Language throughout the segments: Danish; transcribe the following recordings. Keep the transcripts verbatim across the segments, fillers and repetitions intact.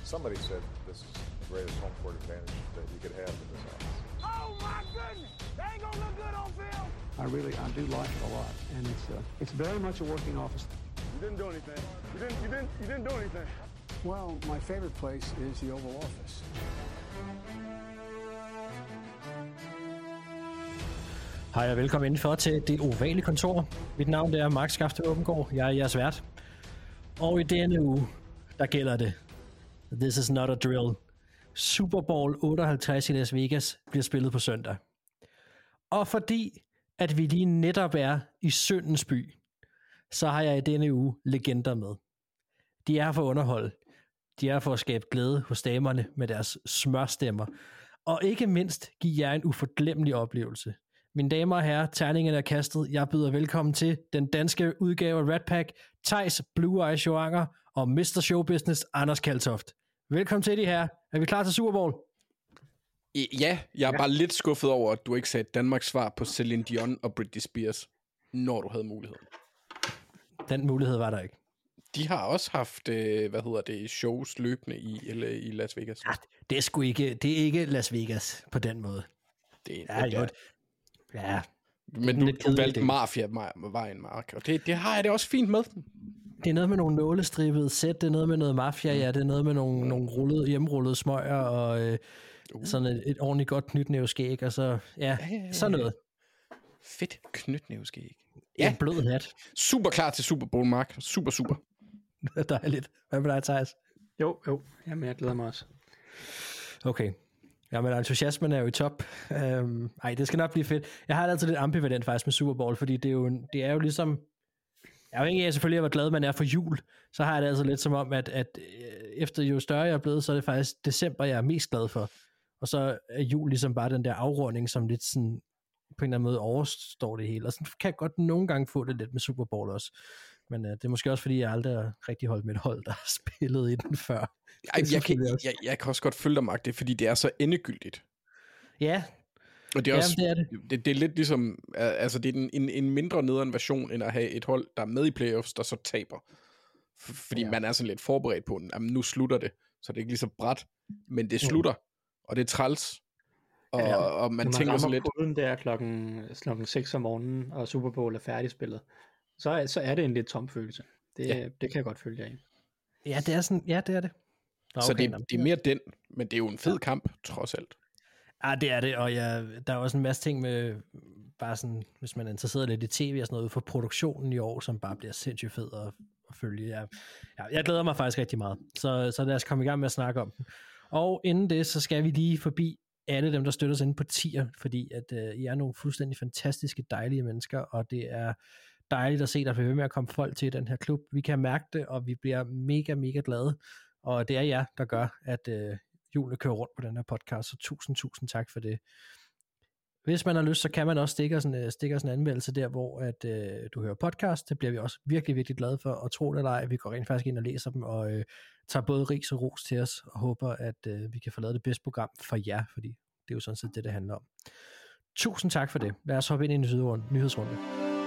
Somebody said this is the greatest home court advantage that you could have in this office. Oh my goodness! They ain't gonna look good on film. I really, I do like it a lot, and it's uh, it's very much a working office. You didn't do anything. You didn't. You didn't. You didn't do anything. Well, my favorite place is the Oval Office. Hej og velkommen indenfor til Det Ovale Kontor. Mit navn er Mark Skafte Åbengård. Jeg er jeres vært. Og i denne uge, der gælder det. This is not a drill. Super Bowl otteoghalvtreds i Las Vegas bliver spillet på søndag. Og fordi, at vi lige netop er i syndens by, så har jeg i denne uge legender med. De er for at underholde. De er for at skabe glæde hos damerne med deres smørstemmer. Og ikke mindst give jer en uforglemmelig oplevelse. Mine damer og herrer, terningen er kastet. Jeg byder velkommen til den danske udgave af Rat Pack, Theis Blue Eyes Joanger og mister Showbusiness Anders Kaltoft. Velkommen til de her. Er vi klar til Super Bowl? Ja, jeg er ja. bare lidt skuffet over, at du ikke sagde Danmarks svar på Celine Dion og Britney Spears, når du havde muligheden. Den mulighed var der ikke. De har også haft, øh, hvad hedder det, shows løbende i, eller i Las Vegas. Ja, det er sgu ikke, det er ikke Las Vegas på den måde. Det er ja, jo. Ja. Men du, du valgte Mafia-vejen, Mark, og det, det har jeg det også fint med. Det er noget med nogle nålestribede sæt, det er noget med noget mafia, ja, det er noget med nogle, mm. nogle rullede, hjemrullede smøger, og øh, uh. sådan et, et ordentligt godt knytnæveskæg, og så, ja, ja, ja, ja. sådan noget. Fedt knytnæveskæg. Ja. En blød hat. Super klar til Super Bowl, Mark. Super, super. Dejligt. Hvad med dig, Theis? Jo, jo. Jamen, jeg glæder mig også. Okay. Jamen, entusiasmen er jo i top. Øhm, ej, det skal nok blive fedt. Jeg har det altid lidt ambivalent faktisk med Super Bowl, fordi det er jo, det er jo ligesom... Afhængig af selvfølgelig, hvor glad man er for jul, så har jeg det altså lidt som om, at, at efter jo større jeg er blevet, så er det faktisk december, jeg er mest glad for. Og så er jul ligesom bare den der afrunding, som lidt sådan på en eller anden måde overstår det hele. Og så kan jeg godt nogle gange få det lidt med Super Bowl også. Men uh, det er måske også, fordi jeg aldrig har rigtig holdt med et hold, der har spillet i den før. Ej, jeg, kan, jeg, jeg, jeg kan også godt følge dig, Mark, det er, fordi det er så endegyldigt. Ja. Og det er, også, Jamen, det, er det. Det, det er lidt ligesom, altså det er en, en, en mindre nederen version, end at have et hold, der er med i playoffs, der så taber. Fordi ja. man er sådan lidt forberedt på den. Jamen, nu slutter det, så det er ikke lige så bræt, men det slutter, mm. og det er træls. Og, ja, og man, man tænker så lidt... Når man der klokken, klokken seks om morgenen, og Super Bowl er færdigspillet, så er, så er det en lidt tom følelse. Det, ja. det kan jeg godt følge jer i. Ja, det er sådan, ja, det er det. Nå, okay, så det, det er mere den, men det er jo en fed ja. kamp, trods alt. Ja, det er det, og jeg, der er også en masse ting med, bare sådan, hvis man er interesseret lidt i tv og sådan noget, for produktionen i år, som bare bliver sindssygt fed at, at følge. Jeg, ja, jeg glæder mig faktisk rigtig meget, så, så lad os komme i gang med at snakke om den. Og inden det, så skal vi lige forbi alle dem, der støtter os inde på tier, fordi at uh, I er nogle fuldstændig fantastiske, dejlige mennesker, og det er dejligt at se, der bliver ved med at komme folk til den her klub. Vi kan mærke det, og vi bliver mega, mega glade, og det er jer, der gør, at uh, julen kører rundt på den her podcast, så tusind, tusind tak for det. Hvis man har lyst, så kan man også stikke os en, stikke os en anmeldelse der, hvor at, uh, du hører podcast. Det bliver vi også virkelig, virkelig glade for, og tro det eller ej, vi går rent faktisk ind og læser dem, og uh, tager både ris og ros til os, og håber, at uh, vi kan få lavet det bedste program for jer, fordi det er jo sådan set det, det handler om. Tusind tak for det. Lad os hoppe ind i en nyhedsrunde.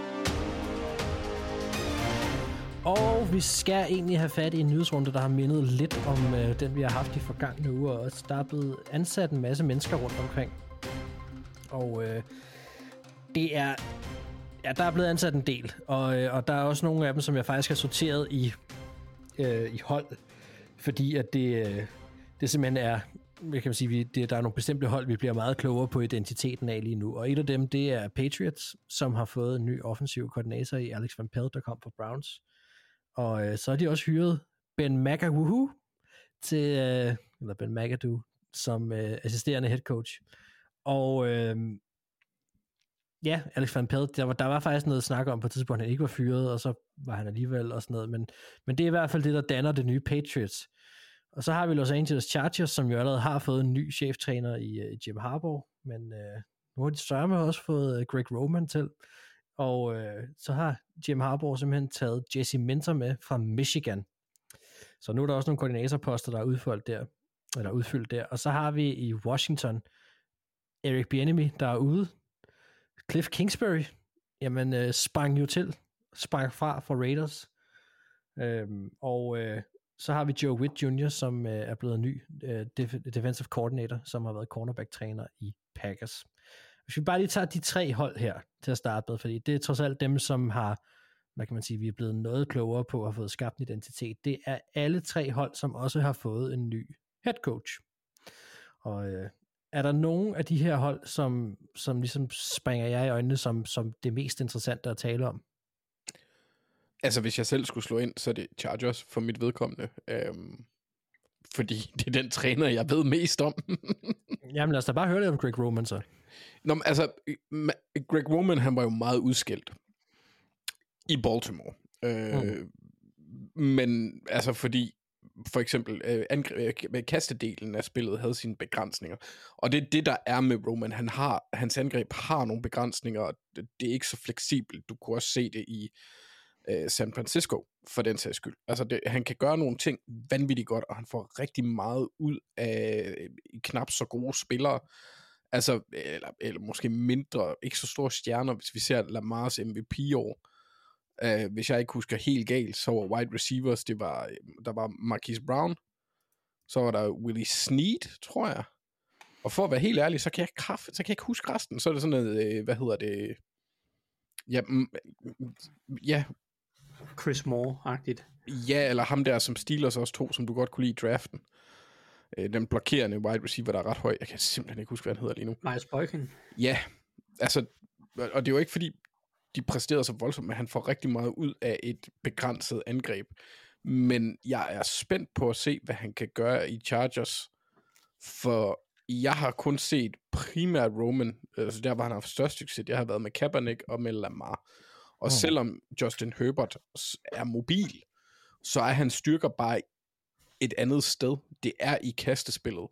Og vi skal egentlig have fat i en nyhedsrunde, der har mindet lidt om øh, den, vi har haft i forgangne uger. Og der er blevet ansat en masse mennesker rundt omkring. Og øh, det er... Ja, der er blevet ansat en del. Og, øh, og der er også nogle af dem, som jeg faktisk har sorteret i, øh, i hold. Fordi at det, øh, det simpelthen er... Jeg kan sige, vi, det, der er nogle bestemte hold, vi bliver meget klogere på identiteten af lige nu. Og et af dem, det er Patriots, som har fået en ny offensiv koordinator i Alex Van Pelt, der kom fra Browns. Og øh, så har de også hyret Ben McAdoo til, øh, eller Ben McAdoo, som øh, assisterende head coach. Og øh, ja, Alex Van Pelt, der var, der var faktisk noget at snakke om på et tidspunkt, han ikke var fyret, og så var han alligevel og sådan noget. Men, men det er i hvert fald det, der danner det nye Patriots. Og så har vi Los Angeles Chargers, som jo allerede har fået en ny cheftræner i uh, Jim Harbaugh, men uh, nu har de sørme også fået uh, Greg Roman til. Og uh, så har Jim Harbaugh simpelthen taget Jesse Minter med fra Michigan. Så nu er der også nogle koordinatorposter, der er udfyldt der. Eller udfyldt der. Og så har vi i Washington Eric Bieniemy, der er ude. Cliff Kingsbury, jamen uh, sprang jo til. Sprang fra for Raiders. Um, og... Uh, så har vi Joe Witt junior, som øh, er blevet ny øh, def- defensive coordinator, som har været cornerback-træner i Packers. Hvis vi bare lige tager de tre hold her til at starte med, fordi det er trods alt dem, som har, hvad kan man sige, vi er blevet noget klogere på og har fået skabt en identitet. Det er alle tre hold, som også har fået en ny head coach. Og øh, er der nogen af de her hold, som, som ligesom springer jeg i øjnene som, som det mest interessante at tale om? Altså, hvis jeg selv skulle slå ind, så er det Chargers for mit vedkommende. Øhm, fordi det er den træner, jeg ved mest om. Jamen lad os da bare høre lidt om Greg Roman så. Nå, men, altså, Greg Roman, han var jo meget udskilt i Baltimore. Øh, mm. Men altså, fordi for eksempel øh, angre- kastedelen af spillet havde sine begrænsninger. Og det er det, der er med Roman. Han har, hans angreb har nogle begrænsninger, og det, det er ikke så fleksibelt. Du kunne også se det i øh, San Francisco, for den sags skyld. Altså, det, han kan gøre nogle ting vanvittigt godt, og han får rigtig meget ud af øh, knap så gode spillere. Altså, eller, eller måske mindre, ikke så store stjerner, hvis vi ser Lamars M V P-år. Uh, hvis jeg ikke husker helt galt, så var wide receivers, det var, der var Marquise Brown, så var der Willie Snead, tror jeg. Og for at være helt ærlig, så kan jeg, kraft, så kan jeg ikke huske resten. Så er det sådan noget, hvad hedder det, ja, mm, ja. Chris Moore-agtigt. Ja, eller ham der, som Steelers også tog, som du godt kunne lide i draften. Den blokerende wide receiver, der er ret høj. Jeg kan simpelthen ikke huske, hvad han hedder lige nu. Miles Boykin. Ja, altså, og det er jo ikke fordi, de præsterede så voldsomt, men han får rigtig meget ud af et begrænset angreb. Men jeg er spændt på at se, hvad han kan gøre i Chargers, for jeg har kun set primært Roman, altså der, hvor han har haft størst succes, det har været med Kaepernick og med Lamar. Og oh. selvom Justin Herbert er mobil, så er hans styrker bare et andet sted. Det er i kastespillet.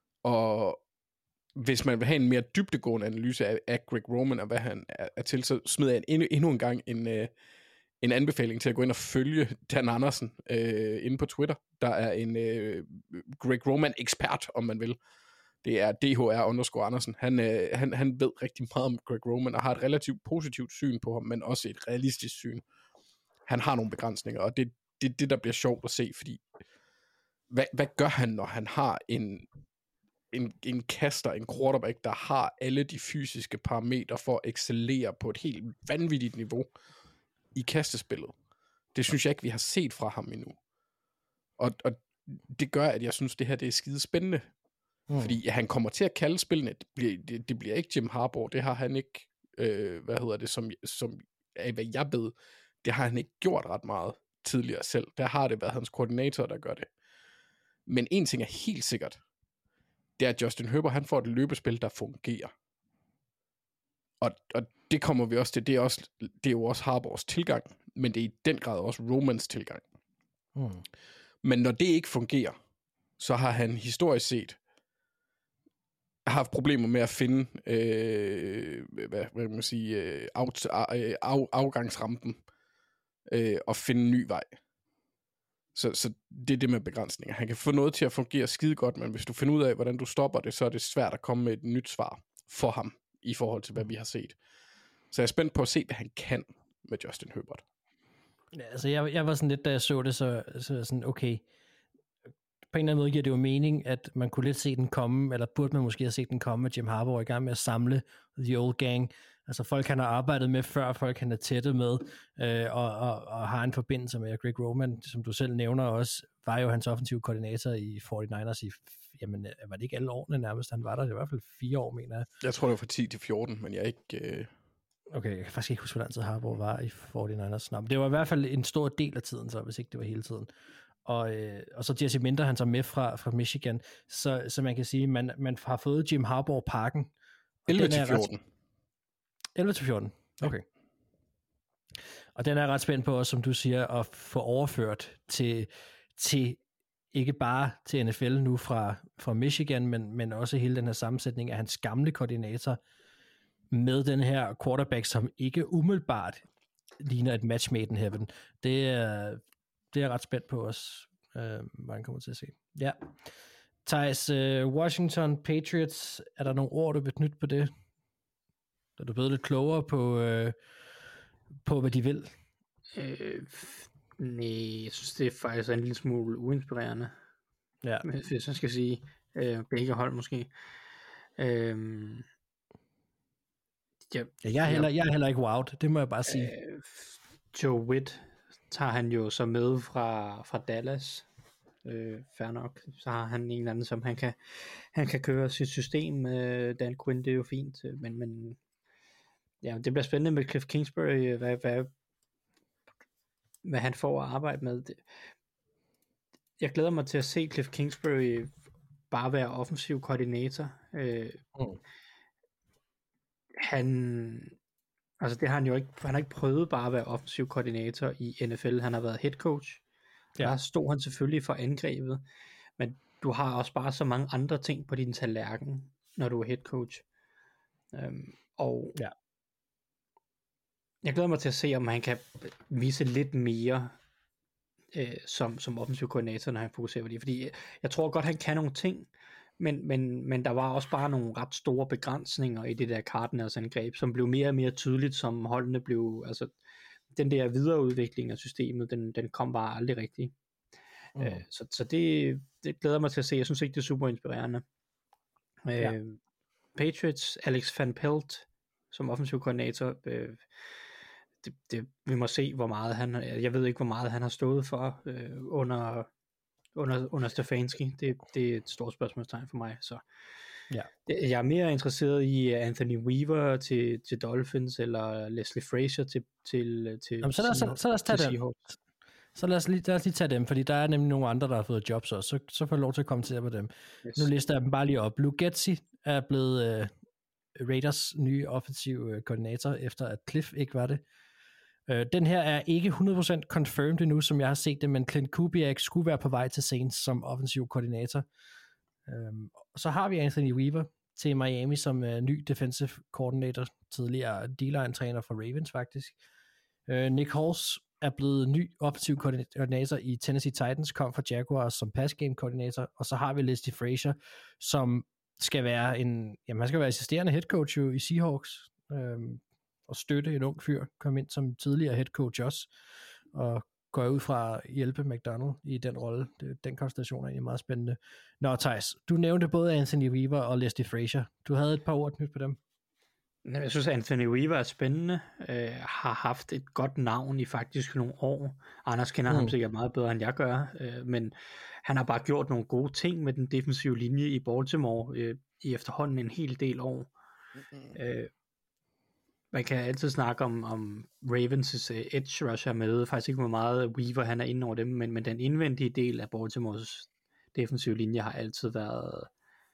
Og hvis man vil have en mere dybdegående analyse af, af Greg Roman og hvad han er, er til, så smider jeg endnu, endnu en gang en, øh, en anbefaling til at gå ind og følge Dan Andersen øh, inde på Twitter. Der er en øh, Greg Roman-ekspert, om man vil. Det er D H R underscore Andersen. Han, øh, han, han ved rigtig meget om Greg Roman og har et relativt positivt syn på ham, men også et realistisk syn. Han har nogle begrænsninger, og det er det, det, der bliver sjovt at se, fordi hvad, hvad gør han, når han har en En, en kaster, en quarterback, der har alle de fysiske parametre for at excellere på et helt vanvittigt niveau i kastespillet. Det synes jeg ikke, vi har set fra ham endnu. Og, og det gør, at jeg synes, det her det er skide spændende. Mm. Fordi han kommer til at kalde spillene. Det bliver, det, det bliver ikke Jim Harbaugh. Det har han ikke, øh, hvad hedder det, som, som af hvad jeg ved, det har han ikke gjort ret meget tidligere selv. Der har det været hans koordinator, der gør det. Men en ting er helt sikkert, det er, at Justin Herbert, han får et løbespil, der fungerer. Og, og det kommer vi også til. Det er, også, det er jo også Harbaughs tilgang, men det er i den grad også Romans tilgang. Mm. Men når det ikke fungerer, så har han historisk set haft problemer med at finde øh, hvad, hvad kan man sige, øh, out, øh, af, afgangsrampen øh, og finde en ny vej. Så, så det er det med begrænsninger. Han kan få noget til at fungere skide godt, men hvis du finder ud af, hvordan du stopper det, så er det svært at komme med et nyt svar for ham, i forhold til, hvad vi har set. Så jeg er spændt på at se, hvad han kan med Justin Herbert. Ja, altså jeg, jeg var sådan lidt, da jeg så det, så, så sådan, okay, på en eller anden måde giver det jo mening, at man kunne lidt se den komme, eller burde man måske have set den komme, at Jim Harbaugh er i gang med at samle the old gang. Altså folk, han har arbejdet med før, folk, han er tættet med, øh, og, og, og har en forbindelse med Greg Roman, som du selv nævner også, var jo hans offensive koordinator i forty-niners i, jamen, var det ikke alle årene nærmest, han var der, det var i hvert fald fire år, mener jeg. Jeg tror, det var fra ti til fjorten, men jeg er ikke... Øh... Okay, jeg kan faktisk ikke huske, hvor lang tid Harbaugh var i forty-niners. Nå, men det var i hvert fald en stor del af tiden, så hvis ikke det var hele tiden. Og, øh, og så Jesse Minter, han så med fra, fra Michigan, så, så man kan sige, man, man har fået Jim Harbaugh-parken. elleve til fjorten. elleve til fjorten, okay. Og den er ret spændt på også, som du siger, at få overført til, til ikke bare til N F L nu fra, fra Michigan, men, men også hele den her sammensætning af hans gamle koordinator med den her quarterback, som ikke umiddelbart ligner et match made in heaven. Det er, det er ret spændt på os, øh, hvad han kommer til at se. Ja. Thijs, uh, Washington Patriots, er der nogle ord, du vil knytte på det? Er du blevet lidt klogere på, øh, på hvad de vil? Øh, Nej, jeg synes, det er faktisk en lille smule uinspirerende, Ja. hvis jeg skal sige. Øh, begge hold måske. Øh, ja, Ja, jeg, er heller, jeg er heller ikke wowed, det må jeg bare sige. Øh, Joe Witt tager han jo så med fra, fra Dallas. Øh, fair nok. Så har han en eller anden, som han kan, han kan køre sit system. Øh, Dan Quinn, det er jo fint. Men, men ja, det bliver spændende med Cliff Kingsbury, hvad, hvad, hvad han får at arbejde med. Jeg glæder mig til at se Cliff Kingsbury bare være offensiv koordinator. Øh, Mm. Han... Altså det har han jo ikke, han har ikke prøvet bare at være offensiv koordinator i N F L, han har været head coach. Ja. Der stod han selvfølgelig for angrebet, men du har også bare så mange andre ting på din tallerken, når du er head coach. Øhm, og ja. Jeg glæder mig til at se, om han kan vise lidt mere øh, som, som offensiv koordinator, når han fokuserer på det. Fordi jeg tror godt, han kan nogle ting, Men, men, men der var også bare nogle ret store begrænsninger i det der Cardinals angreb, som blev mere og mere tydeligt, som holdene blev, altså den der videreudvikling af systemet, den, den kom bare aldrig rigtigt. Mm. Øh, så så det, det glæder mig til at se. Jeg synes ikke, det er super inspirerende. Ja. Øh, Patriots, Alex Van Pelt som offensiv koordinator, øh, det, det, vi må se, hvor meget han, jeg ved ikke, hvor meget han har stået for øh, under Under, under Stefanski, det, det er et stort spørgsmålstegn for mig, så ja. Jeg er mere interesseret i Anthony Weaver til, til Dolphins, eller Leslie Frazier til, til, til Jamen, så, lad os, så, så lad os tage dem. Så lad os, lige, lad os lige tage dem, fordi der er nemlig nogle andre, der har fået jobs også, så, så får jeg lov til at kommentere på dem. Yes. Nu lister jeg dem bare lige op. Luke Getsy er blevet uh, Raiders nye offensiv koordinator, efter at Cliff ikke var det. Uh, den her er ikke hundrede procent confirmed endnu, som jeg har set det, men Clint Kubiak skulle være på vej til Saints som offensiv koordinator. Um, så har vi Anthony Weaver til Miami som uh, ny defensive coordinator, tidligere D-line-træner for Ravens faktisk. Uh, Nick Halls er blevet ny offensiv koordinator i Tennessee Titans, kom fra Jaguars som pass game koordinator, og så har vi Leslie Frazier, som skal være en, jamen han skal være assisterende head coach jo i Seahawks, um, og støtte en ung fyr, kom ind som tidligere head coach også, og går ud fra at hjælpe McDonald i den rolle. Den konstellation er egentlig meget spændende. Nå, Theis, du nævnte både Anthony Weaver og Leslie Frazier. Du havde et par ord nyt på dem. Jeg synes, Anthony Weaver er spændende, øh, har haft et godt navn i faktisk nogle år. Anders kender mm. ham sikkert meget bedre, end jeg gør, øh, men han har bare gjort nogle gode ting med den defensive linje i Baltimore øh, i efterhånden en hel del år. Mm-hmm. Øh, Man kan altid snakke om, om Ravens' uh, edge rusher med, faktisk ikke hvor meget Weaver han er inde over dem, men, men den indvendige del af Baltimores defensive linje har altid været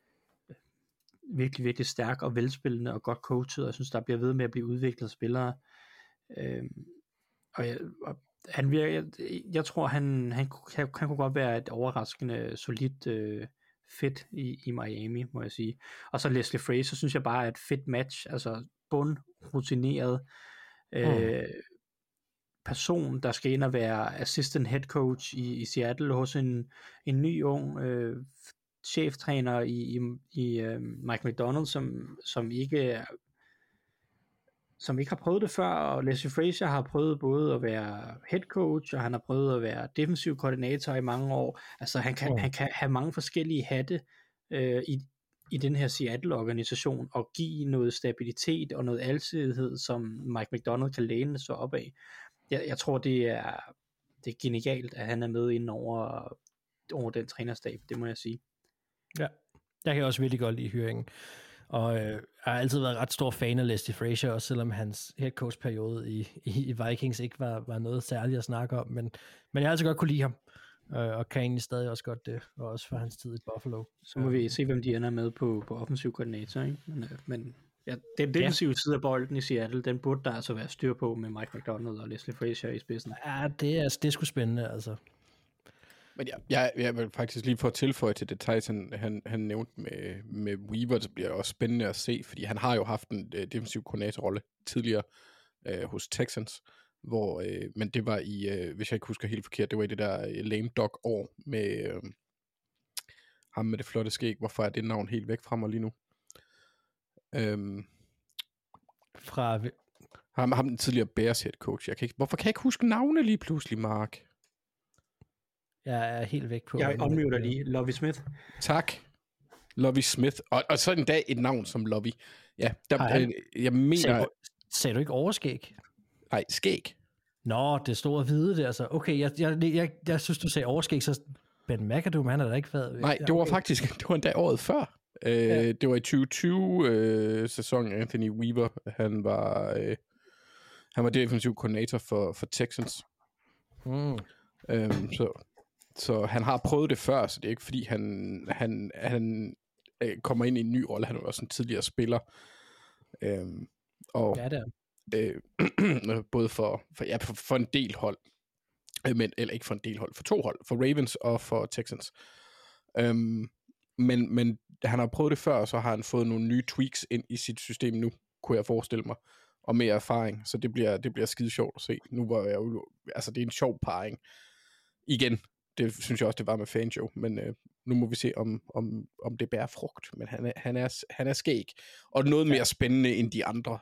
virkelig, virkelig stærk og velspillende og godt coachet, og jeg synes, der bliver ved med at blive udviklet spillere. Øhm, og, jeg, og han virker, jeg, jeg tror, han, han, han, han kunne godt være et overraskende, solidt øh, fit i, i Miami, må jeg sige. Og så Leslie Frazier, synes jeg bare er et fedt match, altså bund rutineret øh, mm. person, der skal ind og være assistant head coach i, i Seattle hos en, en ny ung øh, cheftræner i, i, i uh, Mike McDonald, som, som ikke som ikke har prøvet det før, og Leslie Frazier har prøvet både at være head coach, og han har prøvet at være defensiv koordinator i mange år. Altså han kan, mm. han kan have mange forskellige hatte øh, i i den her Seattle-organisation, og give noget stabilitet og noget alsidighed, som Mike McDonald kan læne sig op af. Jeg, jeg tror, det er, det er genialt, at han er med inden over, over den trænerstab, det må jeg sige. Ja, jeg kan også virkelig godt lide hyringen, og øh, jeg har altid været ret stor fan af Leslie Frazier, også selvom hans head coach periode i, i, i Vikings ikke var, var noget særligt at snakke om, men, men jeg har altid godt kunne lide ham. Og kan egentlig stadig også godt det, og også for hans tid i Buffalo. Så må vi se, hvem de ender med på, på offensiv koordinator, ikke? Men, men ja, den defensive ja. side af bolden i Seattle, den burde der altså være styr på med Mike McDonald og Leslie Frazier i spidsen. Ja, det er, det er sgu spændende, altså. Men ja, jeg, jeg vil faktisk lige få at tilføje til detaljer, han, han, han nævnte med, med Weaver, det bliver også spændende at se, fordi han har jo haft en uh, defensiv koordinatorrolle tidligere uh, hos Texans, hvor, øh, men det var i, øh, hvis jeg ikke husker helt forkert, det var i det der øh, lame dog år med øh, ham med det flotte skæg. Hvorfor er det navn helt væk fra mig lige nu? Øhm, fra ham, ham den tidligere Bears head coach. Jeg kan ikke, hvorfor kan jeg ikke huske navne lige pludselig, Mark? Jeg er helt væk på... Jeg unmuter lige. Lovie Smith. Tak. Lovie Smith. Og, og så en dag et navn som Lovie. Ja, der, Ej, han- øh, jeg mener... Sagde, sagde du ikke overskæg? Nej, skæg. Nå, det store hvide der, så. Okay, jeg, jeg, jeg, jeg synes, du sagde overskæg, så Ben McAdoo, han har da ikke været... Nej, det var faktisk... Det var en dag året før. Øh, Ja. Det var i tyve tyve-sæsonen, øh, Anthony Weaver. Han var... Øh, han var defensiv koordinator for, for Texans. Mm. Øhm, så, så han har prøvet det før, så det er ikke fordi, han, han, han øh, kommer ind i en ny rolle. Han er også en tidligere spiller. Øhm, og Ja, det er. øh, både for, for, ja, for, for en del hold, øh, men, eller ikke for en del hold, for to hold, for Ravens og for Texans. Øhm, men, men han har prøvet det før, og så har han fået nogle nye tweaks ind i sit system nu, kunne jeg forestille mig, og mere erfaring, så det bliver, det bliver skide sjovt at se. Nu var jeg jo, altså det er en sjov parring. Igen, det synes jeg også, det var med Fangio, men øh, nu må vi se, om, om, om det bærer frugt, men han er, han er, han er skæg, og noget mere spændende end de andre.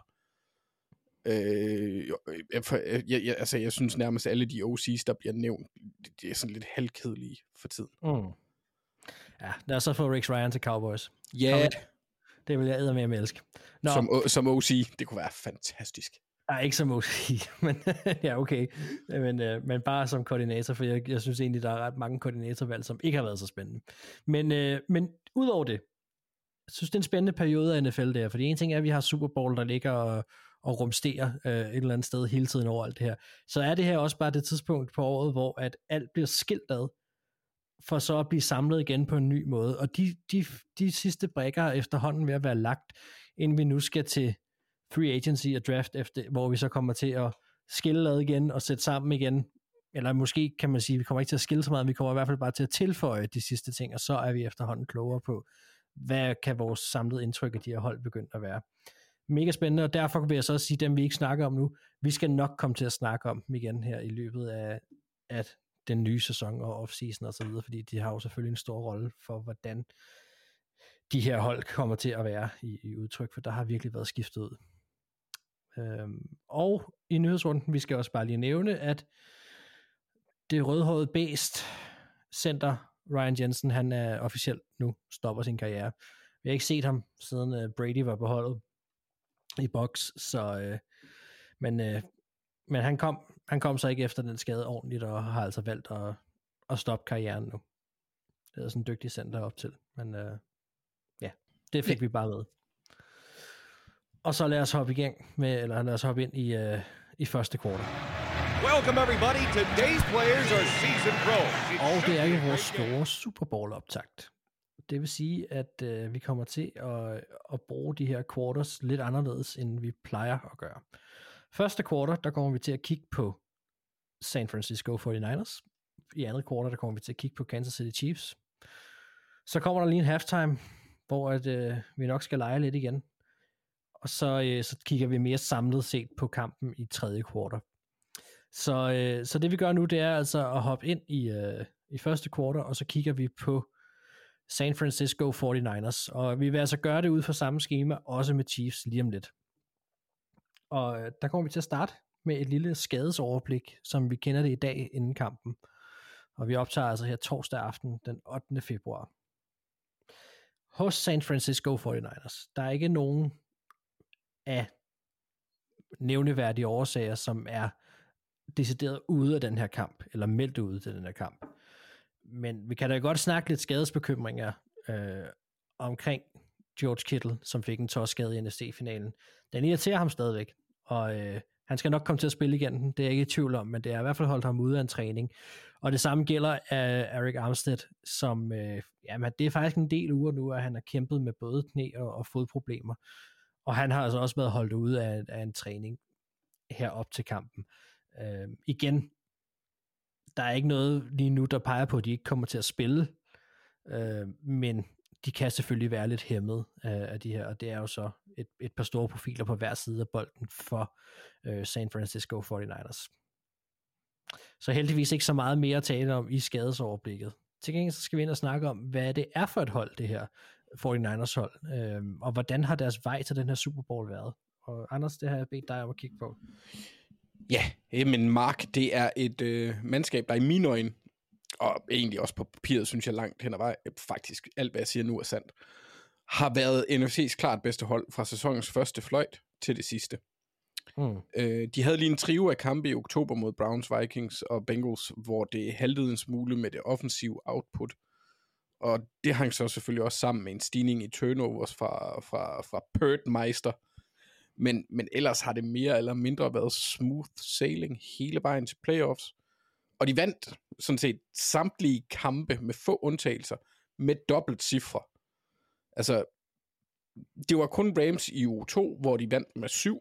Øh, jeg, jeg, jeg, altså jeg synes nærmest alle de O C's, der bliver nævnt, det er sådan lidt halvkedelige for tiden. Mm. Ja, lad os så få Rex Ryan til Cowboys. Ja, Kom. Det vil jeg eddermame elske. Nå, som, som O C, det kunne være fantastisk. nej, ikke som O C, men ja, okay. Men, øh, men bare som koordinator, for jeg, jeg synes egentlig, der er ret mange koordinatorvalg, som ikke har været så spændende. Men, øh, men udover det, jeg synes, det er en spændende periode af N F L der, fordi en ting er, at vi har Super Bowl, der ligger og, og rumsterer øh, et eller andet sted hele tiden over alt det her. Så er det her også bare det tidspunkt på året, hvor at alt bliver skilt ad, for så at blive samlet igen på en ny måde. Og de, de, de sidste brækker er efterhånden ved at være lagt, inden vi nu skal til free agency og draft, efter, hvor vi så kommer til at skille ad igen og sætte sammen igen. Eller måske kan man sige, at vi kommer ikke til at skille så meget, men vi kommer i hvert fald bare til at tilføje de sidste ting, og så er vi efterhånden klogere på, hvad kan vores samlede indtryk af de her hold begynde at være. Mega spændende, og derfor vil jeg så også sige, dem vi ikke snakker om nu, vi skal nok komme til at snakke om dem igen her i løbet af at den nye sæson og off-season og så videre, fordi de har jo selvfølgelig en stor rolle for, hvordan de her hold kommer til at være i, i udtryk, for der har virkelig været skiftet ud. Øhm, og i nyhedsrunden, vi skal også bare lige nævne, at det rødhårede bæst center Ryan Jensen, han er officielt nu stopper sin karriere. Vi har ikke set ham siden uh, Brady var på holdet i boks, så øh, men, øh, men han kom han kom så ikke efter den skade ordentligt, og har altså valgt at, at stoppe karrieren nu. Det er sådan en dygtig center op til, men øh, ja, det fik ja. vi bare med. Og så lad os hoppe igen med, eller lad os hoppe ind i, øh, i første kvartal. Welcome everybody. Today's players are seasoned pros. Og det er jo vores store Super Bowl optakt. Det vil sige, at øh, vi kommer til at, at bruge de her quarters lidt anderledes, end vi plejer at gøre. Første kvartal, der kommer vi til at kigge på San Francisco forty-niners. I andet kvartal, der kommer vi til at kigge på Kansas City Chiefs. Så kommer der lige en halftime, hvor at, øh, vi nok skal lege lidt igen. Og så, øh, så kigger vi mere samlet set på kampen i tredje kvartal. Så, øh, så det vi gør nu, det er altså at hoppe ind i, øh, i første kvartal, og så kigger vi på San Francisco forty-niners. Og vi vil altså gøre det ud fra samme schema, også med Chiefs lige om lidt. Og øh, der kommer vi til at starte med et lille skadesoverblik, som vi kender det i dag inden kampen. Og vi optager altså her torsdag aften den ottende februar. Hos San Francisco forty-niners, der er ikke nogen af nævneværdige årsager, som er decideret ude af den her kamp, eller meldt ude til den her kamp. Men vi kan da godt snakke lidt skadesbekymringer øh, omkring George Kittle, som fik en tåskade i N F C-finalen. Den irriterer ham stadigvæk, og øh, han skal nok komme til at spille igen, det er jeg ikke i tvivl om, men det er i hvert fald holdt ham ude af en træning. Og det samme gælder af Arik Armstead, som, øh, jamen, det er faktisk en del uger nu, at han har kæmpet med både knæ og, og fodproblemer. Og han har altså også været holdt ude af, af en træning herop til kampen. Øh, igen, der er ikke noget lige nu, der peger på, at de ikke kommer til at spille, øh, men de kan selvfølgelig være lidt hæmmet af, af de her, og det er jo så et, et par store profiler på hver side af bolden for øh, San Francisco forty-niners. Så heldigvis ikke så meget mere at tale om i skadesoverblikket. Til gengæld så skal vi ind og snakke om, hvad det er for et hold, det her forty-niners hold, øh, og hvordan har deres vej til den her Super Bowl været. Og Anders, det har jeg bedt dig om at kigge på. Ja, men Mark, det er et øh, mandskab, der i mine øjne og egentlig også på papiret, synes jeg langt hen ad vej, faktisk alt, hvad jeg siger nu er sandt, har været N F C's klart bedste hold fra sæsonens første fløjt til det sidste. Mm. Øh, de havde lige en trio af kampe i oktober mod Browns, Vikings og Bengals, hvor det haltede en smule med det offensive output. Og det hang så selvfølgelig også sammen med en stigning i turnovers fra, fra, fra Purtmeister. Men, men ellers har det mere eller mindre været smooth sailing hele vejen til playoffs. Og de vandt sådan set samtlige kampe med få undtagelser med dobbelt cifre. Altså, det var kun Rams i uge to, hvor de vandt med syv.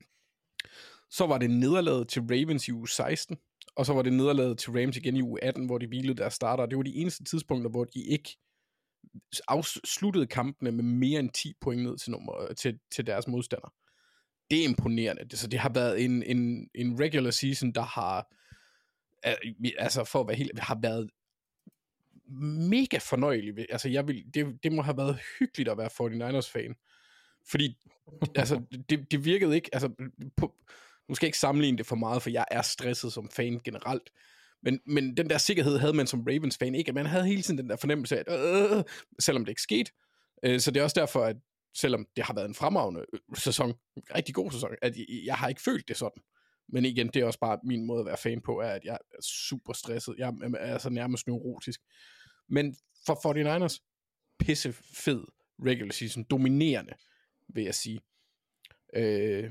Så var det nederlaget til Ravens i uge seksten, og så var det nederlaget til Rams igen i uge atten, hvor de hvilede deres starter. Det var de eneste tidspunkter, hvor de ikke afsluttede kampene med mere end ti point ned til, nummer, til, til deres modstander. Det er imponerende. Så det har været en, en, en regular season, der har, altså for at være helt, har været mega fornøjelig. Altså jeg vil, det, det må have været hyggeligt at være forty-niners-fan. Fordi altså, det, det virkede ikke, altså på, nu skal jeg ikke sammenligne det for meget, for jeg er stresset som fan generelt, men, men den der sikkerhed havde man som Ravens-fan ikke, at man havde hele tiden den der fornemmelse af, at, øh, selvom det ikke skete. Øh, så det er også derfor, at selvom det har været en fremragende sæson, en rigtig god sæson, at jeg, jeg har ikke følt det sådan. Men igen, det er også bare min måde at være fan på, er, at jeg er super stresset. Jeg er altså nærmest neurotisk. Men for forty-niners, pisse fed regular season, dominerende, vil jeg sige. Øh,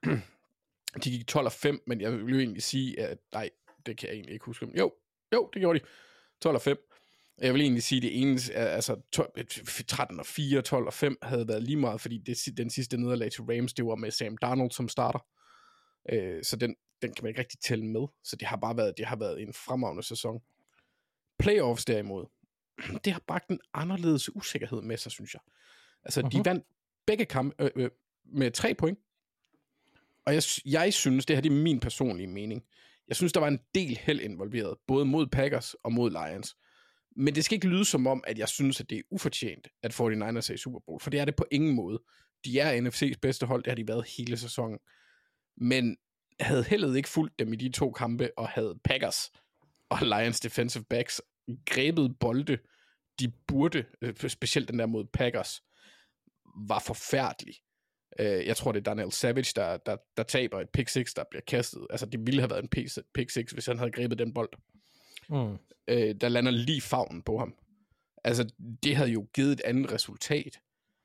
de gik tolv og fem, men jeg vil jo egentlig sige, at nej, det kan jeg egentlig ikke huske. Jo, jo, det gjorde de. tolv og fem. Jeg vil egentlig sige, at det ene, altså tretten og fire, tolv og fem havde været lige meget, fordi det, den sidste nederlag til Rams, det var med Sam Darnold som starter. Øh, så den, den kan man ikke rigtig tælle med. Så det har bare været, det har været en fremragende sæson. Playoffs derimod, det har bragt en anderledes usikkerhed med sig, synes jeg. Altså, uh-huh. de vandt begge kampe øh, øh, med tre point. Og jeg, jeg synes, det her det er min personlige mening, jeg synes, der var en del held involveret, både mod Packers og mod Lions. Men det skal ikke lyde som om, at jeg synes, at det er ufortjent, at forty-niners er i Super Bowl, for det er det på ingen måde. De er N F C's bedste hold, det har de været hele sæsonen. Men havde heldet ikke fulgt dem i de to kampe, og havde Packers og Lions defensive backs grebet bolde, de burde, specielt den der mod Packers, var forfærdelig. Jeg tror, det er Daniel Savage, der, der, der taber et pick six, der bliver kastet. Altså, det ville have været en pick six, hvis han havde grebet den bold. Mm. Der lander lige favnen på ham. Altså, det havde jo givet et andet resultat.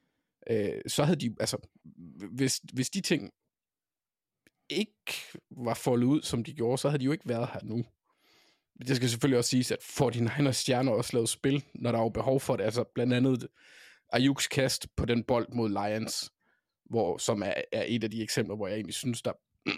Så havde de, altså, hvis, hvis de ting ikke var foldet ud, som de gjorde, så havde de jo ikke været her nu. Det skal selvfølgelig også siges, at forty-niners stjerner også lavede spil, når der var behov for det. Altså blandt andet Ayuks kast på den bold mod Lions, hvor, som er, er et af de eksempler, hvor jeg egentlig synes, der,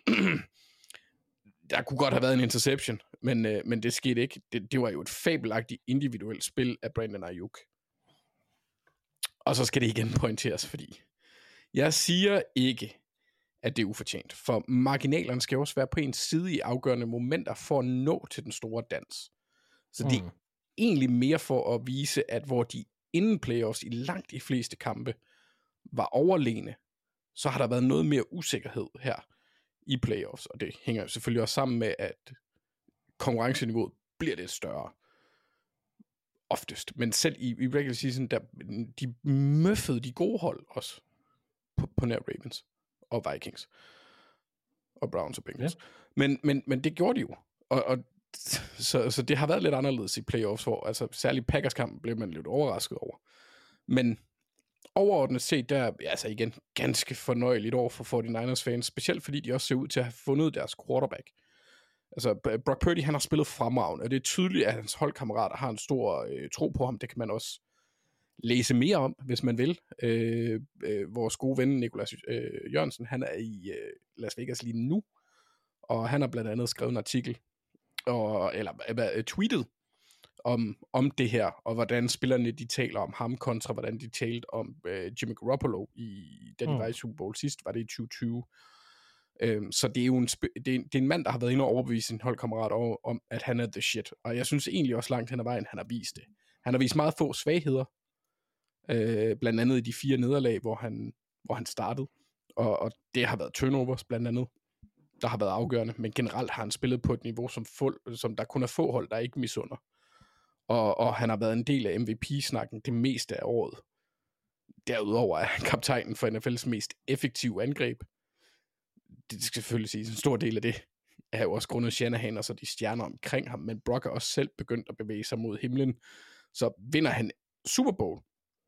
der kunne godt have været en interception, men, øh, men det skete ikke. Det, det var jo et fabelagtigt individuelt spil af Brandon Ayuk. Og så skal det igen pointeres, fordi jeg siger ikke, at det er ufortjent, for marginalerne skal også være på en side i afgørende momenter for at nå til den store dans. Så mm. det er egentlig mere for at vise, at hvor de inden playoffs i langt de fleste kampe var overlegne, så har der været noget mere usikkerhed her i playoffs, og det hænger selvfølgelig også sammen med, at konkurrenceniveauet bliver lidt større oftest, men selv i, i regular season, der, de møffede de gode hold også på, på nær Ravens og Vikings og Browns og Bengals. Ja. Men, men, men det gjorde de jo, og, og så, så det har været lidt anderledes i playoffs, hvor altså særligt Packers-kampen blev man lidt overrasket over. Men overordnet set, der er altså igen ganske fornøjeligt over for forty-niners fans, specielt fordi de også ser ud til at have fundet deres quarterback. Altså Brock Purdy, han har spillet fremragende, og det er tydeligt, at hans holdkammerater har en stor øh, tro på ham. Det kan man også læse mere om, hvis man vil. Øh, øh, vores gode ven Nicolas øh, Jørgensen, han er i øh, Las Vegas lige nu, og han har blandt andet skrevet en artikel, og, eller øh, tweetet om, om det her, og hvordan spillerne de taler om ham, kontra hvordan de talte om øh, Jimmy Garoppolo, i, da de mm. var i Super Bowl sidst, var det i tyve tyve. Øhm, så det er jo en, sp- det er, det er en mand, der har været inde og overbevise sin holdkammerat over, om, at han er the shit. Og jeg synes egentlig også langt hen ad vejen, han har vist det. Han har vist meget få svagheder, øh, blandt andet i de fire nederlag, hvor han, hvor han startede. Og, og det har været turnovers, blandt andet, der har været afgørende. Men generelt har han spillet på et niveau, som, fuld, som der kun er få hold, der ikke misunder. og, og han har været en del af M V P-snakken det meste af året. Derudover er han kaptajnen for N F L's mest effektive angreb. Det skal selvfølgelig sige, en stor del af det er jo også grundet Shanahan og så de stjerner omkring ham, men Brock er også selv begyndt at bevæge sig mod himlen. Så vinder han Super Bowl,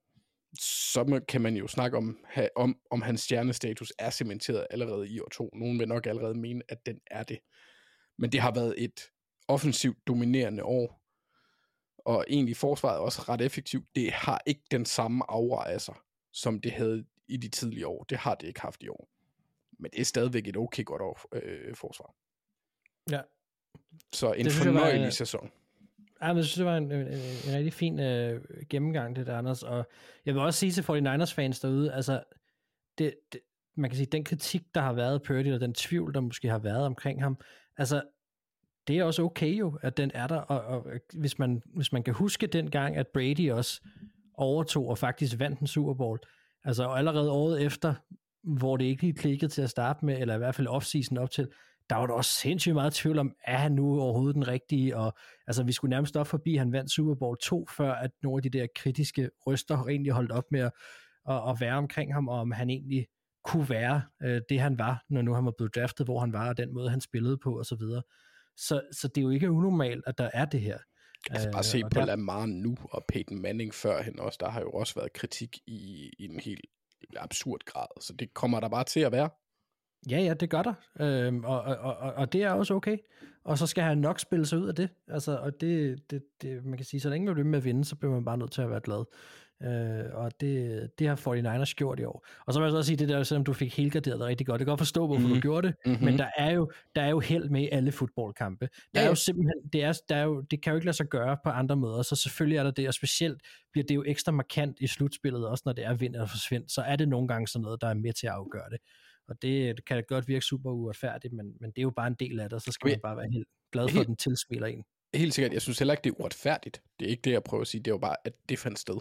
så kan man jo snakke om, om, om hans stjernestatus er cementeret allerede i år to. Nogen vil nok allerede mene, at den er det. Men det har været et offensivt dominerende år, og egentlig forsvaret også ret effektivt. Det har ikke den samme aura af sig, som det havde i de tidlige år. Det har det ikke haft i år. Men det er stadigvæk et okay godt år, øh, forsvar. Ja. Så en det fornøjelig en, sæson. Ja, men jeg synes, det var en, en, en, en rigtig fin øh, gennemgang, det der, Anders. Og jeg vil også sige til forty-niners fans derude, altså, det, det, man kan sige, den kritik, der har været Purdy, og den tvivl, der måske har været omkring ham, altså, det er også okay jo, at den er der. Og, og hvis, man, hvis man kan huske den gang, at Brady også overtog og faktisk vandt en Super Bowl, altså og allerede året efter, hvor det ikke lige klikkede til at starte med, eller i hvert fald off-season op til, der var der også sindssygt meget tvivl om, er han nu overhovedet den rigtige, og altså vi skulle nærmest op forbi, han vandt Super Bowl to, før at nogle af de der kritiske røster har egentlig holdt op med at, at, at være omkring ham, og om han egentlig kunne være øh, det han var, når nu han var blevet draftet, hvor han var, og den måde han spillede på, og så videre. Så, så det er jo ikke unormalt, at der er det her. Altså bare se øh, på der... Lamar nu, og Peyton Manning førhen også, der har jo også været kritik i, i en helt absurd grad, så det kommer der bare til at være. Ja, ja, det gør der, øhm, og, og, og, og det er også okay, og så skal han nok spille sig ud af det, altså, og det, det, det man kan sige, så længe man bliver med at vinde, så bliver man bare nødt til at være glad, øh, og det, det har forty-niners gjort i år, og så må jeg så også sige, det der, selvom du fik helgarderet det rigtig godt, det kan godt forstå, hvorfor mm-hmm. du gjorde det, mm-hmm. men der er jo, der er jo held med i alle fodboldkampe, der ja, ja. er jo simpelthen, det, er, der er jo, det kan jo ikke lade sig gøre på andre måder, så selvfølgelig er der det, og specielt bliver det jo ekstra markant i slutspillet, også når det er vind eller forsvind, så er det nogle gange sådan noget, der er med til at afgøre det. Og det, det kan godt virke super uretfærdigt, men, men det er jo bare en del af det, og så skal man bare være helt glad for, at den tilsmiler en. Helt sikkert, jeg synes heller ikke, det er uretfærdigt. Det er ikke det, jeg prøver at sige, det er jo bare, at det fandt sted.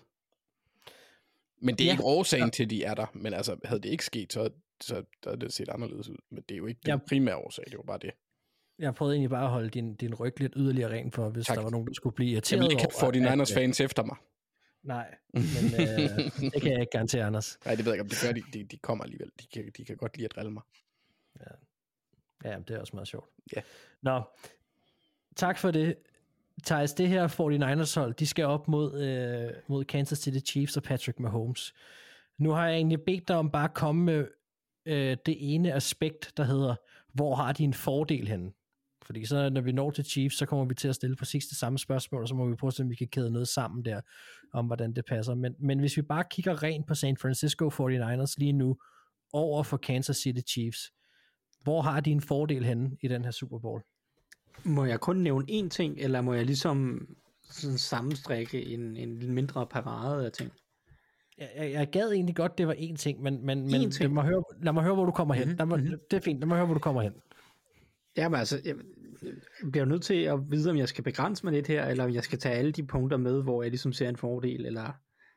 Men det er ja. ikke årsagen ja. til, at de er der, men altså, havde det ikke sket, så, så havde det set anderledes ud. Men det er jo ikke den ja. primære årsag, det er jo bare det. Jeg prøvede egentlig bare at holde din, din ryg lidt yderligere ren for, hvis tak. der var nogen, der skulle blive irriteret over. Jeg vil ikke få de Niners fans efter mig. Nej, men øh, det kan jeg ikke garantere, Anders. Nej, det ved jeg ikke, om det gør de. De, de kommer alligevel. De kan, de kan godt lide at drille mig. Ja. Ja, det er også meget sjovt. Ja. Nå, tak for det. Thijs, det her forty-niners hold, de skal op mod, øh, mod Kansas City Chiefs og Patrick Mahomes. Nu har jeg egentlig bedt dig om bare at komme med øh, det ene aspekt, der hedder, hvor har de en fordel henne? Fordi så når vi når til Chiefs, så kommer vi til at stille præcis det samme spørgsmål, og så må vi prøve at se, om vi kan kæde noget sammen der, om hvordan det passer. Men, men hvis vi bare kigger rent på San Francisco forty-niners lige nu, over for Kansas City Chiefs, hvor har de en fordel henne i den her Super Bowl? Må jeg kun nævne én ting, eller må jeg ligesom sådan sammenstrikke en, en mindre parade af ting? Jeg, jeg, jeg gad egentlig godt, det var én ting, men, men, men ting. Lad, mig høre, lad mig høre, hvor du kommer hen. Mm-hmm. Lad mig, mm-hmm. Det er fint, lad mig høre, hvor du kommer hen. Jamen altså, jeg bliver nødt til at vide, om jeg skal begrænse mig lidt her, eller om jeg skal tage alle de punkter med, hvor jeg ligesom ser en fordel, eller...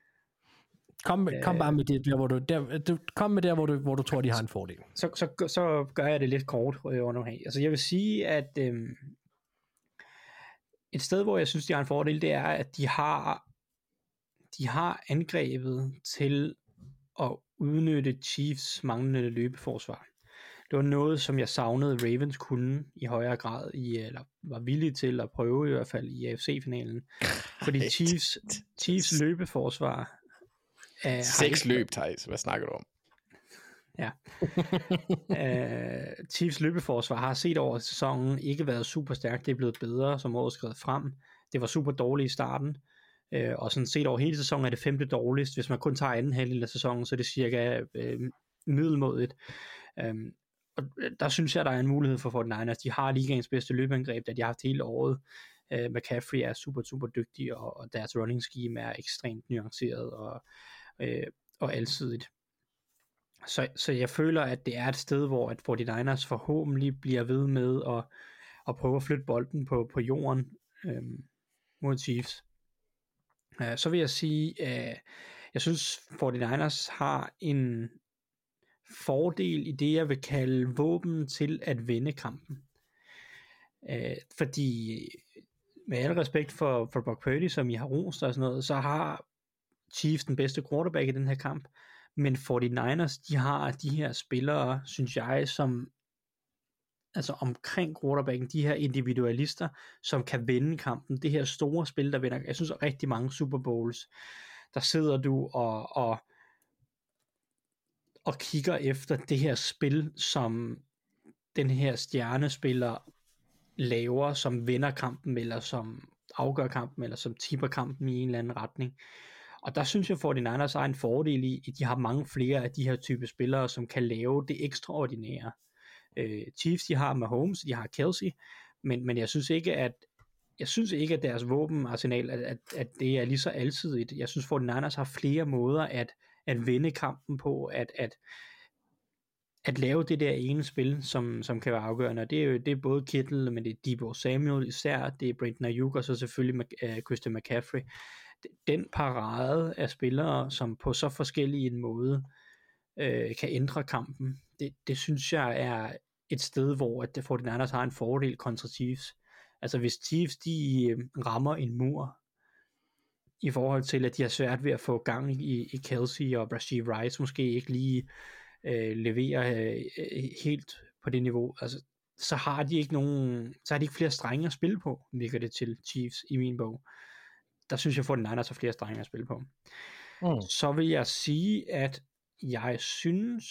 Kom, øh, kom bare med det, der, hvor du, der, du, kom med der, hvor du, hvor du tror, de har en fordel. Så, så, så gør jeg det lidt kort øh, under her. Altså jeg vil sige, at øh, et sted, hvor jeg synes, de har en fordel, det er, at de har, de har angrebet til at udnytte Chiefs manglende løbeforsvar. Det var noget, som jeg savnede Ravens kunne i højere grad, i, eller var villige til at prøve i hvert fald i A F C-finalen. Fordi Chiefs, Chiefs løbeforsvar... Uh, Seks løb, Thijs. Hvad snakker du om? Ja. uh, Chiefs løbeforsvar har set over sæsonen ikke været super stærkt. Det er blevet bedre, som året skrevet frem. Det var super dårligt i starten. Uh, og sådan set over hele sæsonen er det femte dårligst. Hvis man kun tager anden halvdel af sæsonen, så er det cirka uh, middelmådigt. Um, og der synes jeg, der er en mulighed for forty-niners. De har ligaens bedste løbeangreb, da de har haft hele året. Uh, McCaffrey er super, super dygtig, og, og deres running scheme er ekstremt nuanceret og, uh, og alsidigt. Så, så jeg føler, at det er et sted, hvor at forty-niners forhåbentlig bliver ved med at, at prøve at flytte bolden på, på jorden uh, mod Chiefs. Uh, så vil jeg sige, uh, jeg synes, forty-niners har en fordel i det, jeg vil kalde våben til at vinde kampen. Øh, fordi med al respekt for, for Brock Purdy, som I har rost og sådan noget, så har Chiefs den bedste quarterback i den her kamp, men forty-niners, de har de her spillere, synes jeg, som altså omkring quarterbacken, de her individualister, som kan vinde kampen, det her store spil, der vinder, jeg synes rigtig mange Super Bowls, der sidder du og, og, og kigger efter det her spil, som den her stjernespiller laver, som vinder kampen, eller som afgør kampen, eller som tipper kampen i en eller anden retning. Og der synes jeg, at forty-niners har en fordel i, at de har mange flere af de her type spillere, som kan lave det ekstraordinære. Øh, Chiefs, de har Mahomes, de har Kelsey, men, men jeg synes ikke, at jeg synes ikke, at deres våbenarsenal, at, at, at det er lige så alsidigt. Jeg synes, forty-niners har flere måder at, at vinde kampen på, at, at, at lave det der ene spil, som, som kan være afgørende. Det er jo det er både Kittle, men det er Deebo Samuel især, det er Brandon Ayuk, og så selvfølgelig uh, Christian McCaffrey. Den parade af spillere, som på så forskellige en måde øh, kan ændre kampen, det, det synes jeg er et sted, hvor at forty-niners har en fordel kontra Chiefs. Altså hvis Chiefs de øh, rammer en mur i forhold til, at de har svært ved at få gang i, i Kelsey og Rashee Rice måske ikke lige øh, leverer øh, helt på det niveau, altså, så har de ikke nogen, så har de ikke flere strenge at spille på, virker det til Chiefs i min bog. Der synes jeg, at forty-niners har flere strenge at spille på. Mm. Så vil jeg sige, at jeg synes,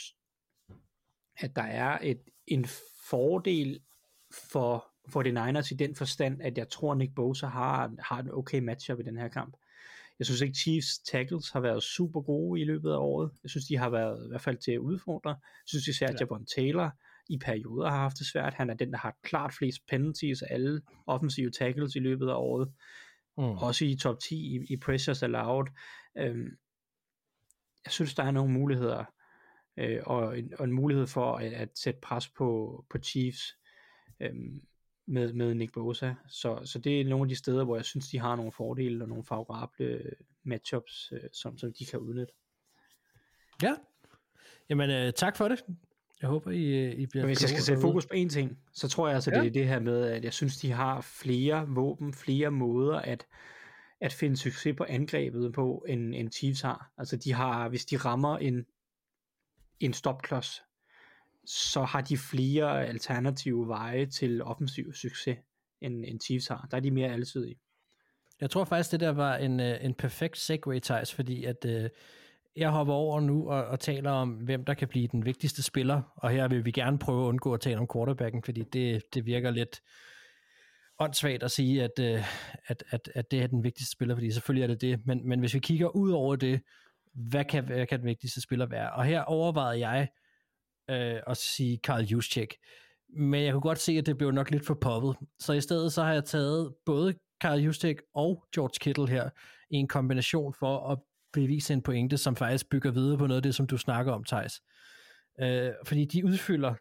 at der er et, en fordel for forty-niners i den forstand, at jeg tror, Nick Bosa har, har en okay matchup i den her kamp. Jeg synes ikke, Chiefs tackles har været super gode i løbet af året. Jeg synes, de har været i hvert fald til at udfordre. Jeg synes især, at Javon Taylor i perioder har haft det svært. Han er den, der har klart flest penalties af alle offensive tackles i løbet af året. Mm. Også i top ti i, i pressures allowed. Øhm, jeg synes, der er nogle muligheder, øh, og, en, og en mulighed for at, at sætte pres på, på Chiefs øhm, med, med Nick Bosa. Så, så det er nogle af de steder, hvor jeg synes, de har nogle fordele og nogle favorable matchups, øh, som, som de kan udnytte. Ja, jamen øh, tak for det. Jeg håber, I, I bliver... Hvis jeg skal sætte fokus på én ting, så tror jeg altså, ja. det er det her med, at jeg synes, de har flere våben, flere måder at, at finde succes på angrebet på, end, end Chiefs har. Altså de har, hvis de rammer en, en stopklods, så har de flere alternative veje til offensiv succes, end, end Chiefs har. Der er de mere alsidige. Jeg tror faktisk, det der var en, en perfekt segue, Thijs, fordi at... Øh, jeg hopper over nu og, og taler om, hvem der kan blive den vigtigste spiller, og her vil vi gerne prøve at undgå at tale om quarterbacken, fordi det, det virker lidt åndssvagt at sige, at, at, at, at det er den vigtigste spiller, fordi selvfølgelig er det det, men, men hvis vi kigger ud over det, hvad kan, hvad kan den vigtigste spiller være? Og her overvejede jeg øh, at sige Karl Juszczyk, men jeg kunne godt se, at det blev nok lidt for poppet, så i stedet så har jeg taget både Karl Juszczyk og George Kittle her i en kombination for at bevise en pointe, som faktisk bygger videre på noget af det, som du snakker om, Thijs. Øh, fordi de udfylder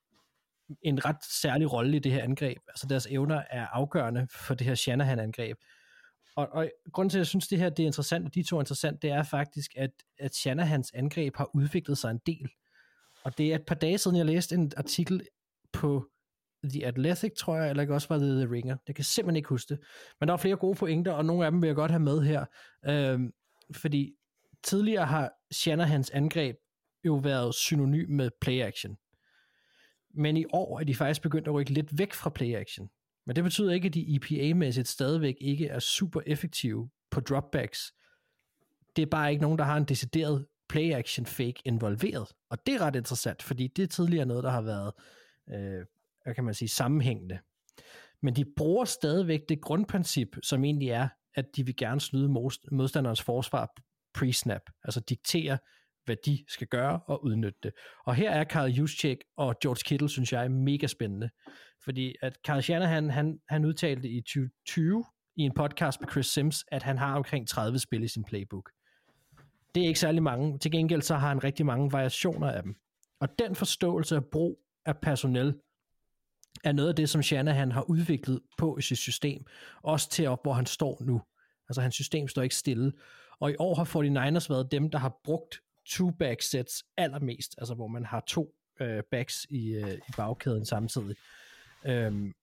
en ret særlig rolle i det her angreb. Altså deres evner er afgørende for det her Shanahan-angreb. Og, og grunden til, at jeg synes, det her det er interessant, og de to er interessant, det er faktisk, at, at Shanahans angreb har udviklet sig en del. Og det er et par dage siden, jeg læste en artikel på The Athletic, tror jeg, eller ikke også var det The Ringer. Jeg kan simpelthen ikke huske det. Men der er flere gode pointer, og nogle af dem vil jeg godt have med her. Øh, fordi tidligere har Shanahans angreb jo været synonym med play action. Men i år er de faktisk begyndt at rykke lidt væk fra play action. Men det betyder ikke, at de E P A-mæssigt stadigvæk ikke er super effektive på dropbacks. Det er bare ikke nogen, der har en decideret play action fake involveret. Og det er ret interessant, fordi det er tidligere noget, der har været, øh, hvad kan man sige, sammenhængende. Men de bruger stadigvæk det grundprincip, som egentlig er, at de vil gerne snyde modstanderens forsvar pre-snap, altså diktere, hvad de skal gøre og udnytte det. Og her er Karl Juszczyk og George Kittle, synes jeg, er mega spændende. Fordi at Kyle Shanahan, han, han udtalte i tyve tyve i en podcast med Chris Sims, at han har omkring tredive spil i sin playbook. Det er ikke særlig mange. Til gengæld så har han rigtig mange variationer af dem. Og den forståelse af brug af personel er noget af det, som Shanahan har udviklet på i sit system, også til op, hvor han står nu. Altså hans system står ikke stille. Og i år har forty-niners været dem, der har brugt two-back sets allermest, altså hvor man har to øh, backs i, øh, i bagkæden samtidig. Øhm,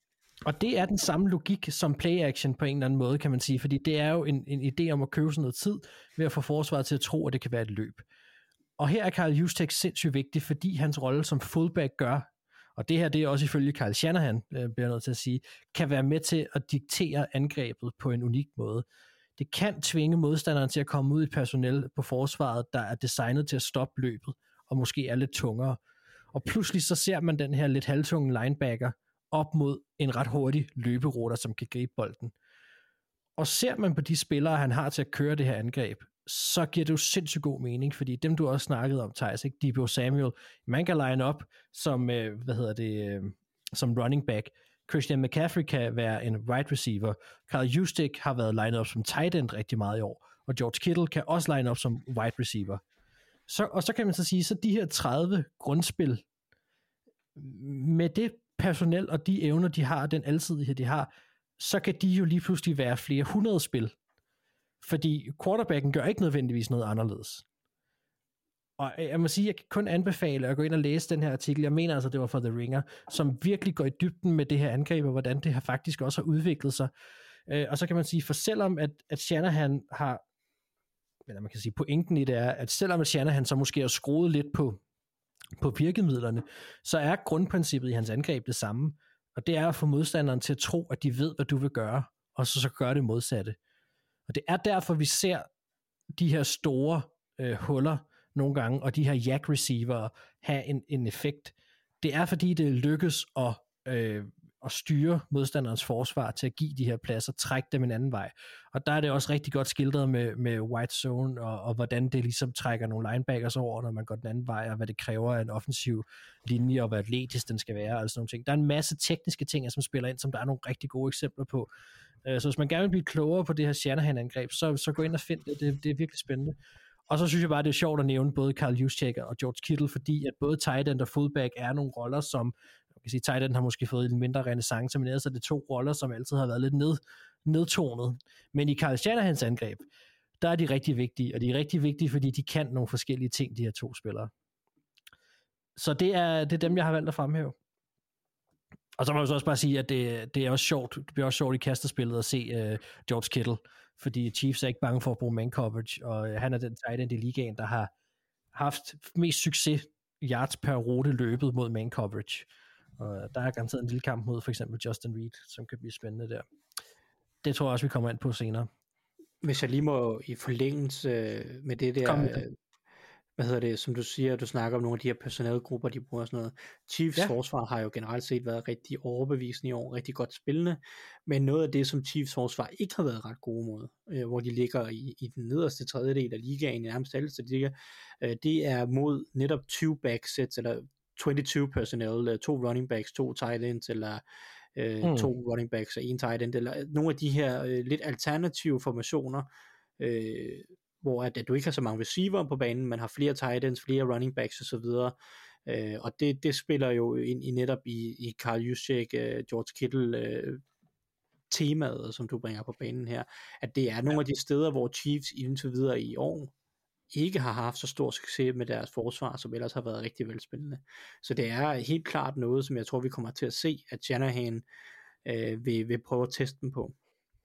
Og det er den samme logik som play-action på en eller anden måde, kan man sige, fordi det er jo en, en idé om at købe sådan noget tid ved at få forsvaret til at tro, at det kan være et løb. Og her er Kyle Juszczyk sindssygt vigtig, fordi hans rolle som fullback gør, og det her det er også ifølge Kyle Shanahan, øh, bliver jeg nødt til at sige, kan være med til at diktere angrebet på en unik måde. Det kan tvinge modstanderen til at komme ud i personel på forsvaret, der er designet til at stoppe løbet, og måske er lidt tungere. Og pludselig så ser man den her lidt halvtunge linebacker op mod en ret hurtig løberuter, som kan gribe bolden. Og ser man på de spillere, han har til at køre det her angreb, så giver det jo sindssygt god mening, fordi dem du også snakkede om, Thijs, ikke? Deebo Samuel, man kan line op som, øh, hvad hedder det, øh, som running back. Christian McCaffrey kan være en wide receiver. Kyle Juszczyk har været lined op som tight end rigtig meget i år, og George Kittle kan også line op som wide receiver. Så, og så kan man så sige, så de her tredive grundspil, med det personel og de evner, de har, den alsidighed, de har, så kan de jo lige pludselig være flere hundrede spil. Fordi quarterbacken gør ikke nødvendigvis noget anderledes. Og jeg må sige, jeg kan kun anbefale at gå ind og læse den her artikel. Jeg mener altså, det var fra The Ringer, som virkelig går i dybden med det her angreb, og hvordan det her faktisk også har udviklet sig. Og så kan man sige, for selvom at, at Shanahan har, eller man kan sige, pointen i det er, at selvom at Shanahan så måske har skruet lidt på, på virkemidlerne, så er grundprincippet i hans angreb det samme. Og det er at få modstanderen til at tro, at de ved, hvad du vil gøre, og så, så gør det modsatte. Og det er derfor, vi ser de her store øh, huller nogle gange, og de her jack receiver have en, en effekt. Det er fordi, det lykkes at, øh, at styre modstanderens forsvar til at give de her pladser, trække dem en anden vej. Og der er det også rigtig godt skildret med, med white zone, og, og hvordan det ligesom trækker nogle linebackers over, når man går den anden vej, og hvad det kræver af en offensiv linje, og hvad atletisk den skal være, og sådan nogle ting. Der er en masse tekniske ting, som spiller ind, som der er nogle rigtig gode eksempler på. Så hvis man gerne vil blive klogere på det her Shanahan-angreb, så, så gå ind og find det. det. Det er virkelig spændende. Og så synes jeg bare, det er sjovt at nævne både Kyle Juszczyk og George Kittle, fordi at både tight end og fullback er nogle roller, som, jeg kan sige, tight end har måske fået en mindre renaissance, men ellers er det to roller, som altid har været lidt ned, nedtonet. Men i Kyle Shanahans angreb, der er de rigtig vigtige, og de er rigtig vigtige, fordi de kan nogle forskellige ting, de her to spillere. Så det er, det er dem, jeg har valgt at fremhæve. Og så må jeg så også bare sige, at det, det er også sjovt, det bliver også sjovt i kasterspillet at se uh, George Kittle, fordi Chiefs er ikke bange for at bruge man coverage, og uh, han er den tight end i ligaen, der har haft mest succes yards per rute løbet mod man coverage. Og der er garanteret en lille kamp mod for eksempel Justin Reed, som kan blive spændende der. Det tror jeg også, vi kommer ind på senere. Hvis jeg lige må i forlængelse med det der, med hvad hedder det, som du siger, du snakker om nogle af de her personalegrupper, de bruger sådan noget. Chiefs ja. forsvar har jo generelt set været rigtig overbevisende i år, rigtig godt spillende, men noget af det, som Chiefs forsvar ikke har været ret gode mod, øh, hvor de ligger i, i den nederste tredjedel af ligaen, i nærmest alle statistikker, øh, det er mod netop two back sets, eller toogtyve personnel, øh, to running backs, to tight ends, eller øh, hmm. to running backs og en tight end, eller nogle af de her øh, lidt alternative formationer, øh, hvor at, at du ikke har så mange receiver på banen, man har flere tight ends, flere running backs og så videre, øh, og det, det spiller jo ind i netop i, i Kyle Juszczyk, uh, George Kittle uh, temaet, som du bringer på banen her, at det er nogle ja. af de steder, hvor Chiefs indtil videre i år ikke har haft så stor succes med deres forsvar, som ellers har været rigtig velspillende. Så det er helt klart noget, som jeg tror, vi kommer til at se, at Shanahan øh, vil, vil prøve at teste dem på.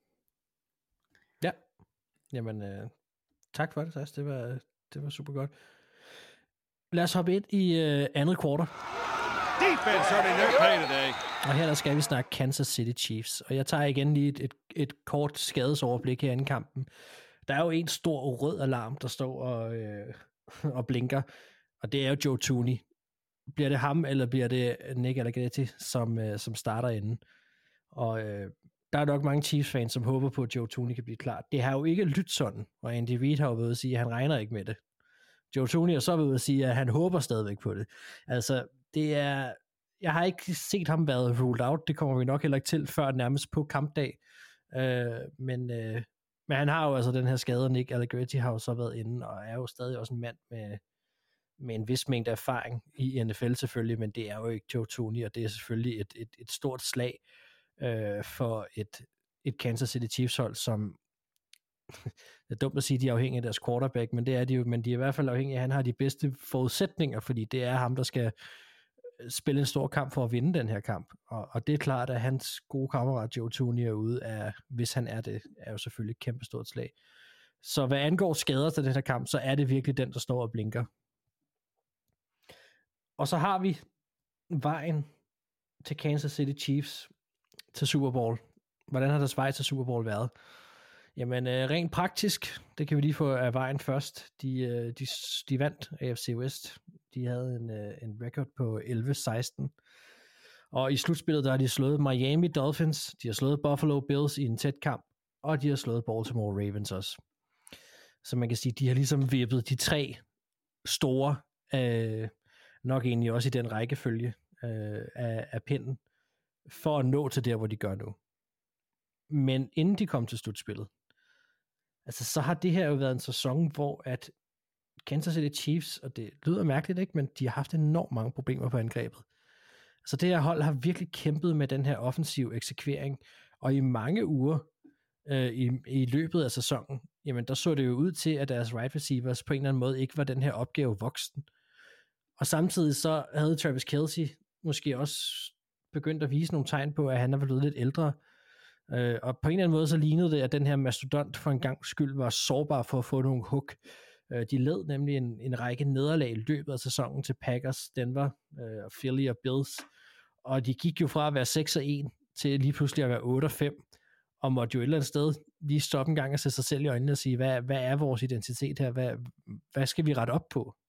Ja, jamen øh, tak for det, Thijs. Det var, det var super godt. Lad os hoppe ind i øh, andet kvartal. Defense earning their pay today. Og her der skal vi snakke Kansas City Chiefs. Og jeg tager igen lige et, et, et kort skadesoverblik her i kampen. Der er jo en stor rød alarm, der står og, øh, og blinker, og det er jo Joe Thuney. Bliver det ham, eller bliver det Nick Allegretti, som, øh, som starter inden? Og øh, der er nok mange Chiefs-fans, som håber på, at Joe Thuney kan blive klar. Det har jo ikke lyttet sådan, og Andy Reid har jo ved at sige, at han regner ikke med det. Joe Thuney har så ved at sige, at han håber stadigvæk på det. Altså, det er... Jeg har ikke set ham været ruled out, det kommer vi nok heller ikke til, før nærmest på kampdag. Øh, men... Øh, Men han har jo altså den her skade, og Nick Allegretti har jo så været inde, og er jo stadig også en mand med, med en vis mængde erfaring i N F L selvfølgelig, men det er jo ikke Joe Thuney, og det er selvfølgelig et, et, et stort slag øh, for et, et Kansas City Chiefs hold, som det er dumt at sige, at de er afhængige af deres quarterback, men det er de jo, men de er i hvert fald afhængige af, at han har de bedste forudsætninger, fordi det er ham, der skal spille en stor kamp for at vinde den her kamp. Og, og det er klart, at hans gode kammerat Joe Thuney er ude af, hvis han er det, er jo selvfølgelig et kæmpe stort slag. Så hvad angår skader til den her kamp, så er det virkelig den, der står og blinker. Og så har vi vejen til Kansas City Chiefs til Super Bowl. Hvordan har deres vej til Super Bowl været? Jamen, øh, rent praktisk, det kan vi lige få af vejen først. De, øh, de, de vandt A F C West. De havde en, øh, en record på elleve seksten. Og i slutspillet, der har de slået Miami Dolphins, de har slået Buffalo Bills i en tæt kamp, og de har slået Baltimore Ravens også. Så man kan sige, de har ligesom vippet de tre store, øh, nok egentlig også i den rækkefølge øh, af, af pinden, for at nå til der, hvor de gør nu. Men inden de kom til slutspillet, altså så har det her jo været en sæson, hvor at Kansas City Chiefs, og det lyder mærkeligt, ikke, men de har haft enormt mange problemer på angrebet. Så det her hold har virkelig kæmpet med den her offensiv eksekvering, og i mange uger øh, i, i løbet af sæsonen, jamen der så det jo ud til, at deres right receivers på en eller anden måde ikke var den her opgave voksen. Og samtidig så havde Travis Kelce måske også begyndt at vise nogle tegn på, at han er blevet lidt ældre, øh, og på en eller anden måde så lignede det, at den her mastodont for en gang skyld var sårbar for at få nogle hook. De led nemlig en, en række nederlag i løbet af sæsonen til Packers, Denver, øh, Philly og Bills, og de gik jo fra at være seks og en til lige pludselig at være otte og fem, og måtte jo et eller andet sted lige stoppe en gang og se sig selv i øjnene og sige, hvad, hvad er vores identitet her, hvad, hvad skal vi rette op på?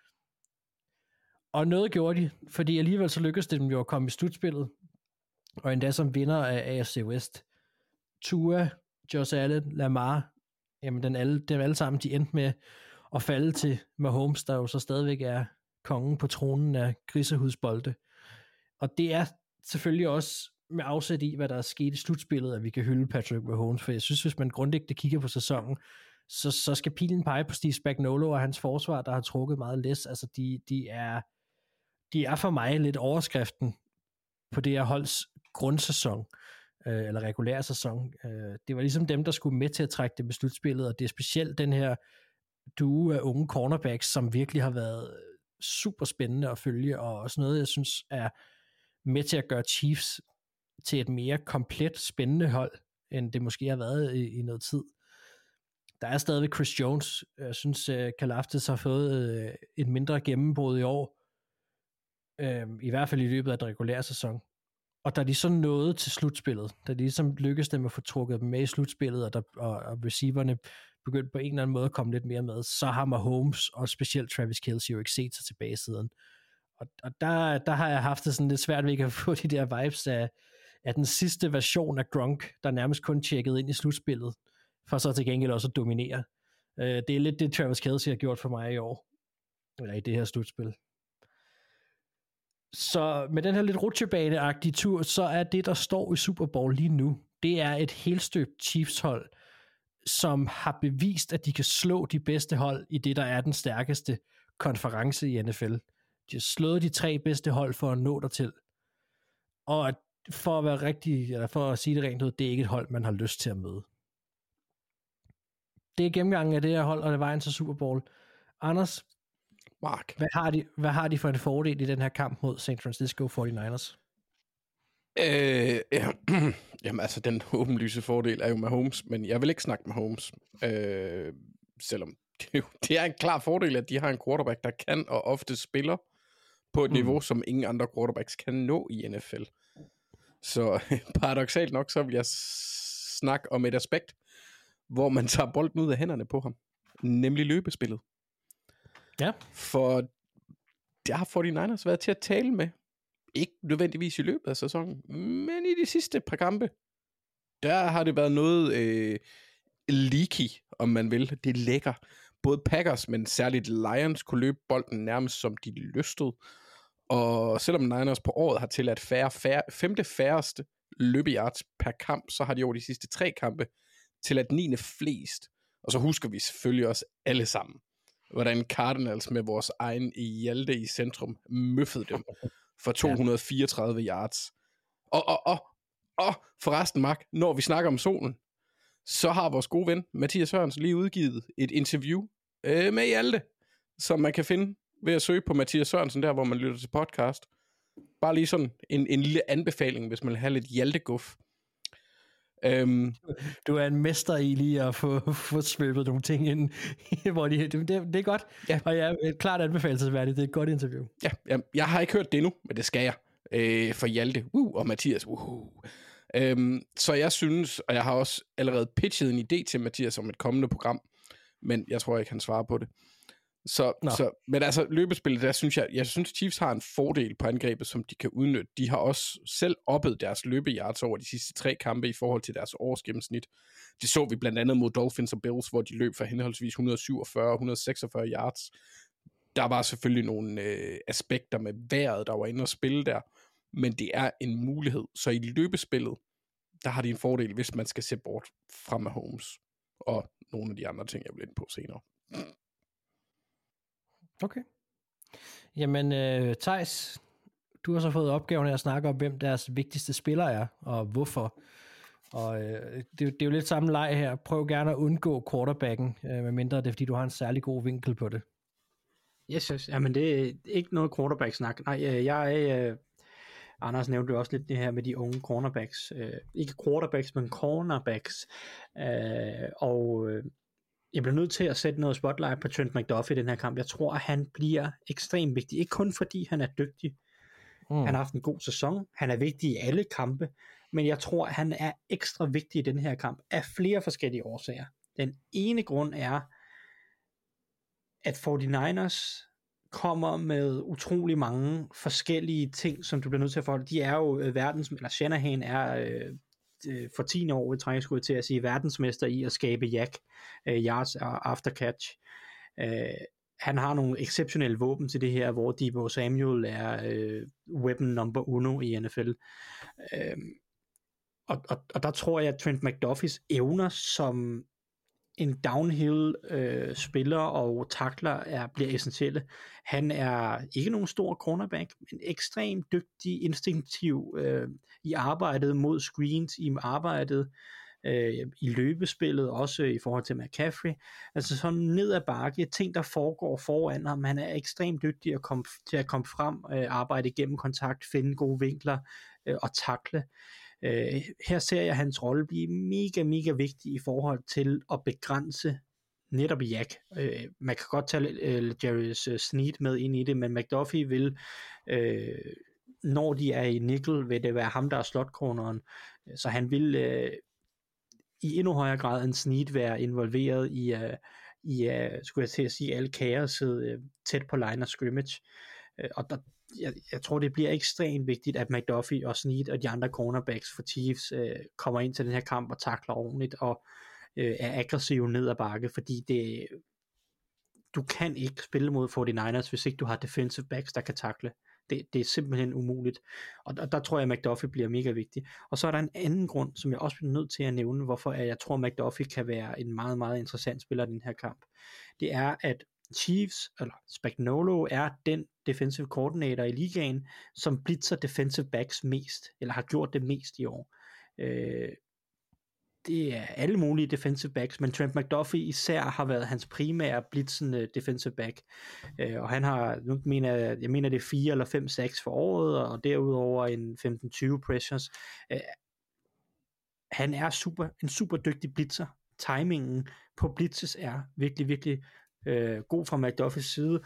Og noget gjorde de, fordi alligevel så lykkedes det dem jo at komme i slutspillet, og endda som vinder af A F C West. Tua, Josh Allen, Lamar, jamen den alle, dem alle sammen, de endte med at falde til Mahomes, der jo så stadigvæk er kongen på tronen af grisehudsbolde. Og det er selvfølgelig også med afsæt i, hvad der er sket i slutspillet, at vi kan hylde Patrick Mahomes, for jeg synes, hvis man grundigt kigger på sæsonen, så, så skal pilen pege på Steve Spagnuolo og hans forsvar, der har trukket meget læs. Altså, de, de, er, de er for mig lidt overskriften på det her holds grundsæson, øh, eller regulær sæson. Øh, det var ligesom dem, der skulle med til at trække det med slutspillet, og det er specielt den her duo af unge cornerbacks, som virkelig har været super spændende at følge, og også noget, jeg synes er med til at gøre Chiefs til et mere komplet spændende hold, end det måske har været i, i noget tid. Der er stadigvæk Chris Jones. Jeg synes, uh, Kalafdis har fået uh, et mindre gennembrud i år, uh, i hvert fald i løbet af den regulære sæson. Og da de så nåede til slutspillet, da de ligesom lykkedes dem at få trukket dem med i slutspillet, og, der, og, og receiverne begyndte på en eller anden måde at komme lidt mere med, så har Mahomes og specielt Travis Kelce jo ikke set sig tilbage siden. Og, og der, der har jeg haft det sådan lidt svært ved at få de der vibes af, af den sidste version af Gronk, der nærmest kun tjekkede ind i slutspillet, for så til gengæld også at dominere. Uh, det er lidt det, Travis Kelce har gjort for mig i år, eller i det her slutspil. Så med den her lidt rutsjebane-agtige tur, så er det, der står i Super Bowl lige nu, det er et helstøbt Chiefs-hold, som har bevist, at de kan slå de bedste hold i det, der er den stærkeste konference i N F L. De har slået de tre bedste hold for at nå dertil. Og for at være rigtig, eller for at sige det rent ud, det er ikke et hold, man har lyst til at møde. Det er gennemgangen af det her hold, og det er vejen til Super Bowl. Anders, Mark, hvad har de, hvad har de for en fordel i den her kamp mod San Francisco forty-niners? Øh, ja. Jamen altså, den åbenlyse fordel er jo Mahomes, men jeg vil ikke snakke med Mahomes. Øh, selvom det, jo, det er en klar fordel, at de har en quarterback, der kan og ofte spiller på et mm. niveau, som ingen andre quarterbacks kan nå i N F L. Så paradoksalt nok, så vil jeg snakke om et aspekt, hvor man tager bolden ud af hænderne på ham. Nemlig løbespillet. Ja. For der har forty-niners været til at tale med. Ikke nødvendigvis i løbet af sæsonen, men i de sidste par kampe, der har det været noget øh, leaky, om man vil. Det er lækker. Både Packers, men særligt Lions, kunne løbe bolden nærmest som de lystede. Og selvom Niners på året har tilladt færre, færre, femte færreste løbeyards per kamp, så har de over de sidste tre kampe tilladt niende flest. Og så husker vi selvfølgelig også alle sammen, hvordan Cardinals med vores egen Hjalte i centrum møffede dem for to hundrede og fireogtredive yards. Og, og, og, og forresten, Mark, når vi snakker om solen, så har vores gode ven, Mathias Sørensen, lige udgivet et interview øh, med Hjalte, som man kan finde ved at søge på Mathias Sørensen, der hvor man lytter til podcast. bare lige sådan en, en lille anbefaling, hvis man vil have lidt hjalteguf. Øhm, Du er en mester i lige at få, få svøbet nogle ting ind, hvor de, det, det er godt, ja. Og jeg er klart anbefalelsesværdigt, det er et godt interview. Ja, jeg, jeg har ikke hørt det endnu, men det skal jeg, øh, for Hjalte uh, og Mathias. Uh. Øhm, så jeg synes, og jeg har også allerede pitchet en idé til Mathias om et kommende program, men jeg tror ikke, han svarer på det. Så, så, men altså løbespillet, der synes jeg, jeg synes Chiefs har en fordel på angrebet, som de kan udnytte. De har også selv oppet deres løbeyards over de sidste tre kampe i forhold til deres årsgennemsnit. Det så vi blandt andet mod Dolphins og Bills, hvor de løb for henholdsvis et hundrede og syvogfyrre og et hundrede og seksogfyrre yards. Der var selvfølgelig nogle øh, aspekter med vejret, der var inde og spille der, men det er en mulighed. Så i løbespillet, der har de en fordel, hvis man skal se bort fra Mahomes og nogle af de andre ting, jeg vil ind på senere. Okay. Jamen, øh, Theis, du har så fået opgaven af at snakke om, hvem deres vigtigste spiller er, og hvorfor. Og øh, det, det er jo lidt samme leg her. Prøv gerne at undgå quarterbacken, øh, medmindre det er, fordi du har en særlig god vinkel på det. Yes, yes. Jamen, det er ikke noget quarterback-snak. Nej, jeg er... Øh, Anders nævnte jo også lidt det her med de unge cornerbacks. Øh, ikke quarterbacks, men cornerbacks. Øh, og... Øh, Jeg bliver nødt til at sætte noget spotlight på Trent McDuffie i den her kamp. Jeg tror, at han bliver ekstremt vigtig. Ikke kun fordi han er dygtig. Mm. Han har haft en god sæson. Han er vigtig i alle kampe. Men jeg tror, at han er ekstra vigtig i den her kamp af flere forskellige årsager. Den ene grund er, at forty-niners kommer med utrolig mange forskellige ting, som du bliver nødt til at forholde. De er jo øh, verdens, eller Shanahan er... Øh, for tiende år i træk skulle jeg til at sige verdensmester i at skabe jack, uh, yards og after catch. Uh, han har nogle exceptionelle våben til det her, hvor Deebo Samuel er uh, weapon number uno i N F L. Uh, og, og, og der tror jeg, at Trent McDuffies evner som en downhill øh, spiller og tackler er, bliver essentielle. Han er ikke nogen stor cornerback, men ekstremt dygtig, instinktiv øh, i arbejdet mod screens, i arbejdet øh, i løbespillet, også i forhold til McCaffrey. Altså sådan ned ad bakke, ting der foregår foran ham. Han er ekstremt dygtig at komme, til at komme frem, øh, arbejde igennem kontakt, finde gode vinkler øh, og tackle. Uh, her ser jeg hans rolle blive mega, mega vigtig i forhold til at begrænse netop Jack. Uh, man kan godt tage uh, Jarvis uh, Sneed med ind i det, men McDuffie vil, uh, når de er i nickel, vil det være ham, der er slotcorneren. Så han vil uh, i endnu højere grad end Sneed være involveret i, uh, i uh, skulle jeg til at sige, alle kaoset uh, tæt på line of scrimmage. Uh, og der Jeg, jeg tror, det bliver ekstremt vigtigt, at McDuffie og Sneed og de andre cornerbacks for Chiefs øh, kommer ind til den her kamp og takler ordentligt og øh, er aggressive ned ad bakke, fordi det, du kan ikke spille mod forty-niners, hvis ikke du har defensive backs, der kan takle. Det, det er simpelthen umuligt. Og der, der tror jeg, at McDuffie bliver mega vigtig. Og så er der en anden grund, som jeg også bliver nødt til at nævne, hvorfor jeg tror, at McDuffie kan være en meget, meget interessant spiller i den her kamp. Det er, at Chiefs, eller Spagnuolo, er den defensive coordinator i ligaen, som blitzer defensive backs mest, eller har gjort det mest i år. Øh, det er alle mulige defensive backs, men Trent McDuffie især har været hans primære blitzende defensive back. Øh, og han har, nu mener jeg, jeg mener det er fire eller fem sacks for året, og derudover en femten tyve pressures. Øh, han er super, en super dygtig blitzer. Timingen på blitzes er virkelig, virkelig Øh, god fra McDuffies side,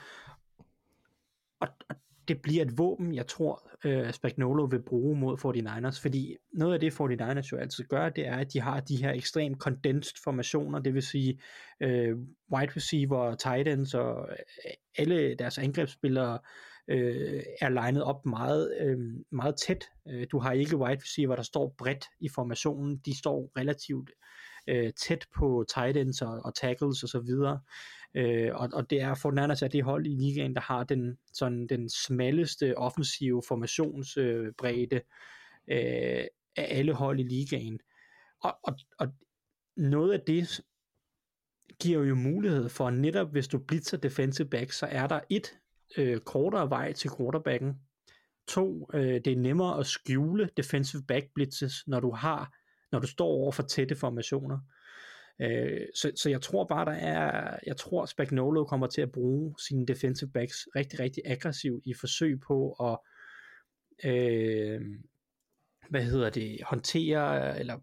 og, og det bliver et våben, jeg tror øh, Spagnuolo vil bruge mod forty-niners, fordi noget af det forty-niners jo altid gør, det er, at de har de her ekstremt condensed formationer, det vil sige øh, wide receiver, tight ends og alle deres angrebsspillere øh, er legnet op meget, øh, meget tæt. Du har ikke wide receiver, der står bredt i formationen, de står relativt øh, tæt på tight ends og, og tackles og så videre. Øh, og, og det er fornærmest af det hold i ligaen, der har den, sådan, den smalleste offensive formationsbredde øh, øh, af alle hold i ligaen. Og, og, og noget af det giver jo mulighed for, netop hvis du blitzer defensive back, så er der et øh, kortere vej til quarterbacken. To, øh, det er nemmere at skjule defensive back blitzes, når du har, når du står over for tætte formationer. Øh, så, så jeg tror bare, der er, jeg tror Spagnuolo kommer til at bruge sine defensive backs rigtig, rigtig aggressivt i forsøg på at øh, hvad hedder det, håndtere, eller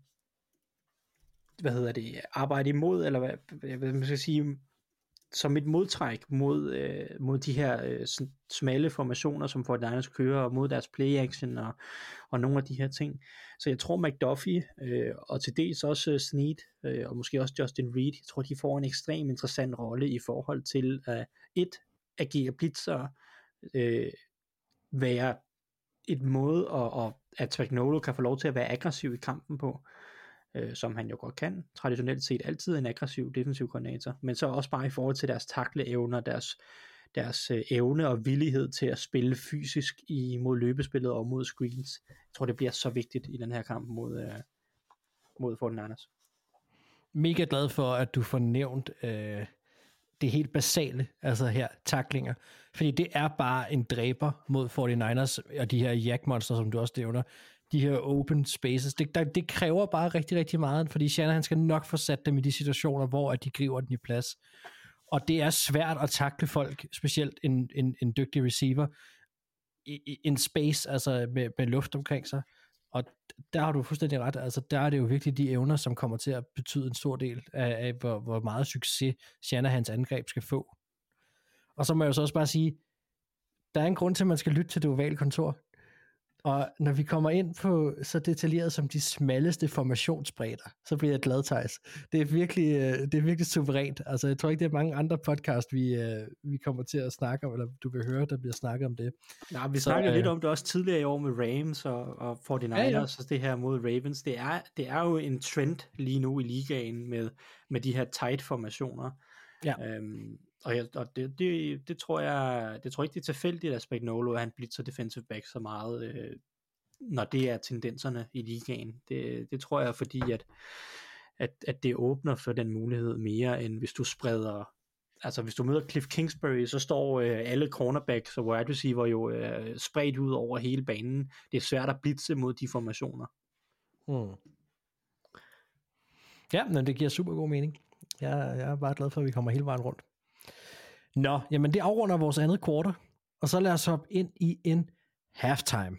hvad hedder det, arbejde imod, eller hvad, hvad man skal sige, som et modtræk mod, øh, mod de her øh, smalle formationer, som forty-niners kører, og mod deres play-action, og, og nogle af de her ting. Så jeg tror McDuffie, øh, og til dels også uh, Snead, øh, og måske også Justin Reed, jeg tror, de får en ekstremt interessant rolle i forhold til at uh, et, agere blitzer, øh, være et måde, at, at Spagnuolo kan få lov til at være aggressiv i kampen på, øh, som han jo godt kan, traditionelt set altid en aggressiv defensiv koordinator, men så også bare i forhold til deres takleevner, deres, deres øh, evne og villighed til at spille fysisk i, mod løbespillet og mod screens. Jeg tror, det bliver så vigtigt i den her kamp mod, øh, mod forty-niners. Mega glad for, at du får nævnt øh, det helt basale, altså her, tacklinger, fordi det er bare en dræber mod forty-niners, og de her jackmonster, som du også nævner, de her open spaces, det, der, det kræver bare rigtig, rigtig meget, fordi Shanahan skal nok få sat dem i de situationer, hvor at de griber den i plads. Og det er svært at takle folk, specielt en, en, en dygtig receiver, i, i en space, altså med, med luft omkring sig. Og der har du fuldstændig ret, altså der er det jo virkelig de evner, som kommer til at betyde en stor del af, af hvor, hvor meget succes Shanahans angreb skal få. Og så må jeg jo så også bare sige, der er en grund til, at man skal lytte til det ovale kontor. Og når vi kommer ind på så detaljeret som de smalleste formationsbredder, så bliver jeg glad, Theis. Det er virkelig, det er virkelig suverænt. Altså, jeg tror ikke, det er mange andre podcast, vi, vi kommer til at snakke om, eller du vil høre, der bliver snakket om det. Nej, vi snakkede øh, lidt om det også tidligere i år med Rams og, og forty-niners, ja, ja. Og det her mod Ravens. Det er, det er jo en trend lige nu i ligaen med, med de her tight formationer. Ja. Øhm, og, jeg, og det, det, det tror jeg, det tror jeg ikke, det er tilfældigt, at Spagnuolo, at han blitzer defensive back så meget, øh, når det er tendenserne i ligaen. Det, det tror jeg, fordi at, at, at det åbner for den mulighed mere, end hvis du spreder, altså hvis du møder Cliff Kingsbury, så står øh, alle cornerbacks og wide receiver jo øh, spredt ud over hele banen. Det er svært at blitze mod de formationer. Hmm. Ja, men det giver super god mening. Jeg, jeg er bare glad for, at vi kommer hele vejen rundt. Nå, jamen det afrunder vores andet kvartal, og så lad os hoppe ind i en halftime.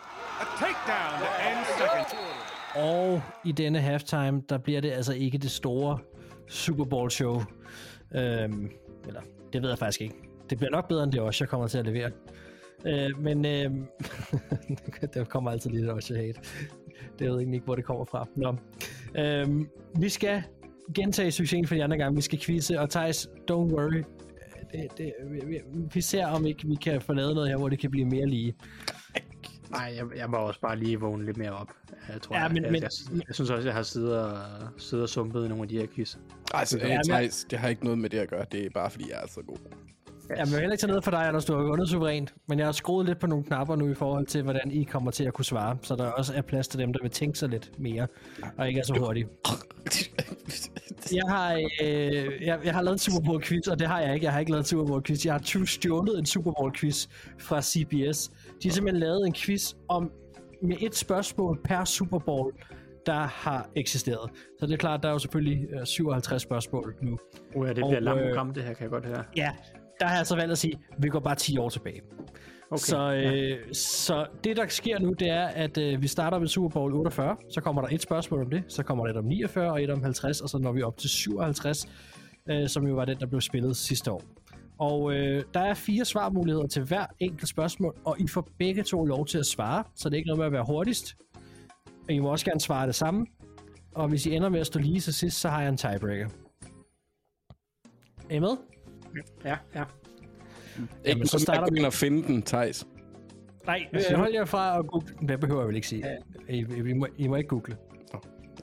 Og i denne halftime, der bliver det altså ikke det store Super Bowl show. Øhm, eller, det ved jeg faktisk ikke. Det bliver nok bedre end det også, jeg kommer til at levere. Øh, men øh, der kommer altid lidt også hate. Det ved jeg ikke, hvor det kommer fra. Nå. Øh, vi skal gentage succesen for de andre gange. Vi skal quizze, og Theis, don't worry. Det, det, vi, vi ser, om ikke vi kan få lavet noget her, hvor det kan blive mere lige. Nej, jeg, jeg må også bare lige vågne lidt mere op. Jeg tror, ja, men, jeg, men, jeg, jeg, jeg synes også, jeg har siddet og, siddet og sumpet i nogle af de her quiz. Altså, ja, Theis, det har ikke noget med det at gøre. Det er bare, fordi jeg er så god. Yes. Jamen, jeg vil heller ikke tage noget for dig, Anders, du har vundet suverænt, men jeg har skruet lidt på nogle knapper nu i forhold til, hvordan I kommer til at kunne svare, så der også er plads til dem, der vil tænke sig lidt mere, og ikke er så hurtigt. Jeg har, øh, jeg, jeg har lavet en Super Bowl quiz, og det har jeg ikke. Jeg har ikke lavet en Super Bowl quiz. Jeg har tyve stjålet en Super Bowl quiz fra C B S. De har simpelthen lavet en quiz om med et spørgsmål per Super Bowl, der har eksisteret. Så det er klart, der er jo selvfølgelig øh, syvoghalvtreds spørgsmål nu. Uh, ja, det bliver et langt program, det her, kan jeg godt høre. Ja, der har jeg så valgt at sige, at vi går bare ti år tilbage. Okay, så, øh, ja. så det, der sker nu, det er, at øh, vi starter med Super Bowl otteogfyrre, så kommer der et spørgsmål om det, så kommer der et om niogfyrre og et om halvtreds, og så når vi op til syvoghalvtreds, øh, som jo var den, der blev spillet sidste år. Og øh, der er fire svarmuligheder til hver enkelt spørgsmål, og I får begge to lov til at svare, så det er ikke noget med at være hurtigst. Og I må også gerne svare det samme, og hvis I ender med at stå lige til sidst, så har jeg en tiebreaker. Er I med? Ja, ja. Jamen, ikke så starter vi ind og finde den, Theis. Nej, øh, hold jer fra at google. Det behøver jeg vel ikke sige. Ja. I, I, må, I må ikke google. Oh,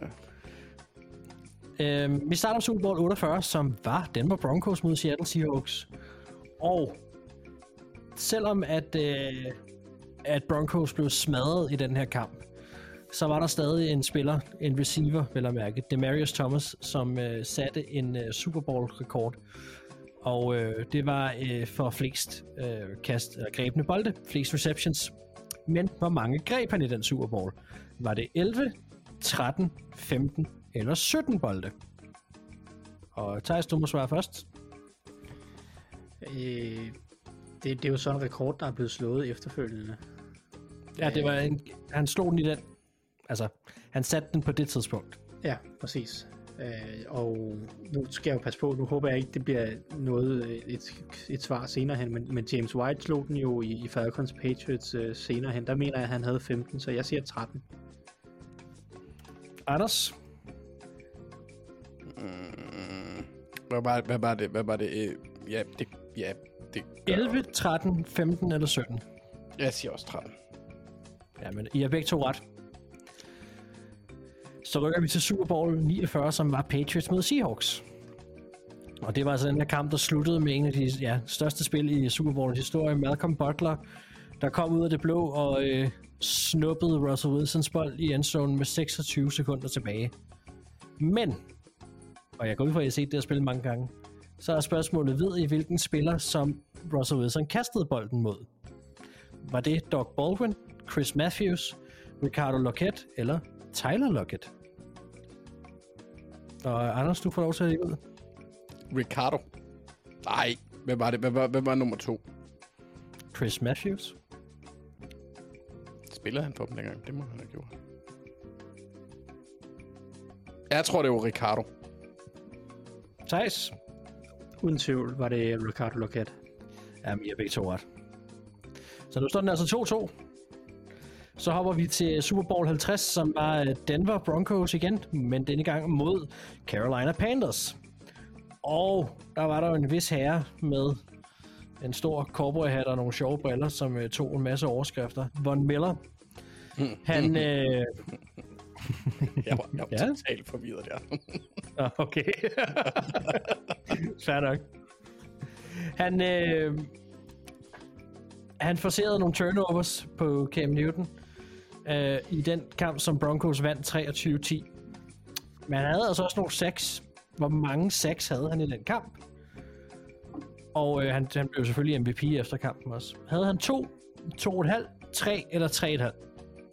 ja. øhm, vi starter med Super Bowl otteogfyrre, som var Denver Broncos mod Seattle Seahawks. Og selvom at, øh, at Broncos blev smadret i den her kamp, så var der stadig en spiller, en receiver, vel at mærke, Demaryius Thomas, som øh, satte en øh, Super Bowl-rekord. Og øh, det var øh, for flest øh, kast, eller grebne bolde, flest receptions. Men hvor mange greb han i den Super Bowl? Var det elleve, tretten, femten eller sytten bolde? Og Theis, du må svare først. Øh, det, det er jo sådan en rekord, der er blevet slået efterfølgende. Ja, det var en, han slog den i den. Altså, han satte den på det tidspunkt. Ja, præcis. Øh, og nu skal jeg jo passe på, nu håber jeg ikke, det bliver noget, et, et svar senere hen, men, men James White slog den jo i, i Falcons Patriots øh, senere hen. Der mener jeg, at han havde femten, så jeg siger tretten. Anders? Mm, hvad, var, hvad var det? Hvad var det? Øh, ja, det... Ja, det gør... elleve, tretten, femten eller sytten? Jeg siger også tretten. Ja, men I har begge to ret. Så rykker vi til Super Bowl niogfyrre, som var Patriots mod Seahawks. Og det var altså den her kamp, der sluttede med en af de ja, største spil i Super Bowls historie. Malcolm Butler, der kom ud af det blå og øh, snuppede Russell Wilsons bold i endzone med seksogtyve sekunder tilbage. Men, og jeg går ud fra, at I har set det her spil mange gange, så er spørgsmålet, ved I, hvilken spiller, som Russell Wilson kastede bolden mod? Var det Doug Baldwin, Chris Matthews, Ricardo Lockett eller Tyler Lockett? Og Anders, du får lov til at lægge ud. Ricardo. Nej, hvad var det? Hvad var, hvad var nummer to? Chris Matthews. Spillede han for dem dengang? Det må han have gjort. Jeg tror, det var Ricardo. Thijs? Uden tvivl var det Ricardo Lockett. Jamen, I har begge to ret. Så nu står den altså to to. Så hopper vi til Super Bowl halvtreds, som var Denver Broncos igen, men denne gang mod Carolina Panthers. Og der var der jo en vis herre med en stor cowboyhat og nogle sjove briller, som uh, tog en masse overskrifter. Von Miller. Han... øh... jeg var, jeg var ja. totalt forvirret der. Okay. Fair nok. Han... Øh... Han forcerede nogle turnovers på Cam Newton øh, i den kamp, som Broncos vandt treogtyve ti. Men han havde altså også nogle sacks. Hvor mange sacks havde han i den kamp? Og øh, han, han blev selvfølgelig M V P efter kampen også. Havde han to, to og et halvt, tre eller tre og et halvt?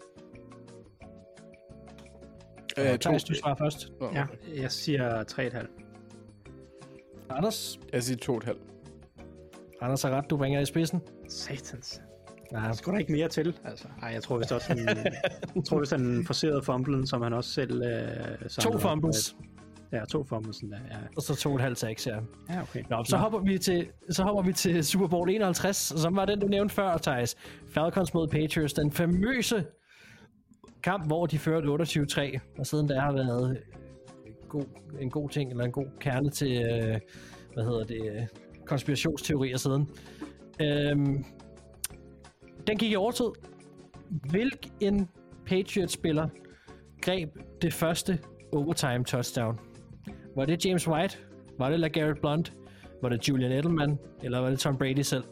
Øh, Thijs, du svarer først. Oh, okay. Ja, jeg siger tre og et halvt. Anders? Jeg siger to og et halvt. Anders har ret, du bringer i spidsen. Satans. Ja. Der skulle der ikke mere til, altså. Ej, jeg tror vist også, han, jeg tror vist, han forcerede fumblen, som han også selv... Øh, to fumbles. Ja, to fumbles, der, ja. Og så to og et halvt sacks, ja. Ja, okay. Nå, så, hopper vi til, så hopper vi til Super Bowl enoghalvtreds, som var den, du nævnte før, Thijs. Falcons mod Patriots, den famøse kamp, hvor de førte otteogtyve tre, og siden der har været god, en god ting, eller en god kerne til, øh, hvad hedder det, konspirationsteorier siden. Øhm, den gik i overtid. Hvilken Patriots-spiller greb det første overtime touchdown? Var det James White? Var det LeGarrette Blount? Var det Julian Edelman? Eller var det Tom Brady selv?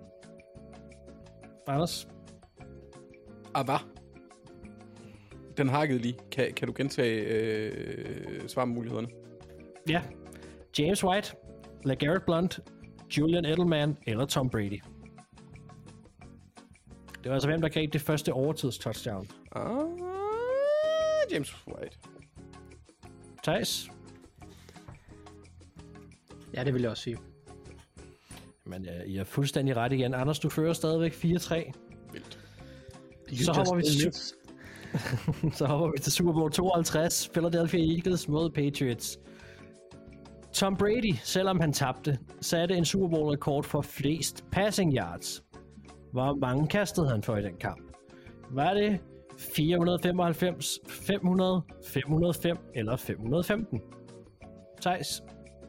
Anders? Ah, hvad? Den hakkede lige. Kan, kan du gentage øh, svarmulighederne? Ja. James White, LeGarrette Blount, Julian Edelman eller Tom Brady. Det var altså hvem, der greb det første overtids touchdown. Ah, James White. Thijs? Ja, det vil jeg også sige. Men ja, I er fuldstændig ret igen. Anders, du fører stadigvæk fire tre. Vildt. Så hopper, vi til, så hopper vi til Super Bowl tooghalvtreds. Philadelphia Eagles mod Patriots. Tom Brady, selvom han tabte, satte en Super Bowl rekord for flest passing yards. Hvor mange kastede han for i den kamp? Var det fire hundrede femoghalvfems, fem hundrede, fem hundrede og fem eller fem hundrede og femten? Thijs?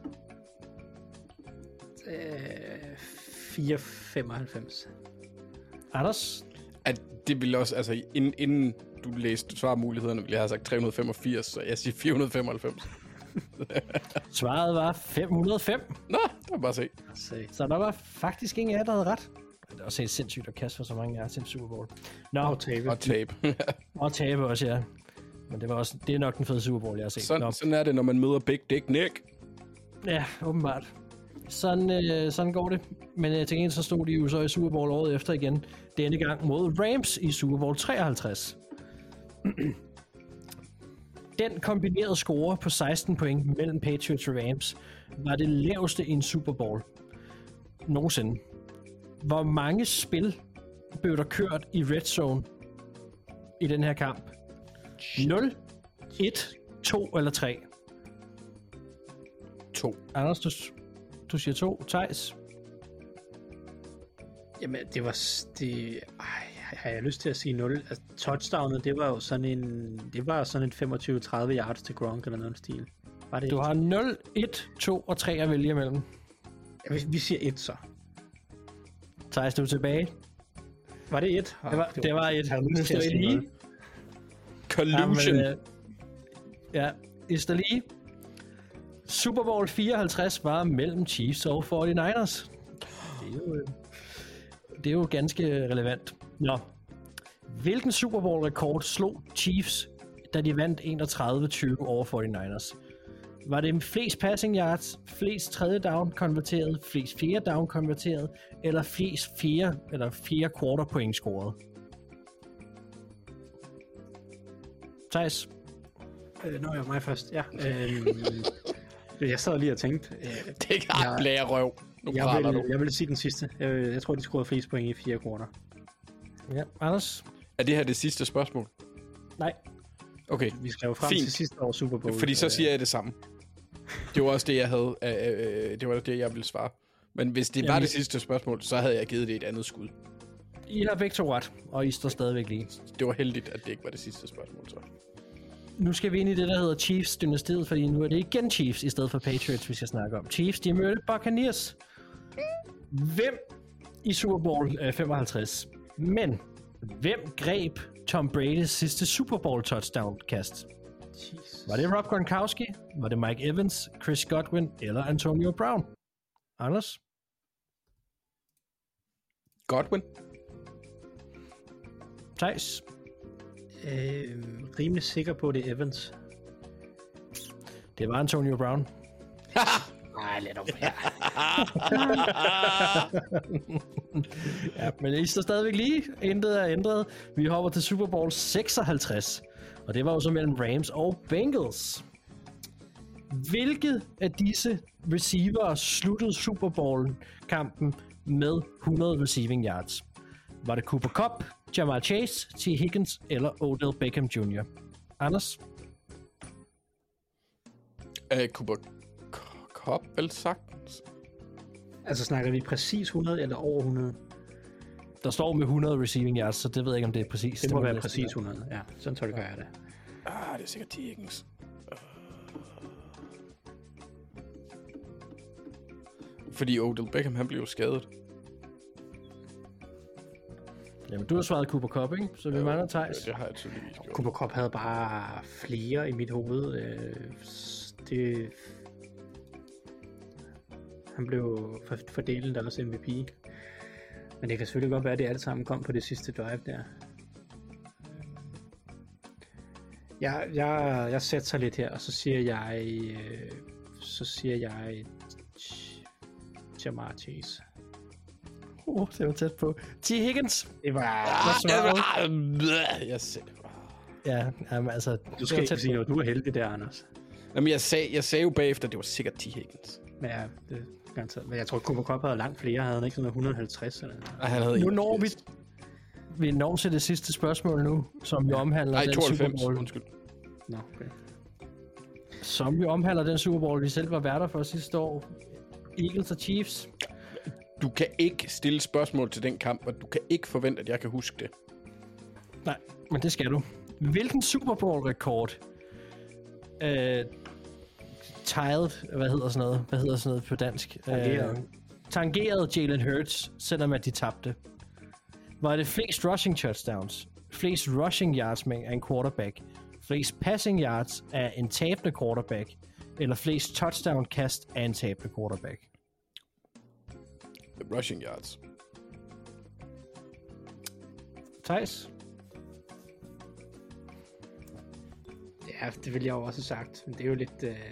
Øh, fire femoghalvfems. Anders? At det ville også, altså inden, inden du læste svarmulighederne, ville jeg have sagt tre hundrede femogfirs, så jeg siger fire hundrede femoghalvfems. Svaret var fem hundrede og fem. Nå, det var bare se. Så der var faktisk ingen af jer, der havde ret. Det er også helt sindssygt at kaste for så mange jer til en Super Bowl. Nå, og tabe. Og tabe. og tabe også, ja. Men det var også, det er nok den fede Super Bowl, jeg har set. Sådan, sådan er det, når man møder Big Dick Nick. Ja, åbenbart. Sådan, øh, sådan går det. Men øh, til gengæld så stod de jo så i Super Bowl året efter igen. Denne gang mod Rams i Super Bowl treoghalvtreds. Den kombinerede score på seksten point mellem Patriots og Rams var det laveste i en Super Bowl nogensinde. Hvor mange spil blev der kørt i Red Zone i den her kamp? nul, et, to eller tre? to. Anders, du, du siger to. Theis? Jamen, det var... s- Det, ej, har jeg lyst til at sige nul? Altså, touchdownet, det var jo sådan en... Det var sådan en femogtyve til tredive yards til Gronk eller noget stil. Var det Du et? har nul, et, to og tre at vælge imellem. Ja, vi, vi siger et så. Theis, du er tilbage. Var det et? Det var, det var et. Jeg havde Nu lyst til står at I sige lige. nul. Collusion. Jamen, øh, ja, I står lige. Super Bowl fireoghalvtreds var mellem Chiefs og forty-niners. Det er jo, øh, det er jo ganske relevant. Nå. Hvilken Super Bowl-rekord slog Chiefs, da de vandt enogtredive tyve over forty-niners? Var det flest passing yards, flest tredje down konverteret, flest fjerde down konverteret, eller flest fjerde, eller fjerde quarter point scoret? Theis? Øh, Nå, jeg mig først. Ja. Øhm, jeg sad lige og tænkte. Øh, Det kan ikke jeg- blære røv. Nu jeg, praler vil, du. jeg vil sige den sidste. Jeg, jeg tror, de scorede flest point i fire quarter. Ja, Anders? Er det her det sidste spørgsmål? Nej. Okay, Vi skal jo frem Fint. til sidste år Super Bowl. fordi så Øh, siger jeg det samme. Det var også det, jeg havde. Øh, øh, det var det, jeg ville svare. Men hvis det var Jamen, det sidste spørgsmål, så havde jeg givet det et andet skud. I har begge to ret, og I står stadigvæk lige. Det var heldigt, at det ikke var det sidste spørgsmål, så. Nu skal vi ind i det, der hedder Chiefs-dynastiet, fordi nu er det igen Chiefs i stedet for Patriots, vi skal snakke om. Chiefs, de mødte Buccaneers. Hvem i Super Bowl øh, femoghalvtreds? Men hvem greb Tom Brady's sidste Super Bowl touchdown-kast? Jesus. Var det Rob Gronkowski? Var det Mike Evans, Chris Godwin eller Antonio Brown? Anders? Godwin? Theis? Øh, rimelig sikker på, det er Evans. Det var Antonio Brown. Nej, lad dog være. Ja, men I står stadigvæk lige. Intet er ændret. Vi hopper til Super Bowl seksoghalvtreds. Og det var jo så mellem Rams og Bengals. Hvilket af disse receiver sluttede Super Bowl-kampen med hundrede receiving yards? Var det Cooper Kupp, Jamal Chase, T. Higgins eller Odell Beckham junior? Anders? Uh, Cooper Kupp, vel sagt? Altså, snakker vi præcis hundrede eller over hundrede? Der står med hundrede receiving yards, så det ved jeg ikke, om det er præcis. Det må være næsten præcis hundrede, ja. Sådan tolker jeg det. Ah, det er sikkert T. Higgins. Fordi Odell Beckham, han blev jo skadet. Jamen, du har svaret Cooper Kupp, ikke? Så vi mangler Theis. Det har jeg tydeligvis gjort. Cooper Kupp havde bare flere i mit hoved. Øh, s- det... Han blev for- fordelt deres M V P. Men det kan selvfølgelig godt være, at det alt sammen kom på det sidste drive der. Jeg, jeg, jeg sætter lidt her, og så siger jeg... Øh, så siger jeg... Jamar Chase. Uh, det var tæt på. T. Higgins. Det var... Jeg sagde, Ja, jamen, altså... Du det var skal ikke tæt sige på. noget. Du er heldig der, Anders. Jamen, jeg sagde, jeg sagde jo bagefter, at det var sikkert T. Higgins. Men ja, det er garanteret. Men jeg tror, Cooper Kupp havde langt flere. Havde han ikke sådan noget et hundrede og halvtreds eller noget? Og han havde Nu når vi... enogfirs. Vi når til det sidste spørgsmål nu, som jo omhandler Nej, den Super tooghalvfems, Bowl. undskyld. Nå, okay. Som jo omhandler den Super Bowl, vi selv var værter for sidste år. Eagles og Chiefs. Du kan ikke stille spørgsmål til den kamp, og du kan ikke forvente, at jeg kan huske det. Nej, men det skal du. Hvilken Super Bowl-rekord øh, tiled, hvad hedder sådan noget, hvad hedder sådan noget på dansk? Tangerede. Øh, tangerede Jalen Hurts, selvom at de tabte. Var det flest rushing touchdowns, flest rushing yards med en quarterback, flest passing yards af en tabende quarterback, eller flest touchdown-kast af en tabende quarterback? The rushing yards. Theis? Ja, det ville jeg jo også have sagt. Men det er jo lidt... Øh...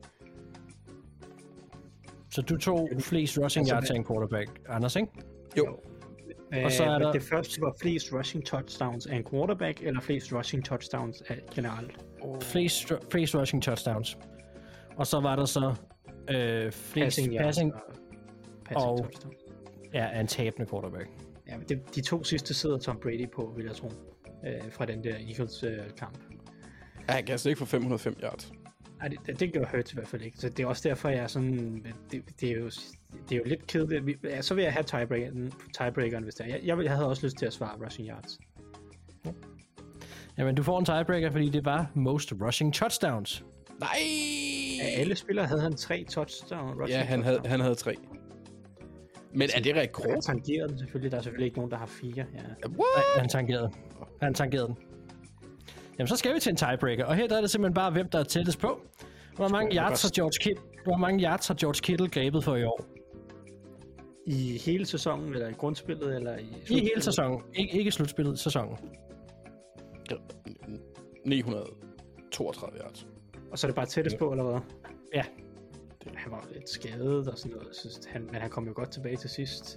Så du tog flest rushing Altså, yards hvad- af en quarterback, Anders, ikke? Jo. Øh, Og så er men der- det første var flest rushing touchdowns af en quarterback, eller flest rushing touchdowns af generelt. Flest, flest rushing touchdowns. Og så var der så øh, flest Passing passing, yards og passing og- touchdowns. ja, af en tabende quarterback. Ja, men det, de to sidste sidder Tom Brady på, vil jeg tro. øh, fra den der Eagles-kamp. Øh, Ja, han kan altså ikke få fem hundrede og fem yards. Nej, det, det, det gør Hurts i hvert fald ikke. Så det er også derfor, jeg er sådan... Det, det, er, jo, det er jo lidt kedeligt. Ja, så vil jeg have tiebreakeren, tiebreakeren hvis det er. Jeg, jeg, jeg havde også lyst til at svare rushing yards. Ja. Jamen, du får en tiebreaker, fordi det var most rushing touchdowns. Nej! Af alle spillere havde han tre touchdown. Ja, han havde, han havde tre. Men er det rekord? Han tangerede den selvfølgelig. Der er selvfølgelig ikke nogen, der har fire. Ja. What? Nej, han tangerede. Han tangerede den. Jamen, så skal vi til en tiebreaker, og her der er det simpelthen bare, hvem der er tættest på. Hvor mange yards har George Kittle, hvor mange yards har George Kittle grebet for i år? I hele sæsonen, eller i grundspillet, eller i I hele sæsonen. Ik- ikke slutspillet, sæsonen. ni hundrede og toogtredive yards. Og så er det bare tættest på, eller hvad? Ja. Han var lidt skadet og sådan noget, så han, men han kom jo godt tilbage til sidst.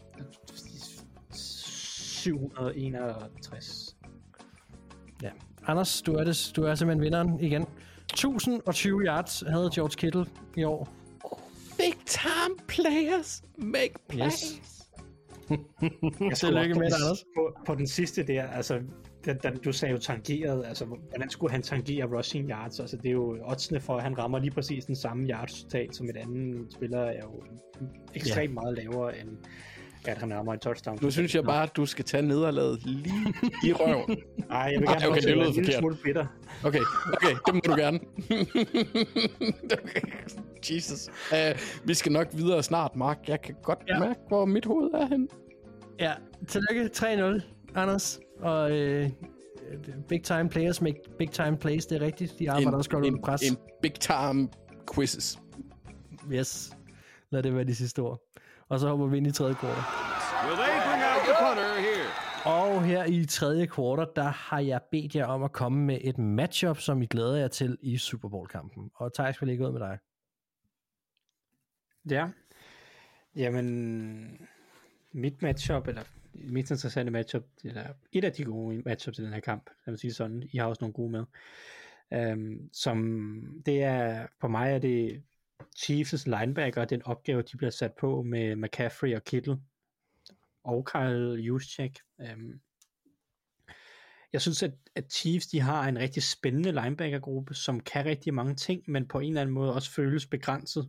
syv hundrede og enogtres. Ja. Anders, du er, det, du er simpelthen vinderen igen. tusind og tyve yards havde George Kittle i år. Big time players make plays. Yes. Tillykke med det, Anders. På, på den sidste der, altså, den, den, du sagde jo tangeret, altså, hvordan skulle han tangere rushing yards? Altså, det er jo oddsene for, at han rammer lige præcis den samme yards-total som et andet spiller, er jo ekstremt ja. meget lavere end at han rammer en touchdown. Nu synes jeg bare, at du skal tage nederlaget lige i røven. Nej, jeg vil gerne Ej, okay, det lyder en lille forkert. smule bitter. Okay, okay, det må du gerne. Okay. Jesus. Uh, vi skal nok videre snart, Mark. Jeg kan godt ja. mærke, hvor mit hoved er hen. Ja, tillykke. tre nul, Anders. Og øh, big time players make big time plays, det er rigtigt. De arbejder en, også godt under pres. En big time quizzes. Yes. Lad det være de sidste ord. Og så hopper vi ind i tredje kvartal. Will they bring out the punter here? Og her i tredje kvartal, der har jeg bedt jer om at komme med et matchup, som I glæder jer til i Super Bowl-kampen. Og Thijs, vil ikke ud med dig? Ja. Jamen, mit matchup, eller mit interessante matchup, eller et af de gode matchups i den her kamp, jeg vil sige sådan, I har også nogle gode med. Um, som det er, på mig er det Chiefs' linebacker, den opgave, de bliver sat på med McCaffrey og Kittle og Kyle Juszczyk. Um, jeg synes, at, at Chiefs, de har en rigtig spændende linebackergruppe, som kan rigtig mange ting, men på en eller anden måde også føles begrænset.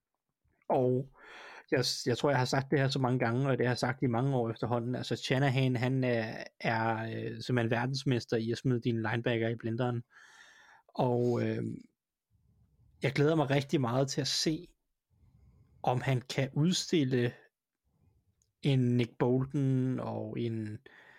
Og jeg, jeg tror, jeg har sagt det her så mange gange, og det har jeg sagt i mange år efterhånden. Altså, Shanahan, han er, er øh, simpelthen verdensmester i at smide dine linebacker i blenderen. Og øh, jeg glæder mig rigtig meget til at se, om han kan udstille en Nick Bolton og en,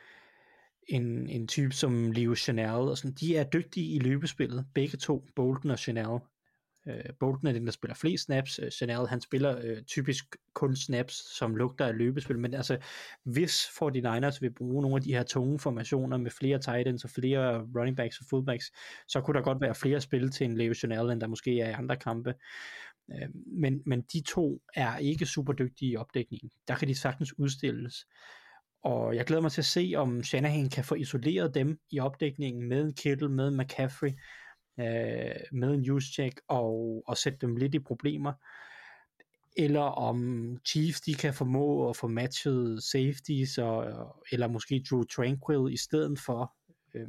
en, en type som Leo Chanel. Og sådan. De er dygtige i løbespillet, begge to, Bolton og Chanel. Uh, Bolton er den, der spiller flest snaps. Uh, Chanel, han spiller uh, typisk kun snaps, som lugter af løbespil. Men altså, hvis forty-niners vil bruge nogle af de her tunge formationer med flere tight ends og flere running backs og fullbacks, så kunne der godt være flere spil til en Leo Chanel, end der måske er i andre kampe. Uh, men, men de to er ikke super dygtige i opdækningen. Der kan de sagtens udstilles. Og jeg glæder mig til at se, om Shanahan kan få isoleret dem i opdækningen med Kittle, med McCaffrey, Øh, med en Juszczyk og, og sætte dem lidt i problemer, eller om Chiefs de kan formå at få matchet safeties og, eller måske Drew Tranquill i stedet for øh,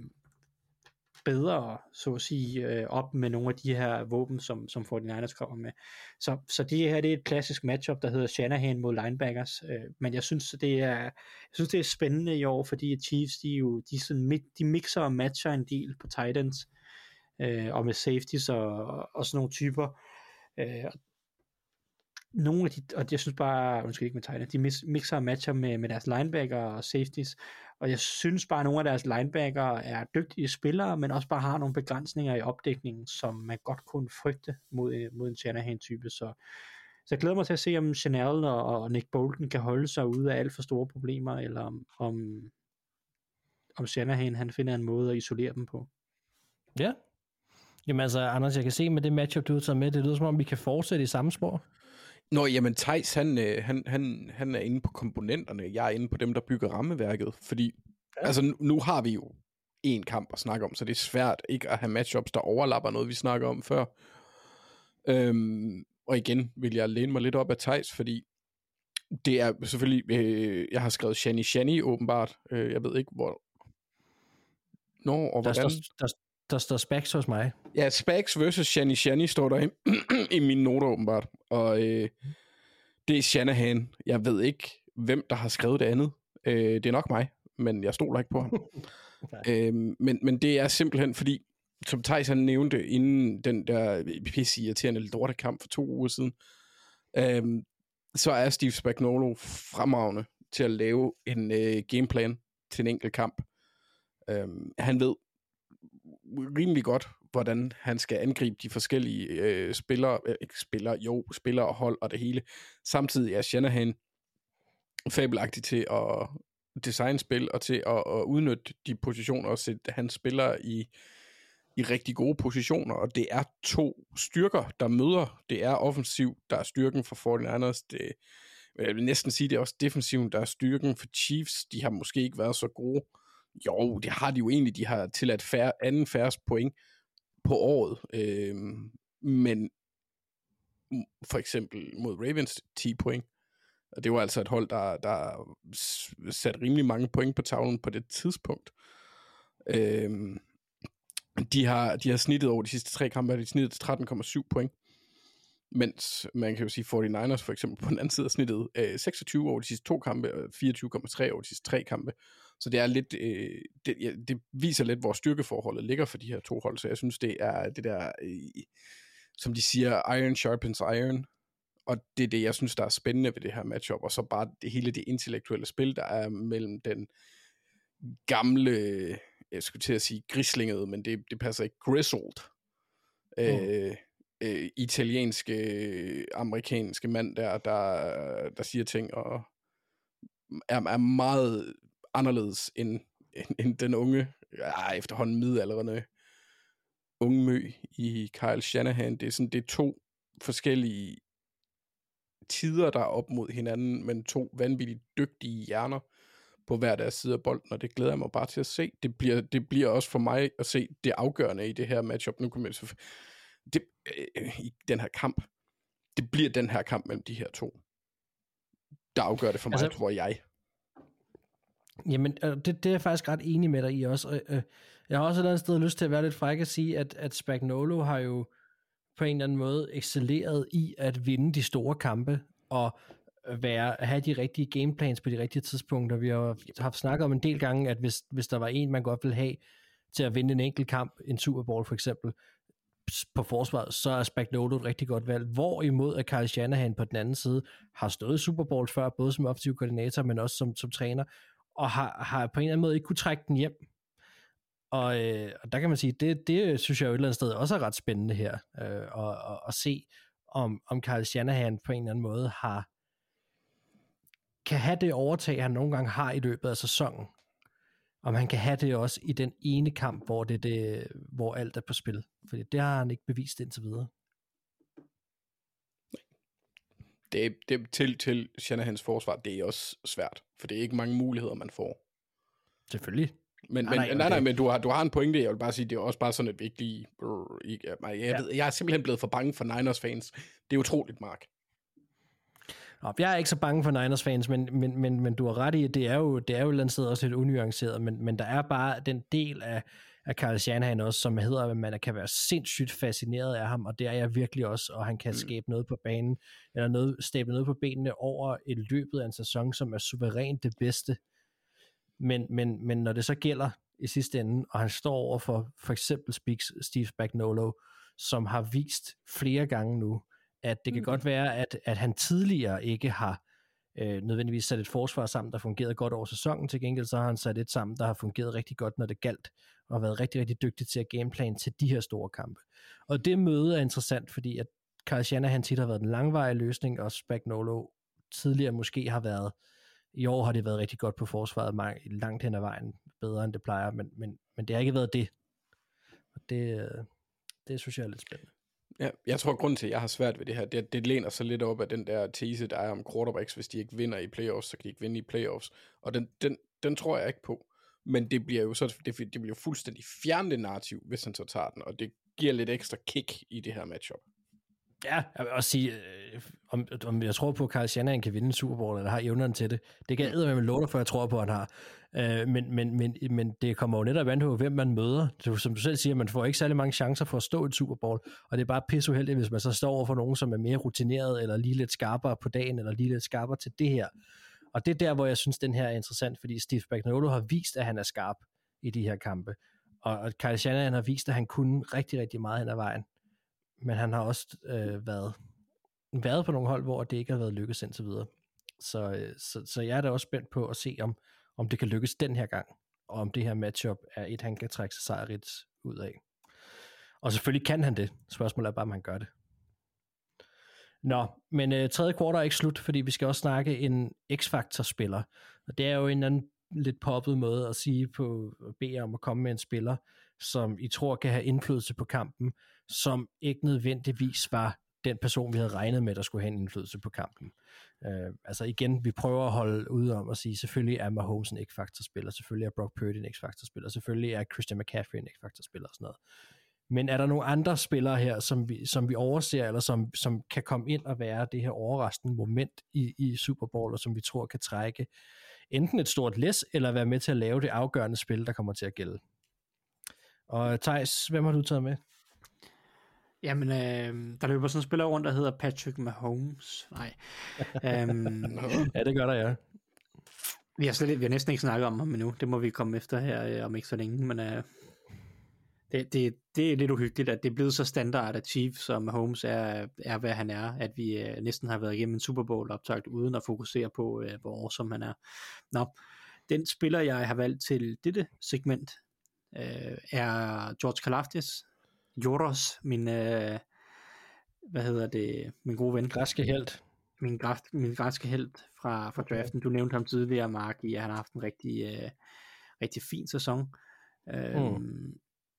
bedre, så at sige, øh, op med nogle af de her våben, som, som forty-niners kommer med. Så, så det her det er et klassisk matchup, der hedder Shanahan mod linebackers, øh, men jeg synes, det er, jeg synes, det er spændende i år, fordi Chiefs, de, jo, de, sådan, de mixer og matcher en del på tight ends, Øh, og med safeties og, og sådan nogle typer. Øh, nogle af de, og jeg synes bare, undskyld ikke med tight end, de mixer og matcher med, med deres linebacker og safeties, og jeg synes bare, at nogle af deres linebacker er dygtige spillere, men også bare har nogle begrænsninger i opdækningen, som man godt kunne frygte mod, mod en Shanahan-type, så, så jeg glæder mig til at se, om Chanel og, og Nick Bolton kan holde sig ude af alt for store problemer, eller om, om, om Shanahan han finder en måde at isolere dem på. Ja. Jamen altså, Anders, jeg kan se med det matchup, du har taget med, det lyder som om, vi kan fortsætte i samme spor. Nå, jamen Thijs, han, han, han, han er inde på komponenterne, jeg er inde på dem, der bygger rammeværket, fordi ja. altså, nu, nu har vi jo en kamp at snakke om, så det er svært ikke at have matchups, der overlapper noget, vi snakker om før. Øhm, og igen vil jeg læne mig lidt op af Thijs, fordi det er selvfølgelig, øh, jeg har skrevet Shani Shani åbenbart, øh, jeg ved ikke, hvor Nå, og Der hvordan? står, der, der står Spags hos mig. Ja, Spags versus Shani Shani står der i, i mine noter åbenbart. Og øh, det er Shanahan. Jeg ved ikke, hvem der har skrevet det andet. Øh, det er nok mig, men jeg stoler ikke på ham. øh, men, men det er simpelthen fordi, som Theis han nævnte, inden den der pisse-irriterende lortekamp for to uger siden, øh, så er Steve Spagnuolo fremragende til at lave en øh, gameplan til en enkelt kamp. Øh, han ved rimelig godt, hvordan han skal angribe de forskellige øh, spillere, øh, ikke spillere, jo, spillere og hold og det hele. Samtidig er Shanahan fabelagtig til at designe spil og til at, at udnytte de positioner og sætte hans spillere i, i rigtig gode positioner, og det er to styrker, der møder. Det er offensiv, der er styrken for forty-niners. Det, jeg vil næsten sige, det er også defensiven, der er styrken for Chiefs. De har måske ikke været så gode. Jo, det har de jo egentlig. De har tilladt færre, anden færres point på året. Øhm, men for eksempel mod Ravens ti point. Og det var altså et hold, der, der satte rimelig mange point på tavlen på det tidspunkt. Øhm, de, har, de har snittet over de sidste tre kampe, har de snittet til tretten komma syv point. Mens man kan jo sige, forty-niners for eksempel på den anden side har snittet øh, seksogtyve over de sidste to kampe, og fireogtyve komma tre over de sidste tre kampe. Så det er lidt, øh, det, ja, det viser lidt, hvor styrkeforholdet ligger for de her to hold. Så jeg synes, det er det der, øh, som de siger, iron sharpens iron. Og det er det, jeg synes, der er spændende ved det her matchup. Og så bare det hele det intellektuelle spil, der er mellem den gamle, jeg skulle til at sige grislingede, men det, det passer ikke, grizzled, mm. øh, øh, italienske, amerikanske mand der, der, der siger ting, og er, er meget anderledes end, end, end den unge, ja, efterhånden midaldrende unge mø i Kyle Shanahan. Det er sådan, det er to forskellige tider, der er op mod hinanden, men to vanvittigt dygtige hjerner på hver deres side af bolden, og det glæder jeg mig bare til at se. Det bliver, det bliver også for mig at se det afgørende i det her matchup. Nu kommer jeg det, øh, i den her kamp. Det bliver den her kamp mellem de her to, der afgør det for mig, altså, tror jeg. Jamen, det, det er jeg faktisk ret enig med dig i også. Øh, jeg har også et eller andet sted lyst til at være lidt fræk at sige, at, at Spagnuolo har jo på en eller anden måde excelleret i at vinde de store kampe, og være, have de rigtige gameplans på de rigtige tidspunkter. Vi har haft snakket om en del gange, at hvis, hvis der var en, man godt ville have til at vinde en enkelt kamp, en Super Bowl for eksempel, på forsvaret, så er Spagnuolo et rigtig godt valg. Hvorimod at Kyle Shanahan på den anden side har stået Super Bowl før, både som offensiv koordinator, men også som, som træner, og har, har på en eller anden måde ikke kunne trække den hjem. Og, øh, og der kan man sige, det, det synes jeg jo et eller andet sted også er ret spændende her, øh, og, og, og se, om, om Kyle Shanahan på en eller anden måde har kan have det overtag, han nogle gange har i løbet af sæsonen. Om han kan have det også i den ene kamp, hvor, det, det, hvor alt er på spil. For det har han ikke bevist indtil videre. Det, det til, til Shanahans forsvar, det er også svært. For det er ikke mange muligheder, man får. Selvfølgelig. Men, nej, men, nej, nej, nej, men du har, du har en pointe. Jeg vil bare sige, det er også bare sådan et vigtigt... Jeg, jeg, ja. ved, jeg er simpelthen blevet for bange for Niners fans. Det er utroligt, Mark. Nå, jeg er ikke så bange for Niners fans, men, men, men, men du har ret i, det er jo, det er jo et eller andet sted også lidt unuanceret, men, men der er bare den del af, af Kyle Shanahan også, som hedder, at man kan være sindssygt fascineret af ham, og det er jeg virkelig også, og han kan mm. skabe noget på banen, eller noget, stable noget på benene over et løbet af en sæson, som er suverænt det bedste. Men, men, men når det så gælder i sidste ende, og han står over for for eksempel Steve Spagnuolo, som har vist flere gange nu, at det kan mm. godt være, at, at han tidligere ikke har øh, nødvendigvis sat et forsvar sammen, der fungerede godt over sæsonen. Til gengæld så har han sat et sammen, der har fungeret rigtig godt, når det galt, og har været rigtig, rigtig dygtig til at gameplan til de her store kampe. Og det møde er interessant, fordi at Kyle Shanahan tit har været den langvarige løsning, og Spagnuolo tidligere måske har været, i år har det været rigtig godt på forsvaret, langt hen ad vejen, bedre end det plejer, men, men, men det har ikke været det. Og det, det synes jeg er lidt spændende. Ja, jeg tror, grunden til, at jeg har svært ved det her, det, det læner sig lidt op af den der tese, der er om quarterbacks. Hvis de ikke vinder i playoffs, så kan de ikke vinde i playoffs. Og den, den, den tror jeg ikke på. Men det bliver jo så, det, det bliver jo fuldstændig fjernet narrativ, hvis han så tager den. Og det giver lidt ekstra kick i det her matchup. Ja, jeg vil også sige, øh, om, om jeg tror på, at Kyle Shanahan kan vinde en Super Bowl, eller har evnerne til det. Det kan jeg eddermame love dig for, jeg tror på, at han har. Øh, men, men, men, men det kommer jo netop an på, hvem man møder. Så, som du selv siger, man får ikke særlig mange chancer for at stå i et Super Bowl, og det er bare pisseuheldigt, hvis man så står over for nogen, som er mere rutineret, eller lige lidt skarpere på dagen, eller lige lidt skarpere til det her. Og det er der, hvor jeg synes, den her er interessant, fordi Steve Spagnuolo har vist, at han er skarp i de her kampe. Og Kyle Shanahan har vist, at han kunne rigtig, rigtig meget hen ad vejen. Men han har også øh, været, været på nogle hold, hvor det ikke har været lykkes indtil videre. Så, øh, så, så jeg er da også spændt på at se, om, om det kan lykkes den her gang, og om det her matchup er et, han kan trække sig sejrigt ud af. Og selvfølgelig kan han det. Spørgsmålet er bare, om han gør det. Nå, men øh, tredje kvartal er ikke slut, fordi vi skal også snakke en X-Factor-spiller. Og det er jo en anden lidt poppet måde at sige på, at bede om at komme med en spiller, som I tror kan have indflydelse på kampen, som ikke nødvendigvis var den person, vi havde regnet med, der skulle have en indflydelse på kampen. Uh, altså igen, vi prøver at holde ude om at sige, selvfølgelig er Mahomes en X-Factor-spiller, selvfølgelig er Brock Purdy en X-Factor-spiller, selvfølgelig er Christian McCaffrey en X-Factor-spiller og sådan noget. Men er der nogle andre spillere her, som vi, som vi overser, eller som, som kan komme ind og være det her overraskende moment i, i Super Bowl, og som vi tror kan trække enten et stort læs, eller være med til at lave det afgørende spil, der kommer til at gælde? Og Theis, hvem har du taget med? Jamen, øh, der løber sådan en spiller rundt, der hedder Patrick Mahomes. Nej. um, ja, det gør der, ja. Vi har, slet, vi har næsten ikke snakket om ham endnu. Det må vi komme efter her øh, om ikke så længe, men øh, det, det, det er lidt uhyggeligt, at det er blevet så standard, at Chiefs og Mahomes er, er hvad han er, at vi øh, næsten har været igennem en Super Bowl optakt uden at fokusere på, øh, hvor awesome han er. Nå, den spiller, jeg har valgt til dette segment, øh, er George Karlaftis. Joros, min, øh, hvad hedder det, min gode ven. Græske helt. Min, græsk, min græske helt fra, fra draften. Du nævnte ham tidligere, Mark, i at han har haft en rigtig, øh, rigtig fin sæson. Øh, mm.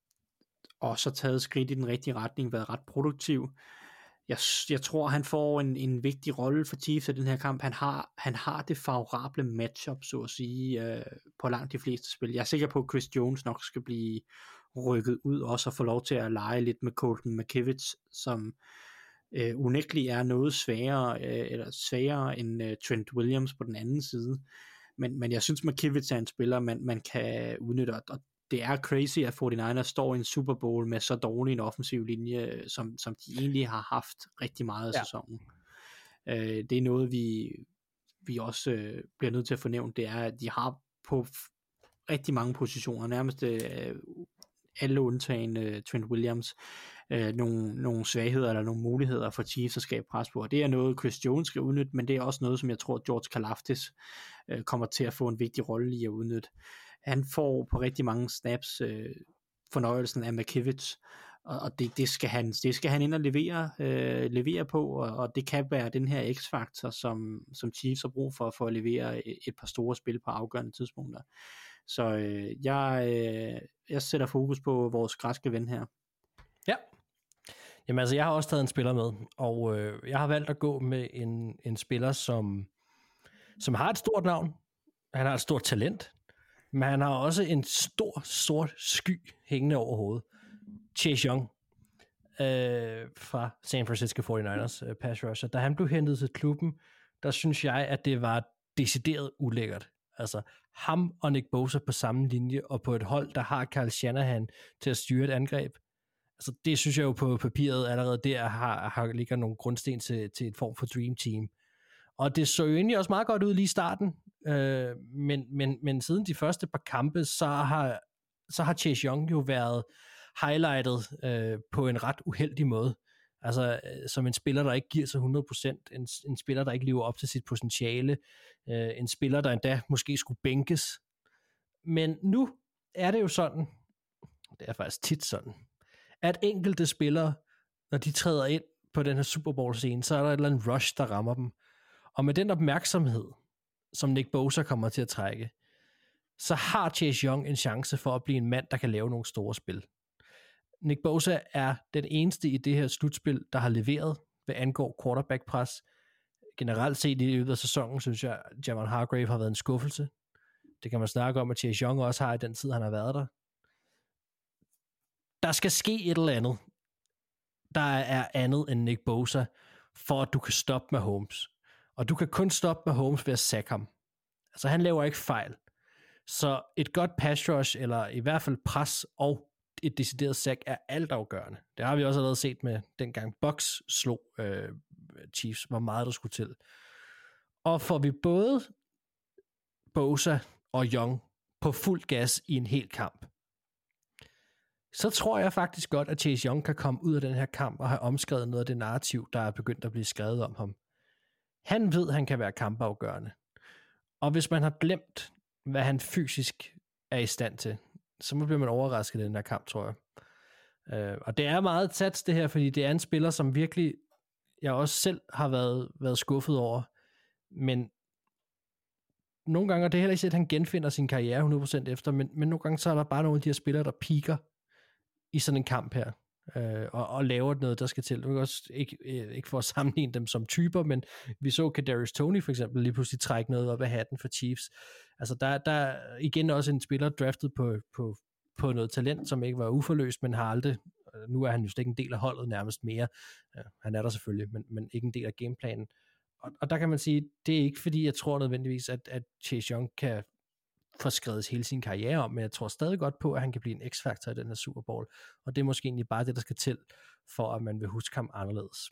Og så taget skridt i den rigtige retning, været ret produktiv. Jeg, jeg tror, han får en, en vigtig rolle for Chiefs i den her kamp. Han har, han har det favorable matchup, så at sige, øh, på langt de fleste spil. Jeg er sikker på, at Chris Jones nok skal blive rykket ud også og få lov til at lege lidt med Colton McKivitz, som øh, unægteligt er noget sværere, øh, eller sværere end øh, Trent Williams på den anden side. Men, men jeg synes, McKivitz er en spiller, man, man kan udnytte, og det er crazy, at forty-niners står i en Super Bowl med så dårlig en offensiv linje, som, som de egentlig har haft rigtig meget af ja. sæsonen. Øh, det er noget, vi, vi også øh, bliver nødt til at fornævne, det er, at de har på f- rigtig mange positioner, nærmest øh, alle undtagen øh, Trent Williams, øh, nogle, nogle svagheder eller nogle muligheder for Chiefs at skabe pres på, og det er noget, Chris Jones skal udnytte, men det er også noget, som jeg tror, George Karlaftis øh, kommer til at få en vigtig rolle i at udnytte. Han får på rigtig mange snaps øh, fornøjelsen af McKivitz, og, og det, det, skal han, det skal han ind og levere, øh, levere på, og, og det kan være den her X-faktor, som, som Chiefs har brug for, for at levere et, et par store spil på afgørende tidspunkter. Så øh, jeg, øh, jeg sætter fokus på vores græske ven her. Ja. Jamen altså, jeg har også taget en spiller med, og øh, jeg har valgt at gå med en, en spiller, som, som har et stort navn. Han har et stort talent, men han har også en stor, sort sky hængende over hovedet. Chase Young øh, fra San Francisco forty-niners øh, pass rusher. Da han blev hentet til klubben, der synes jeg, at det var decideret ulækkert. Altså ham og Nick Bosa på samme linje, og på et hold, der har Kyle Shanahan til at styre et angreb. Altså det synes jeg jo på papiret allerede der har, har ligger nogle grundsten til, til et form for dream team. Og det så jo egentlig også meget godt ud lige i starten, øh, men, men, men siden de første par kampe, så har, så har Chase Young jo været highlightet øh, på en ret uheldig måde. Altså øh, som en spiller, der ikke giver sig hundrede procent, en, en spiller, der ikke lever op til sit potentiale, øh, en spiller, der endda måske skulle bænkes. Men nu er det jo sådan, det er faktisk tit sådan, at enkelte spillere, når de træder ind på den her Super Bowl-scene, så er der et eller andet rush, der rammer dem. Og med den opmærksomhed, som Nick Bosa kommer til at trække, så har Chase Young en chance for at blive en mand, der kan lave nogle store spil. Nick Bosa er den eneste i det her slutspil, der har leveret, hvad angår quarterback-pres. Generelt set i løbet af sæsonen, synes jeg, at Javon Hargrave har været en skuffelse. Det kan man snakke om, at Chase Young også har i den tid, han har været der. Der skal ske et eller andet der er andet end Nick Bosa, for at du kan stoppe Mahomes. Og du kan kun stoppe Mahomes ved at sack ham. Altså han laver ikke fejl. Så et godt pass rush, eller i hvert fald pres og et decideret sack, er altafgørende. Det har vi også allerede set med dengang Bucks slog øh, Chiefs, hvor meget der skulle til. Og får vi både Bosa og Young på fuld gas i en hel kamp, så tror jeg faktisk godt, at Chase Young kan komme ud af den her kamp og have omskrevet noget af det narrativ, der er begyndt at blive skrevet om ham. Han ved, at han kan være kampafgørende. Og hvis man har glemt, hvad han fysisk er i stand til, så bliver man overrasket i den her kamp, tror jeg. Uh, og det er meget sats det her, fordi det er en spiller, som virkelig, jeg også selv har været, været skuffet over. Men nogle gange, og det er heller ikke set, at han genfinder sin karriere hundrede procent efter, men, men nogle gange så er der bare nogle af de her spillere, der piker i sådan en kamp her, øh, og, og laver noget, der skal til. Du kan også ikke, ikke for at sammenligne dem som typer, men vi så Kadarius Toney for eksempel lige pludselig trække noget op af hatten for Chiefs. Altså der, der er igen også en spiller draftet på, på, på noget talent, som ikke var uforløst, men har aldrig, nu er han jo ikke en del af holdet nærmest mere. Ja, han er der selvfølgelig, men, men ikke en del af gameplanen. Og, og der kan man sige, det er ikke fordi, jeg tror nødvendigvis, at, at Chase Young kan få skrevet hele sin karriere om, men jeg tror stadig godt på, at han kan blive en x-faktor i den her Super Bowl, og det er måske egentlig bare det, der skal til, for at man vil huske ham anderledes.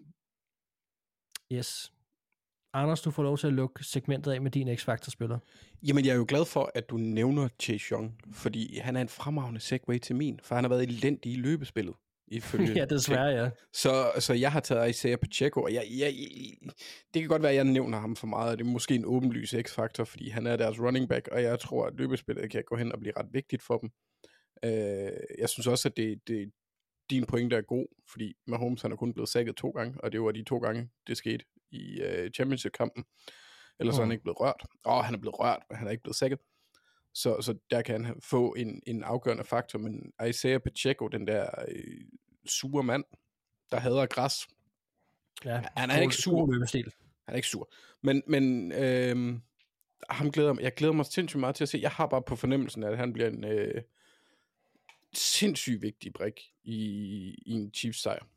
Yes. Anders, du får lov til at lukke segmentet af med din x-faktor-spiller. Jamen, jeg er jo glad for, at du nævner Chase Young, fordi han er en fremragende segue til min, for han har været elendig i løbespillet. Ifølge ja, desværre, ja. Så, så jeg har taget Isaiah Pacheco, og jeg, jeg, jeg, det kan godt være, at jeg nævner ham for meget, og det er måske en åbenlys x-faktor, fordi han er deres running back, og jeg tror, at løbespillet kan gå hen og blive ret vigtigt for dem. Øh, jeg synes også, at det, det, din pointe er god, fordi Mahomes han er kun blevet sækket to gange, og det var de to gange, det skete i uh, championship-kampen. Ellers mm. er han ikke blevet rørt. Åh, han er blevet rørt, men han er ikke blevet sækket. Så, så der kan han få en, en afgørende faktor, men Isaiah Pacheco, den der øh, sure mand, der hader græs, ja, han er ikke sur. Han er ikke sur. Men, men øh, ham glæder mig. Jeg glæder mig sindssygt meget til at se. Jeg har bare på fornemmelsen, at han bliver en øh, sindssygt vigtig brik i, i en Chiefs sejr.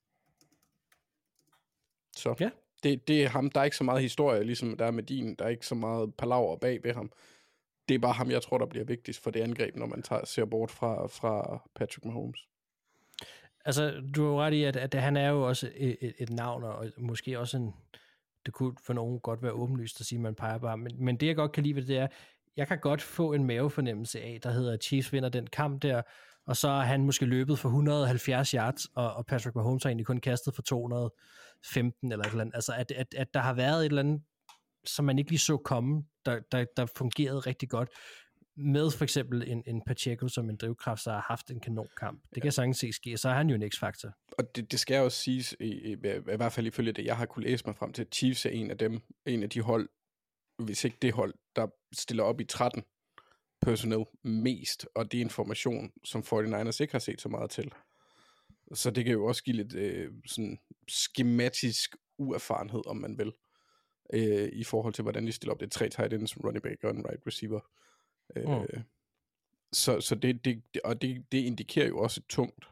Så ja. det, det er ham. Der er ikke så meget historie, ligesom der er med din. Der er ikke så meget palaver bag ved ham. Det er bare ham, jeg tror, der bliver vigtigst for det angreb, når man tager, ser bort fra, fra Patrick Mahomes. Altså, du har jo ret i, at, at han er jo også et, et, et navn, og måske også en, det kunne for nogen godt være åbenlyst at sige, at man peger bare, men, men det jeg godt kan lide ved det er, jeg kan godt få en mavefornemmelse af, der hedder, at Chiefs vinder den kamp der, og så har han måske løbet for et hundrede og halvfjerds yards, og, og Patrick Mahomes har egentlig kun kastet for to hundrede og femten eller et eller andet. Altså, at, at, at der har været et eller andet, som man ikke lige så komme, der, der, der fungerede rigtig godt, med for eksempel en, en Pacheco som en drivkraft, så har haft en kanonkamp. Det kan jeg sagtens se ske, så er han jo en x-faktor. Og det, det skal også siges, i, i, i hvert fald ifølge det, jeg har kunne læse mig frem til, at Chiefs er en af dem, en af de hold, hvis ikke det hold, der stiller op i tretten personnel mest, og det er information, som forty-niners ikke har set så meget til. Så det kan jo også give lidt øh, sådan skematisk uerfarenhed, om man vil, øh, i forhold til, hvordan de stiller op. Det er tre tight ends, running back og en right receiver. Øh, mm. Så, så det, det, og det, det indikerer jo også et tungt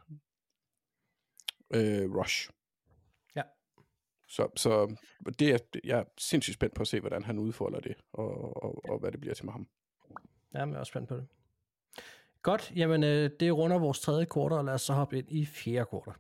øh, rush. Ja. Så, så det er, jeg er sindssygt spændt på at se, hvordan han udfolder det, og, og, og hvad det bliver til med ham. Ja, jeg er også spændt på det. Godt, jamen øh, det runder vores tredje kvartal, og lad os så hoppe ind i fjerde kvartal.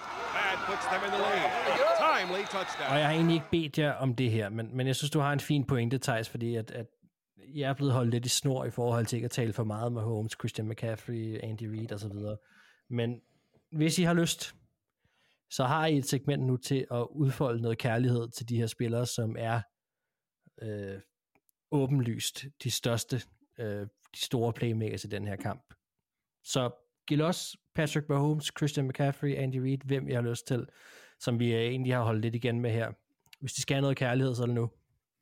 Og jeg har egentlig ikke bedt jer om det her, men, men jeg synes, du har en fin pointe, Theis, fordi at, at jeg er blevet holdt lidt i snor i forhold til ikke at tale for meget med Holmes, Christian McCaffrey, Andy Reid osv. Men hvis I har lyst, så har I et segment nu til at udfolde noget kærlighed til de her spillere, som er øh, åbenlyst de største, øh, de store playmakers i den her kamp. Så giv los, Patrick Mahomes, Christian McCaffrey, Andy Reid, hvem I har lyst til, som vi egentlig har holdt lidt igen med her. Hvis de skal have noget kærlighed, så er det nu.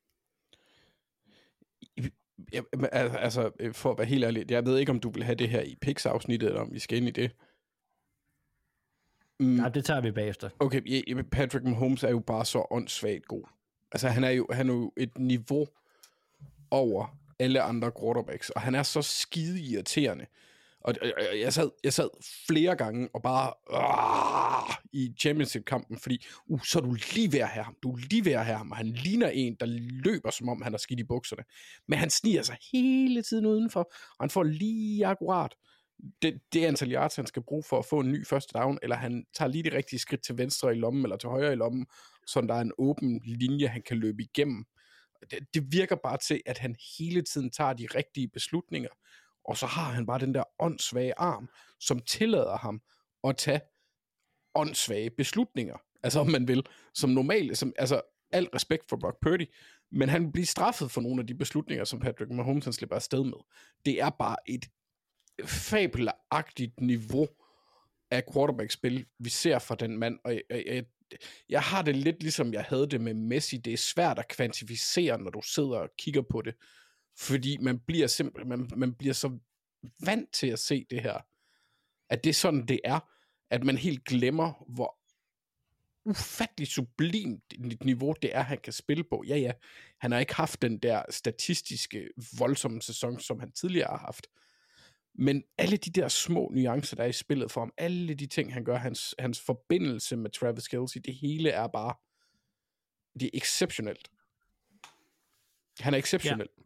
Jeg, altså, for at være helt ærlig, jeg ved ikke, om du vil have det her i Picks-afsnittet, eller om vi skal ind i det. Mm. Nej, det tager vi bagefter. Okay, Patrick Mahomes er jo bare så åndssvagt god. Altså, han er jo, han er jo et niveau over alle andre quarterbacks, og han er så skide irriterende. Og øh, jeg, sad, jeg sad flere gange og bare øh, i championship-kampen, fordi uh, så er du lige ved at have ham, du er lige ved at have ham, og han ligner en, der løber, som om han har skidt i bukserne. Men han sniger sig hele tiden udenfor, og han får lige akkurat det, det antal yards, han skal bruge for at få en ny første down, eller han tager lige det rigtige skridt til venstre i lommen, eller til højre i lommen, så der er en åben linje, han kan løbe igennem. Det, det virker bare til, at han hele tiden tager de rigtige beslutninger, og så har han bare den der åndssvage arm, som tillader ham at tage åndssvage beslutninger. Altså om man vil, som normalt, som, altså al respekt for Brock Purdy, men han bliver straffet for nogle af de beslutninger, som Patrick Mahomes han slipper afsted med. Det er bare et fabelagtigt niveau af quarterback-spil, vi ser fra den mand, og jeg, jeg, jeg har det lidt ligesom jeg havde det med Messi. Det er svært at kvantificere, når du sidder og kigger på det, fordi man bliver simpelthen, man, man bliver så vant til at se det her, at det er sådan, det er, at man helt glemmer, hvor ufatteligt sublimt et niveau det er, han kan spille på. Ja, ja, han har ikke haft den der statistiske, voldsomme sæson, som han tidligere har haft. Men alle de der små nuancer, der er i spillet for ham, alle de ting, han gør, hans, hans forbindelse med Travis Kelce, det hele er bare, det er exceptionelt. Han er exceptionel. Ja.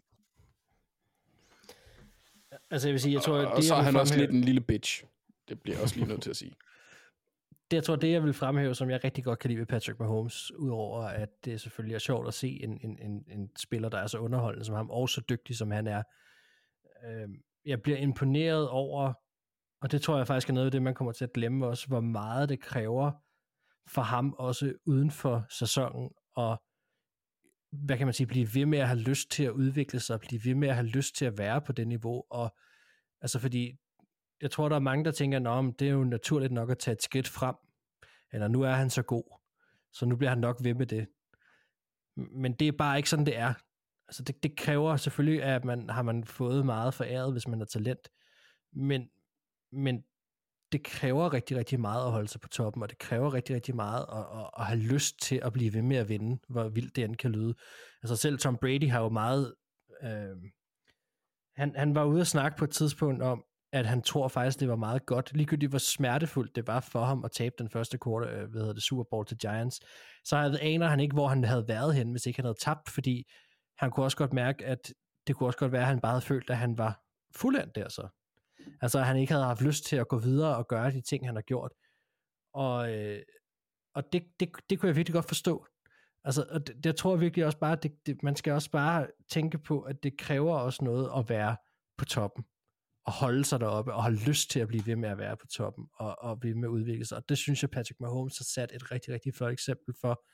Altså jeg vil sige, jeg tror... Og, det, og så er han fremhæve, også lidt en lille bitch. Det bliver jeg også lige nødt til at sige. Det, jeg tror, det jeg vil fremhæve, som jeg rigtig godt kan lide ved Patrick Mahomes, udover at det selvfølgelig er sjovt at se en, en, en, en spiller, der er så underholdende som ham, og så dygtig som han er. Øh, jeg bliver imponeret over, og det tror jeg faktisk er noget af det, man kommer til at glemme også, hvor meget det kræver for ham også uden for sæsonen, og hvad kan man sige, blive ved med at have lyst til at udvikle sig, blive ved med at have lyst til at være på det niveau, og altså fordi, jeg tror, der er mange, der tænker, at det er jo naturligt nok at tage et skridt frem, eller nu er han så god, så nu bliver han nok ved med det. Men det er bare ikke sådan, det er. Altså det, det kræver selvfølgelig, at man har man fået meget foræret, hvis man har talent, men, men det kræver rigtig, rigtig meget at holde sig på toppen, og det kræver rigtig, rigtig meget at, at, at have lyst til at blive ved med at vinde, hvor vildt det end kan lyde. Altså selv Tom Brady har jo meget... Øh, han, han var ude at snakke på et tidspunkt om, at han tror faktisk, det var meget godt, ligegyldigt hvor smertefuldt det var for ham at tabe den første quarter, øh, hvad hedder det, Super Bowl til Giants. Så havde, aner han ikke, hvor han havde været hen, hvis ikke han havde tabt, fordi han kunne også godt mærke, at det kunne også godt være, at han bare havde følt, at han var fuldendt der så. Altså, at han ikke havde haft lyst til at gå videre og gøre de ting, han har gjort. Og, øh, og det, det, det kunne jeg virkelig godt forstå. Altså, og det, jeg tror virkelig også bare, at det, det, man skal også bare tænke på, at det kræver også noget at være på toppen, og holde sig deroppe, og have lyst til at blive ved med at være på toppen, og, og blive med at udvikle sig. Og det synes jeg, Patrick Mahomes har sat et rigtig, rigtig flot eksempel for,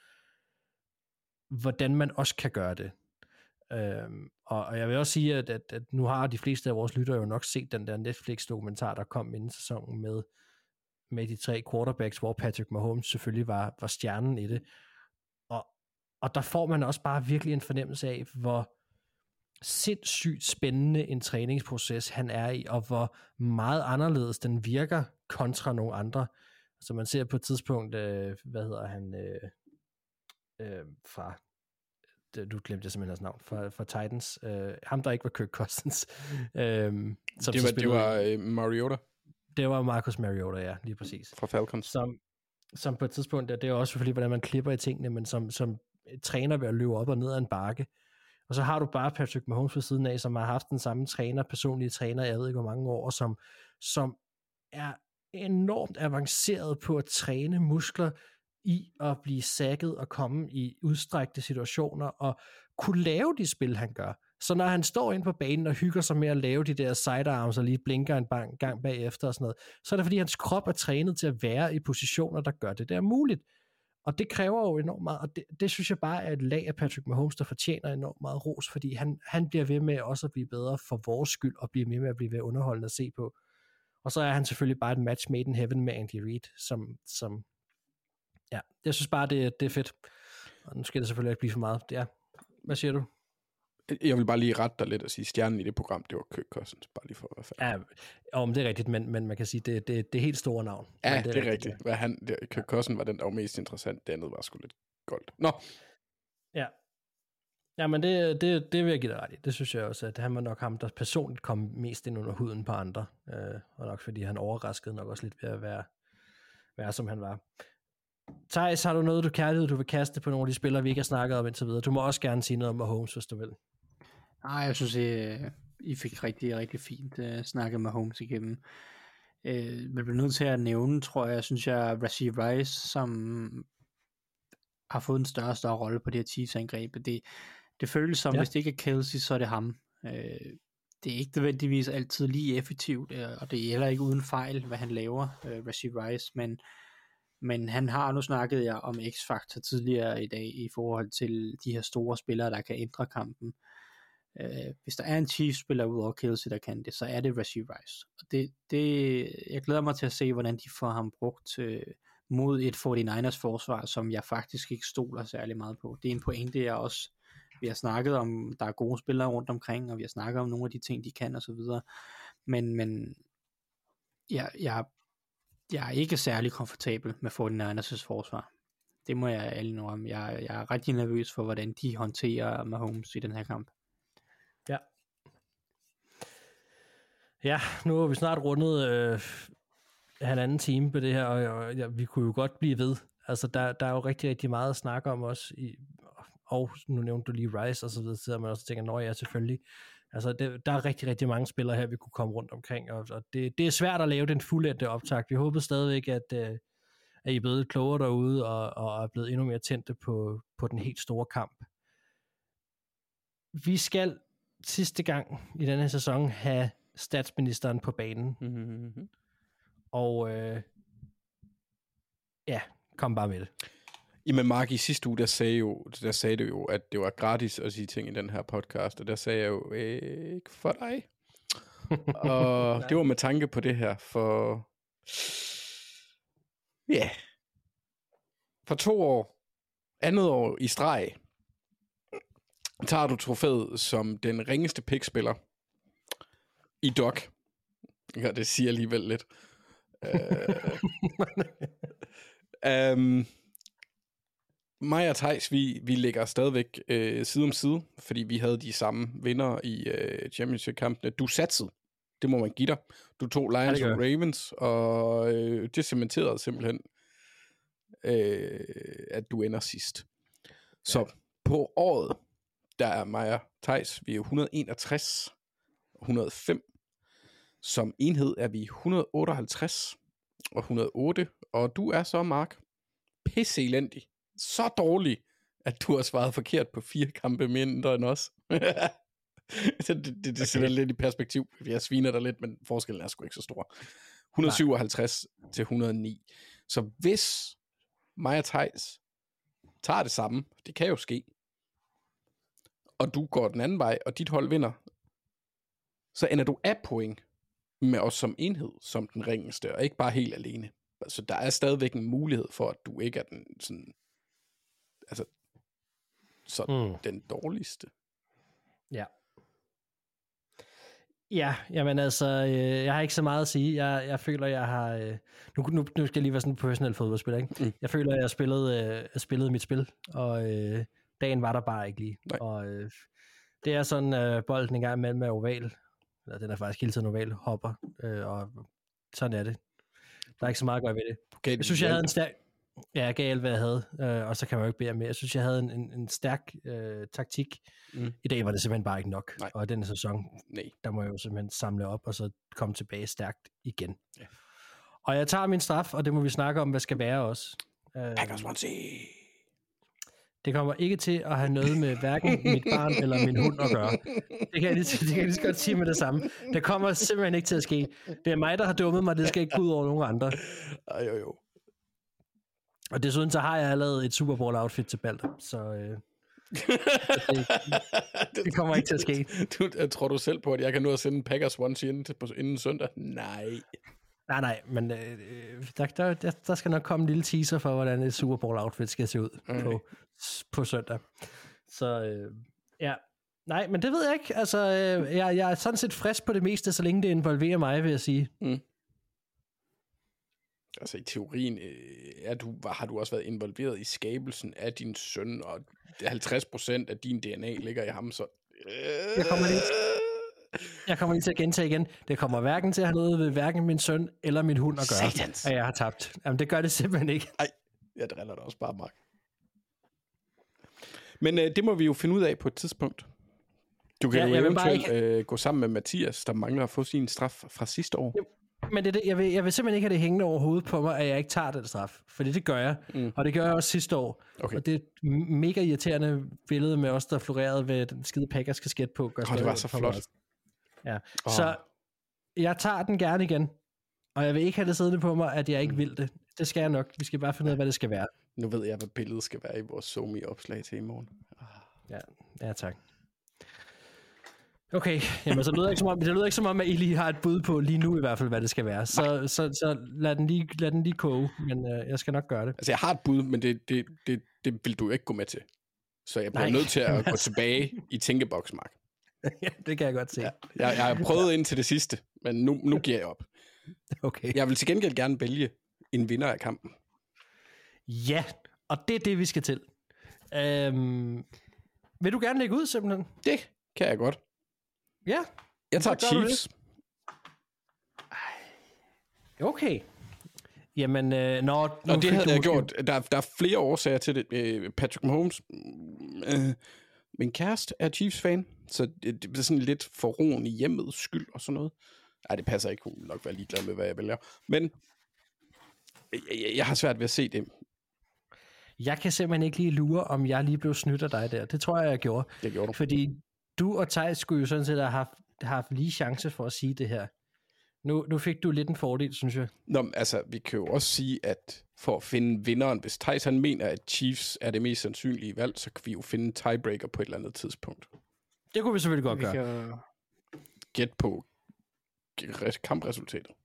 hvordan man også kan gøre det. Øhm, og, og jeg vil også sige, at, at, at nu har de fleste af vores lyttere jo nok set den der Netflix-dokumentar, der kom inden sæsonen med, med de tre quarterbacks, hvor Patrick Mahomes selvfølgelig var, var stjernen i det. Og, og der får man også bare virkelig en fornemmelse af, hvor sindssygt spændende en træningsproces han er i, og hvor meget anderledes den virker kontra nogle andre. Altså man ser på et tidspunkt, øh, hvad hedder han, øh, øh, fra du glemte jeg simpelthen hans navn, fra, fra Titans, øh, ham der ikke var Kirk Cousins. øh, som det var, det var uh, Mariota. Det var Marcus Mariota, ja, lige præcis. Fra Falcons. Som, som på et tidspunkt, det er også selvfølgelig, hvordan man klipper i tingene, men som, som træner ved at løbe op og ned ad en bakke. Og så har du bare Patrick Mahomes ved siden af, som har haft den samme træner, personlige træner, jeg ved ikke hvor mange år, som, som er enormt avanceret på at træne muskler i at blive sækket og komme i udstrækte situationer og kunne lave de spil, han gør. Så når han står ind på banen og hygger sig med at lave de der sidearms og lige blinker en gang bagefter og sådan noget, så er det fordi, hans krop er trænet til at være i positioner, der gør det der muligt. Og det kræver jo enormt meget, og det, det synes jeg bare er et lag af Patrick Mahomes, der fortjener enormt meget ros, fordi han, han bliver ved med også at blive bedre for vores skyld, og bliver ved med at blive ved underholdende at se på. Og så er han selvfølgelig bare et match made in heaven med Andy Reid, som, som ja, jeg synes bare, det, det er fedt. Og nu skal det selvfølgelig ikke blive for meget. Ja, hvad siger du? Jeg vil bare lige rette dig lidt og sige, stjernen i det program, det var Kirk Cousins, bare lige for at være færdig. Ja, om det er rigtigt, men, men man kan sige, det, det, det er helt store navn. Ja, det er, det er rigtigt. rigtigt. Hvad han, det, Kirk Cousins var den, der var mest interessant, det andet var sgu lidt goldt. Nå. Ja. Jamen, det, det, det vil jeg give dig ret i. Det synes jeg også, at han var nok ham, der personligt kom mest ind under huden på andre. Øh, og nok fordi han overraskede nok også lidt ved at være, være som han var. Thijs, har du noget, du kærlighed, du vil kaste på nogle af de spillere, vi ikke har snakket om indtil videre? Du må også gerne sige noget om Mahomes, hvis du vil. Nej, jeg synes, I, I fik rigtig, rigtig fint uh, snakket med Mahomes igennem. Uh, men bliver nødt til at nævne, tror jeg, synes jeg, Rashee Rice, som har fået en større og større rolle på det her Chiefs-angreb. Det, det føles som, ja. Hvis det ikke er Kelsey, så er det ham. Uh, det er ikke nødvendigvis altid lige effektivt, uh, og det er heller ikke uden fejl, hvad han laver, uh, Rashee Rice, men Men han har, nu snakket jeg om X-Factor tidligere i dag, i forhold til de her store spillere, der kan ændre kampen. Øh, hvis der er en Chiefs-spiller ud over Kelsey, der kan det, så er det Rashee Rice. Og det, det, jeg glæder mig til at se, hvordan de får ham brugt øh, mod et forty-niners forsvar, som jeg faktisk ikke stoler særlig meget på. Det er en pointe, jeg også, vi har snakket om, der er gode spillere rundt omkring, og vi har snakket om nogle af de ting, de kan, og så videre. Men, men jeg, jeg Jeg er ikke særlig komfortabel med forty-niners' forsvar. Det må jeg ærligt indrømme. Jeg, jeg er rigtig nervøs for, hvordan de håndterer Mahomes i den her kamp. Ja. Ja, nu har vi snart rundet øh, halvanden time på det her, og, og ja, vi kunne jo godt blive ved. Altså, der, der er jo rigtig, rigtig meget at snakke om også. I, og nu nævnte du lige Rice og så videre, så man også tænker, nå ja, selvfølgelig. Altså, det, der er rigtig, rigtig mange spillere her, vi kunne komme rundt omkring, og, og det, det er svært at lave den fuldendte optakt. Vi håber stadigvæk, at, øh, at I er blevet klogere derude, og, og er blevet endnu mere tændte på, på den helt store kamp. Vi skal sidste gang i denne her sæson have statsministeren på banen. Mm-hmm. Og øh, ja, kom bare med det. Jamen Mark, i sidste uge, der sagde, jo, der sagde du jo, at det var gratis at sige ting i den her podcast, og der sagde jeg jo, øh, ikke for dig. Og det var med tanke på det her, for ja, yeah. for to år, andet år i streg, tager du trofæet som den ringeste pikspiller i D O C. Ja, det siger alligevel lidt. uh, um, mig og Thijs, vi, vi ligger stadigvæk øh, side om side, fordi vi havde de samme vinder i øh, championship-kampene. Du satsede, det må man give dig. Du tog Lions og Ravens, og øh, det cementerede simpelthen, øh, at du ender sidst. Ja. Så på året, der er mig og Thijs, vi er et hundrede og enogtres, et hundrede og fem. Som enhed er vi et hundrede og otteoghalvtreds og et hundrede og otte, og du er så, Mark, pisse elendig. Så dårlig, at du har svaret forkert på fire kampe mindre end os. det det, det, det okay. Sætter lidt i perspektiv. Jeg sviner dig lidt, men forskellen er sgu ikke så stor. et hundrede og syvoghalvtreds Nej. Til et hundrede og ni. Så hvis mig og Thijs tager det samme, det kan jo ske, og du går den anden vej, og dit hold vinder, så ender du af point med os som enhed, som den ringeste, og ikke bare helt alene. Så der er stadigvæk en mulighed for, at du ikke er den sådan, altså, sådan mm. den dårligste. Ja. Ja, jamen altså, øh, jeg har ikke så meget at sige. Jeg, jeg føler, jeg har... Øh, nu, nu, nu skal jeg lige være sådan en professionel fodboldspiller, ikke? Mm. Jeg føler, jeg har spillet, øh, jeg spillet mit spil, og øh, dagen var der bare ikke lige. Nej. Og øh, det er sådan, øh, bolden en gang imellem er oval. Eller, den er faktisk hele tiden oval, hopper, øh, og sådan er det. Der er ikke så meget at gøre ved det. Okay, jeg synes, jeg havde en stærk... Ja, jeg gav alt, hvad jeg havde, øh, og så kan man jo ikke bede mere. Jeg synes, jeg havde en, en, en stærk øh, taktik. Mm. I dag var det simpelthen bare ikke nok. Nej. Og denne sæson, Nej. Der må jeg jo simpelthen samle op, og så komme tilbage stærkt igen. Ja. Og jeg tager min straf, og det må vi snakke om, hvad skal være også. Øh, Packers Swansea. Det kommer ikke til at have noget med hverken mit barn eller min hund at gøre. Det kan jeg lige, det kan jeg lige så godt sige med det samme. Det kommer simpelthen ikke til at ske. Det er mig, der har dummet mig, det skal ikke gå ud over nogen andre. Ej, jo, jo. Og desuden så har jeg lavet et Super Bowl outfit til Balder, så øh, det, det kommer ikke til at ske. Du, jeg tror du selv på, at jeg kan nå at sende Packers Swansea inden, inden søndag? Nej. Nej, nej, men øh, der, der, der skal nok komme en lille teaser for, hvordan et Super Bowl outfit skal se ud okay. på, på søndag. Så øh, ja, nej, men det ved jeg ikke. Altså, øh, jeg, jeg er sådan set frisk på det meste, så længe det involverer mig, vil jeg sige. Mm. Altså i teorien øh, er du, har du også været involveret i skabelsen af din søn, og halvtreds procent af din D N A ligger i ham, så... Øh, Jeg kommer lige, jeg kommer lige til at gentage igen. Det kommer hverken til at have noget ved hverken min søn eller min hund at gøre, Satans. at jeg har tabt. Jamen, det gør det simpelthen ikke. Ej, jeg driller dig også bare, Mark. Men øh, det må vi jo finde ud af på et tidspunkt. Du kan Ja, jo jeg vil bare eventuelt ikke- øh, gå sammen med Mathias, der mangler at få sin straf fra sidste år. Men det, er det, jeg, vil, jeg vil simpelthen ikke have det hængende over hovedet på mig, at jeg ikke tager den straf. Fordi det gør jeg. Mm. Og det gør jeg også sidste år. Okay. Og det er et mega irriterende billede med os, der florerede ved den skide Packers kasket på. Åh, det var så flot. Ja. Åh. Oh. Så jeg tager den gerne igen. Og jeg vil ikke have det siddende på mig, at jeg ikke vil det. Det skal jeg nok. Vi skal bare finde ud af, hvad det skal være. Nu ved jeg, hvad billedet skal være i vores SoMe-opslag til i morgen. Ja, ja tak. Okay, jamen så lyder det ikke som om, det lyder ikke som om, at I lige har et bud på lige nu i hvert fald, hvad det skal være. Så, så, så lad, den lige, lad den lige koge, men øh, jeg skal nok gøre det. Altså, jeg har et bud, men det, det, det, det vil du ikke gå med til. Så jeg bliver Nej. nødt til at gå tilbage i tænkeboks, Mark. Ja, det kan jeg godt se. Ja. Jeg, jeg har prøvet ind til det sidste, men nu, nu giver jeg op. Okay. Jeg vil til gengæld gerne vælge en vinder af kampen. Ja, og det er det, vi skal til. Øhm, vil du gerne lægge ud, simpelthen? Det kan jeg godt. Ja. Jeg tager Så gør du Chiefs. Okay. Jamen, øh, når... Og det havde jeg gjort. Der, der er flere årsager til det. Øh, Patrick Mahomes, øh, min kæreste er Chiefs-fan, så det, det er sådan lidt for roen i hjemmet skyld og sådan noget. Nej, det passer ikke. Hun vil nok være ligeglad med, hvad jeg vælger. Men jeg, jeg, jeg har svært ved at se det. Jeg kan simpelthen ikke lige lure, om jeg lige blev snydt af dig der. Det tror jeg, jeg gjorde. Det gjorde du. Fordi du og Thijs skulle jo sådan set have haft, haft lige chance for at sige det her. Nu, nu fik du lidt en fordel, synes jeg. Nå, men altså, vi kan jo også sige, at for at finde vinderen, hvis Thijs han mener, at Chiefs er det mest sandsynlige valg, så kan vi jo finde en tiebreaker på et eller andet tidspunkt. Det kunne vi selvfølgelig godt Vi gøre. kan, Gæt på kampresultatet.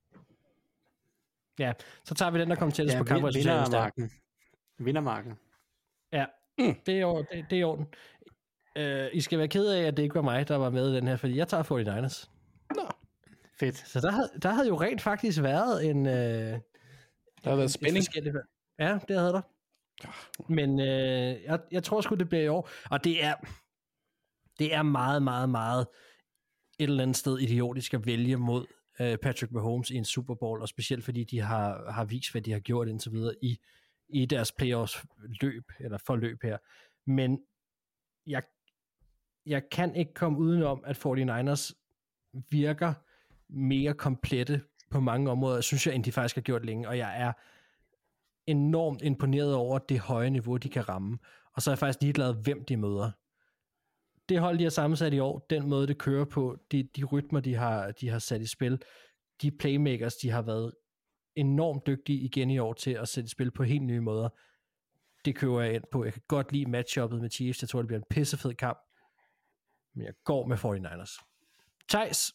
Ja, så tager vi den, der kommer tættest ja, på kampresultatet. vindermarken. Vindermarken. Ja, mm. det, er, or- det, det er i orden. Uh, I skal være ked af, at det ikke var mig, der var med i den her, fordi jeg tager forty-niners. Nå, Fedt. Så der havde, der havde jo rent faktisk været en... Uh, der har været spænding. Ja, det havde der. Men uh, jeg, jeg tror sgu, det bliver i år. Og det er, det er meget, meget, meget et eller andet sted idiotisk at vælge mod uh, Patrick Mahomes i en Super Bowl, og specielt fordi de har, har vist, hvad de har gjort indtil videre i, i deres playoffs løb, eller forløb her. Men jeg, jeg kan ikke komme udenom, at forty-niners virker mere komplette på mange områder, synes jeg, end de faktisk har gjort længe, og jeg er enormt imponeret over det høje niveau, de kan ramme. Og så er jeg faktisk ligeglad, hvem de møder. Det hold, de har sammensat i år, den måde, det kører på, de, de rytmer, de har, de har sat i spil, de playmakers, de har været enormt dygtige igen i år til at sætte spil på helt nye måder. Det kører jeg ind på. Jeg kan godt lide matchuppet med Chiefs. Jeg tror, det bliver en pissefed kamp. Men jeg går med forty-niners. Thijs?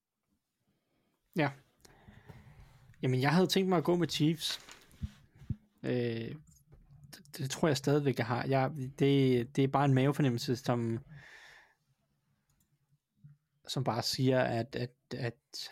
Ja. Jamen, jeg havde tænkt mig at gå med Chiefs. Øh, det, det tror jeg stadigvæk, jeg har. Jeg, det, det er bare en mavefornemmelse, som som bare siger, at, at, at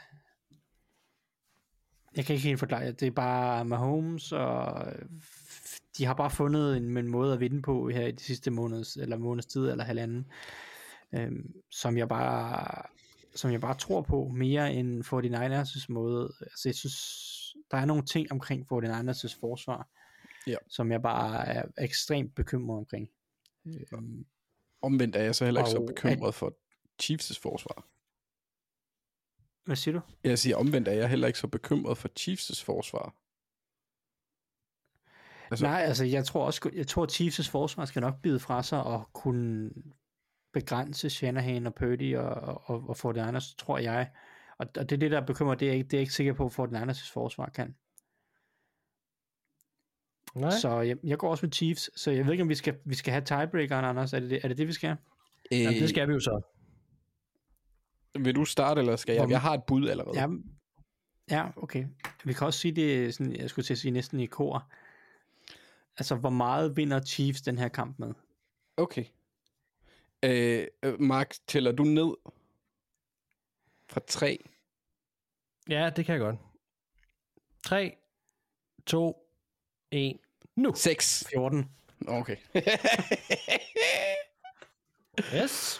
jeg kan ikke helt forklare det. Det er bare Mahomes, og de har bare fundet en, en måde at vinde på her i de sidste måneds, eller måneds tid, eller halvanden, øhm, som jeg bare som jeg bare tror på, mere end forty-niners' måde. Altså, jeg synes, der er nogle ting omkring forty-niners' forsvar, ja, som jeg bare er ekstremt bekymret omkring. Øhm, Omvendt er jeg så heller ikke så og bekymret at- for Chiefs' forsvar. Hvad siger du? Jeg siger, omvendt er jeg heller ikke så bekymret for Chiefs' forsvar. Altså, Nej, altså jeg tror også, jeg tror Chiefs' forsvar skal nok bide fra sig og kunne begrænse Shanahan og Purdy og, og, og forty-niners, tror jeg. Og, og det er det, der bekymrer, det er ikke, det er ikke sikker på, at forty-niners' forsvar kan. Nej. Så jeg, jeg går også med Chiefs, så jeg ved ikke, om vi skal, vi skal have tiebreakeren, Anders. Er det det, er det, det vi skal? Øh, Jamen, det skal vi jo så. Vil du starte, eller skal jeg? Hvor- Jeg har et bud allerede. Ja, ja, okay. Vi kan også sige det, sådan, jeg skulle til at sige næsten i kor. Altså, hvor meget vinder Chiefs den her kamp med? Okay. Øh, øh, Mark, tæller du ned fra tre? Ja, det kan jeg godt. tre, to, en, nu. seks. fjorten. Okay. Yes.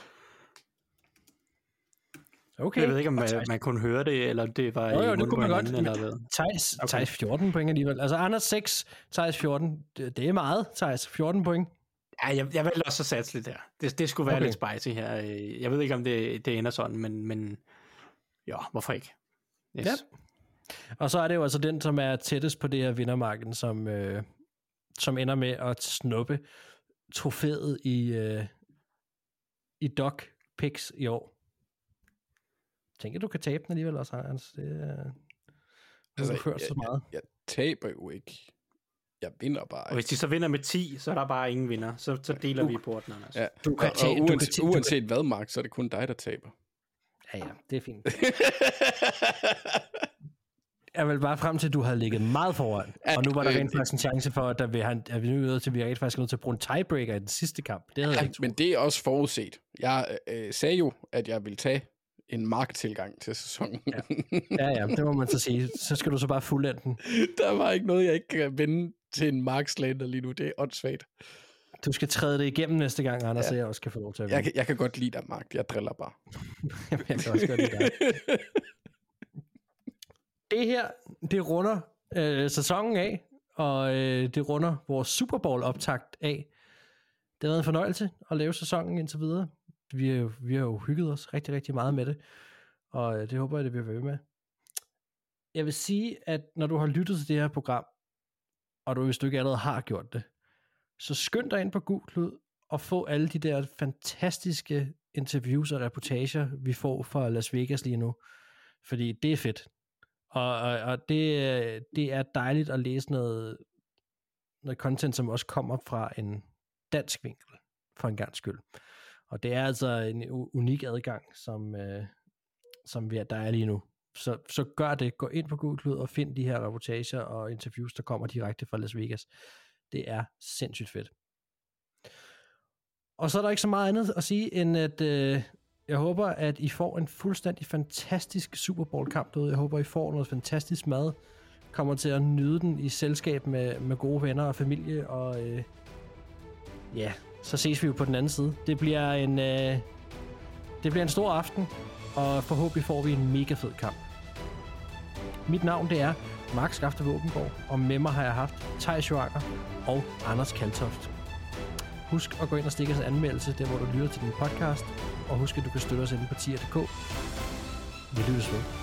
Okay. Jeg ved ikke, om Og man, Thijs- man kunne høre det, eller det var Jo, jo, i det munden kunne på man godt. hinanden, eller hvad. Thijs, Okay. Thijs fjorten point alligevel. Altså Anders seks, Thijs fjorten. Det, det er meget, Thijs. fjorten point. Ja, jeg, jeg valgte også at satse lidt der. Det, det skulle være Okay. lidt spicy her. Jeg ved ikke, om det, det ender sådan, men, men ja, hvorfor ikke? Yes. Ja. Og så er det jo altså den, som er tættest på det her vindermarked, som, øh, som ender med at snuppe trofæet i, øh, i Doc Picks i år. Tænker du kan tabe den alligevel også, Hans? Det er... Altså, du hørt jeg, så meget. Jeg, jeg taber jo ikke. Jeg vinder bare. Og hvis de så vinder med ti, så er der bare ingen vinder. Så, så deler Du- vi på den, Anders. Ja. Du kan og, tage- og du kan uanset, tage- du kan- uanset hvad, Mark, så er det kun dig, der taber. Ja, ja, det er fint. Jeg vil bare frem til, at du havde ligget meget foran. Ja, Og nu var der øh, rent faktisk en chance for, at, der vil han, at vi nu er nødt til, at vi rent faktisk er nødt til at bruge en tiebreaker i den sidste kamp. Det havde jeg Ja, ikke men troet. det er også forudset. Jeg øh, sagde jo, at jeg ville tage en marktilgang til sæsonen. Ja. Ja, ja, det må man så sige. Så skal du så bare fuldende den. Der var ikke noget, jeg ikke kan vende til en markslander lige nu. Det er åndssvagt. Du skal træde det igennem næste gang, Anders, ja. Så jeg også kan få lov til at Jeg, vinde. kan- jeg kan godt lide dig, Mark. Jeg driller bare. Jamen, jeg kan også godt lide dig. Det her, det runder øh, sæsonen af, og øh, det runder vores Super Bowl-optakt af. Det har været en fornøjelse at lave sæsonen indtil videre. Vi har jo, vi har jo hygget os rigtig, rigtig meget med det, og øh, det håber jeg, det vil være med. Jeg vil sige, at når du har lyttet til det her program, og du hvis du ikke allerede har gjort det, så skynd dig ind på Google og få alle de der fantastiske interviews og reportager, vi får fra Las Vegas lige nu. Fordi det er fedt. Og, og, og det, det er dejligt at læse noget, noget content, som også kommer fra en dansk vinkel, for en gang skyld. Og det er altså en unik adgang, som, øh, som vi er, der er lige nu. Så, så gør det. Gå ind på Google og find de her reportager og interviews, der kommer direkte fra Las Vegas. Det er sindssygt fedt. Og så er der ikke så meget andet at sige, end at øh, jeg håber, at I får en fuldstændig fantastisk Super Bowl-kamp derude. Jeg håber, I får noget fantastisk mad. Kommer til at nyde den i selskab med, med gode venner og familie. Og øh, ja, så ses vi jo på den anden side. Det bliver en, øh, det bliver en stor aften, og forhåbentlig får vi en mega fed kamp. Mit navn det er Mark Skafte Våbenborg, og med mig har jeg haft Thijs Joanger og Anders Kaltoft. Husk at gå ind og stikke os en anmeldelse, der hvor du lytter til din podcast, og husk at du kan støtte os inde på tier punktum d k. Vi lyttes ved.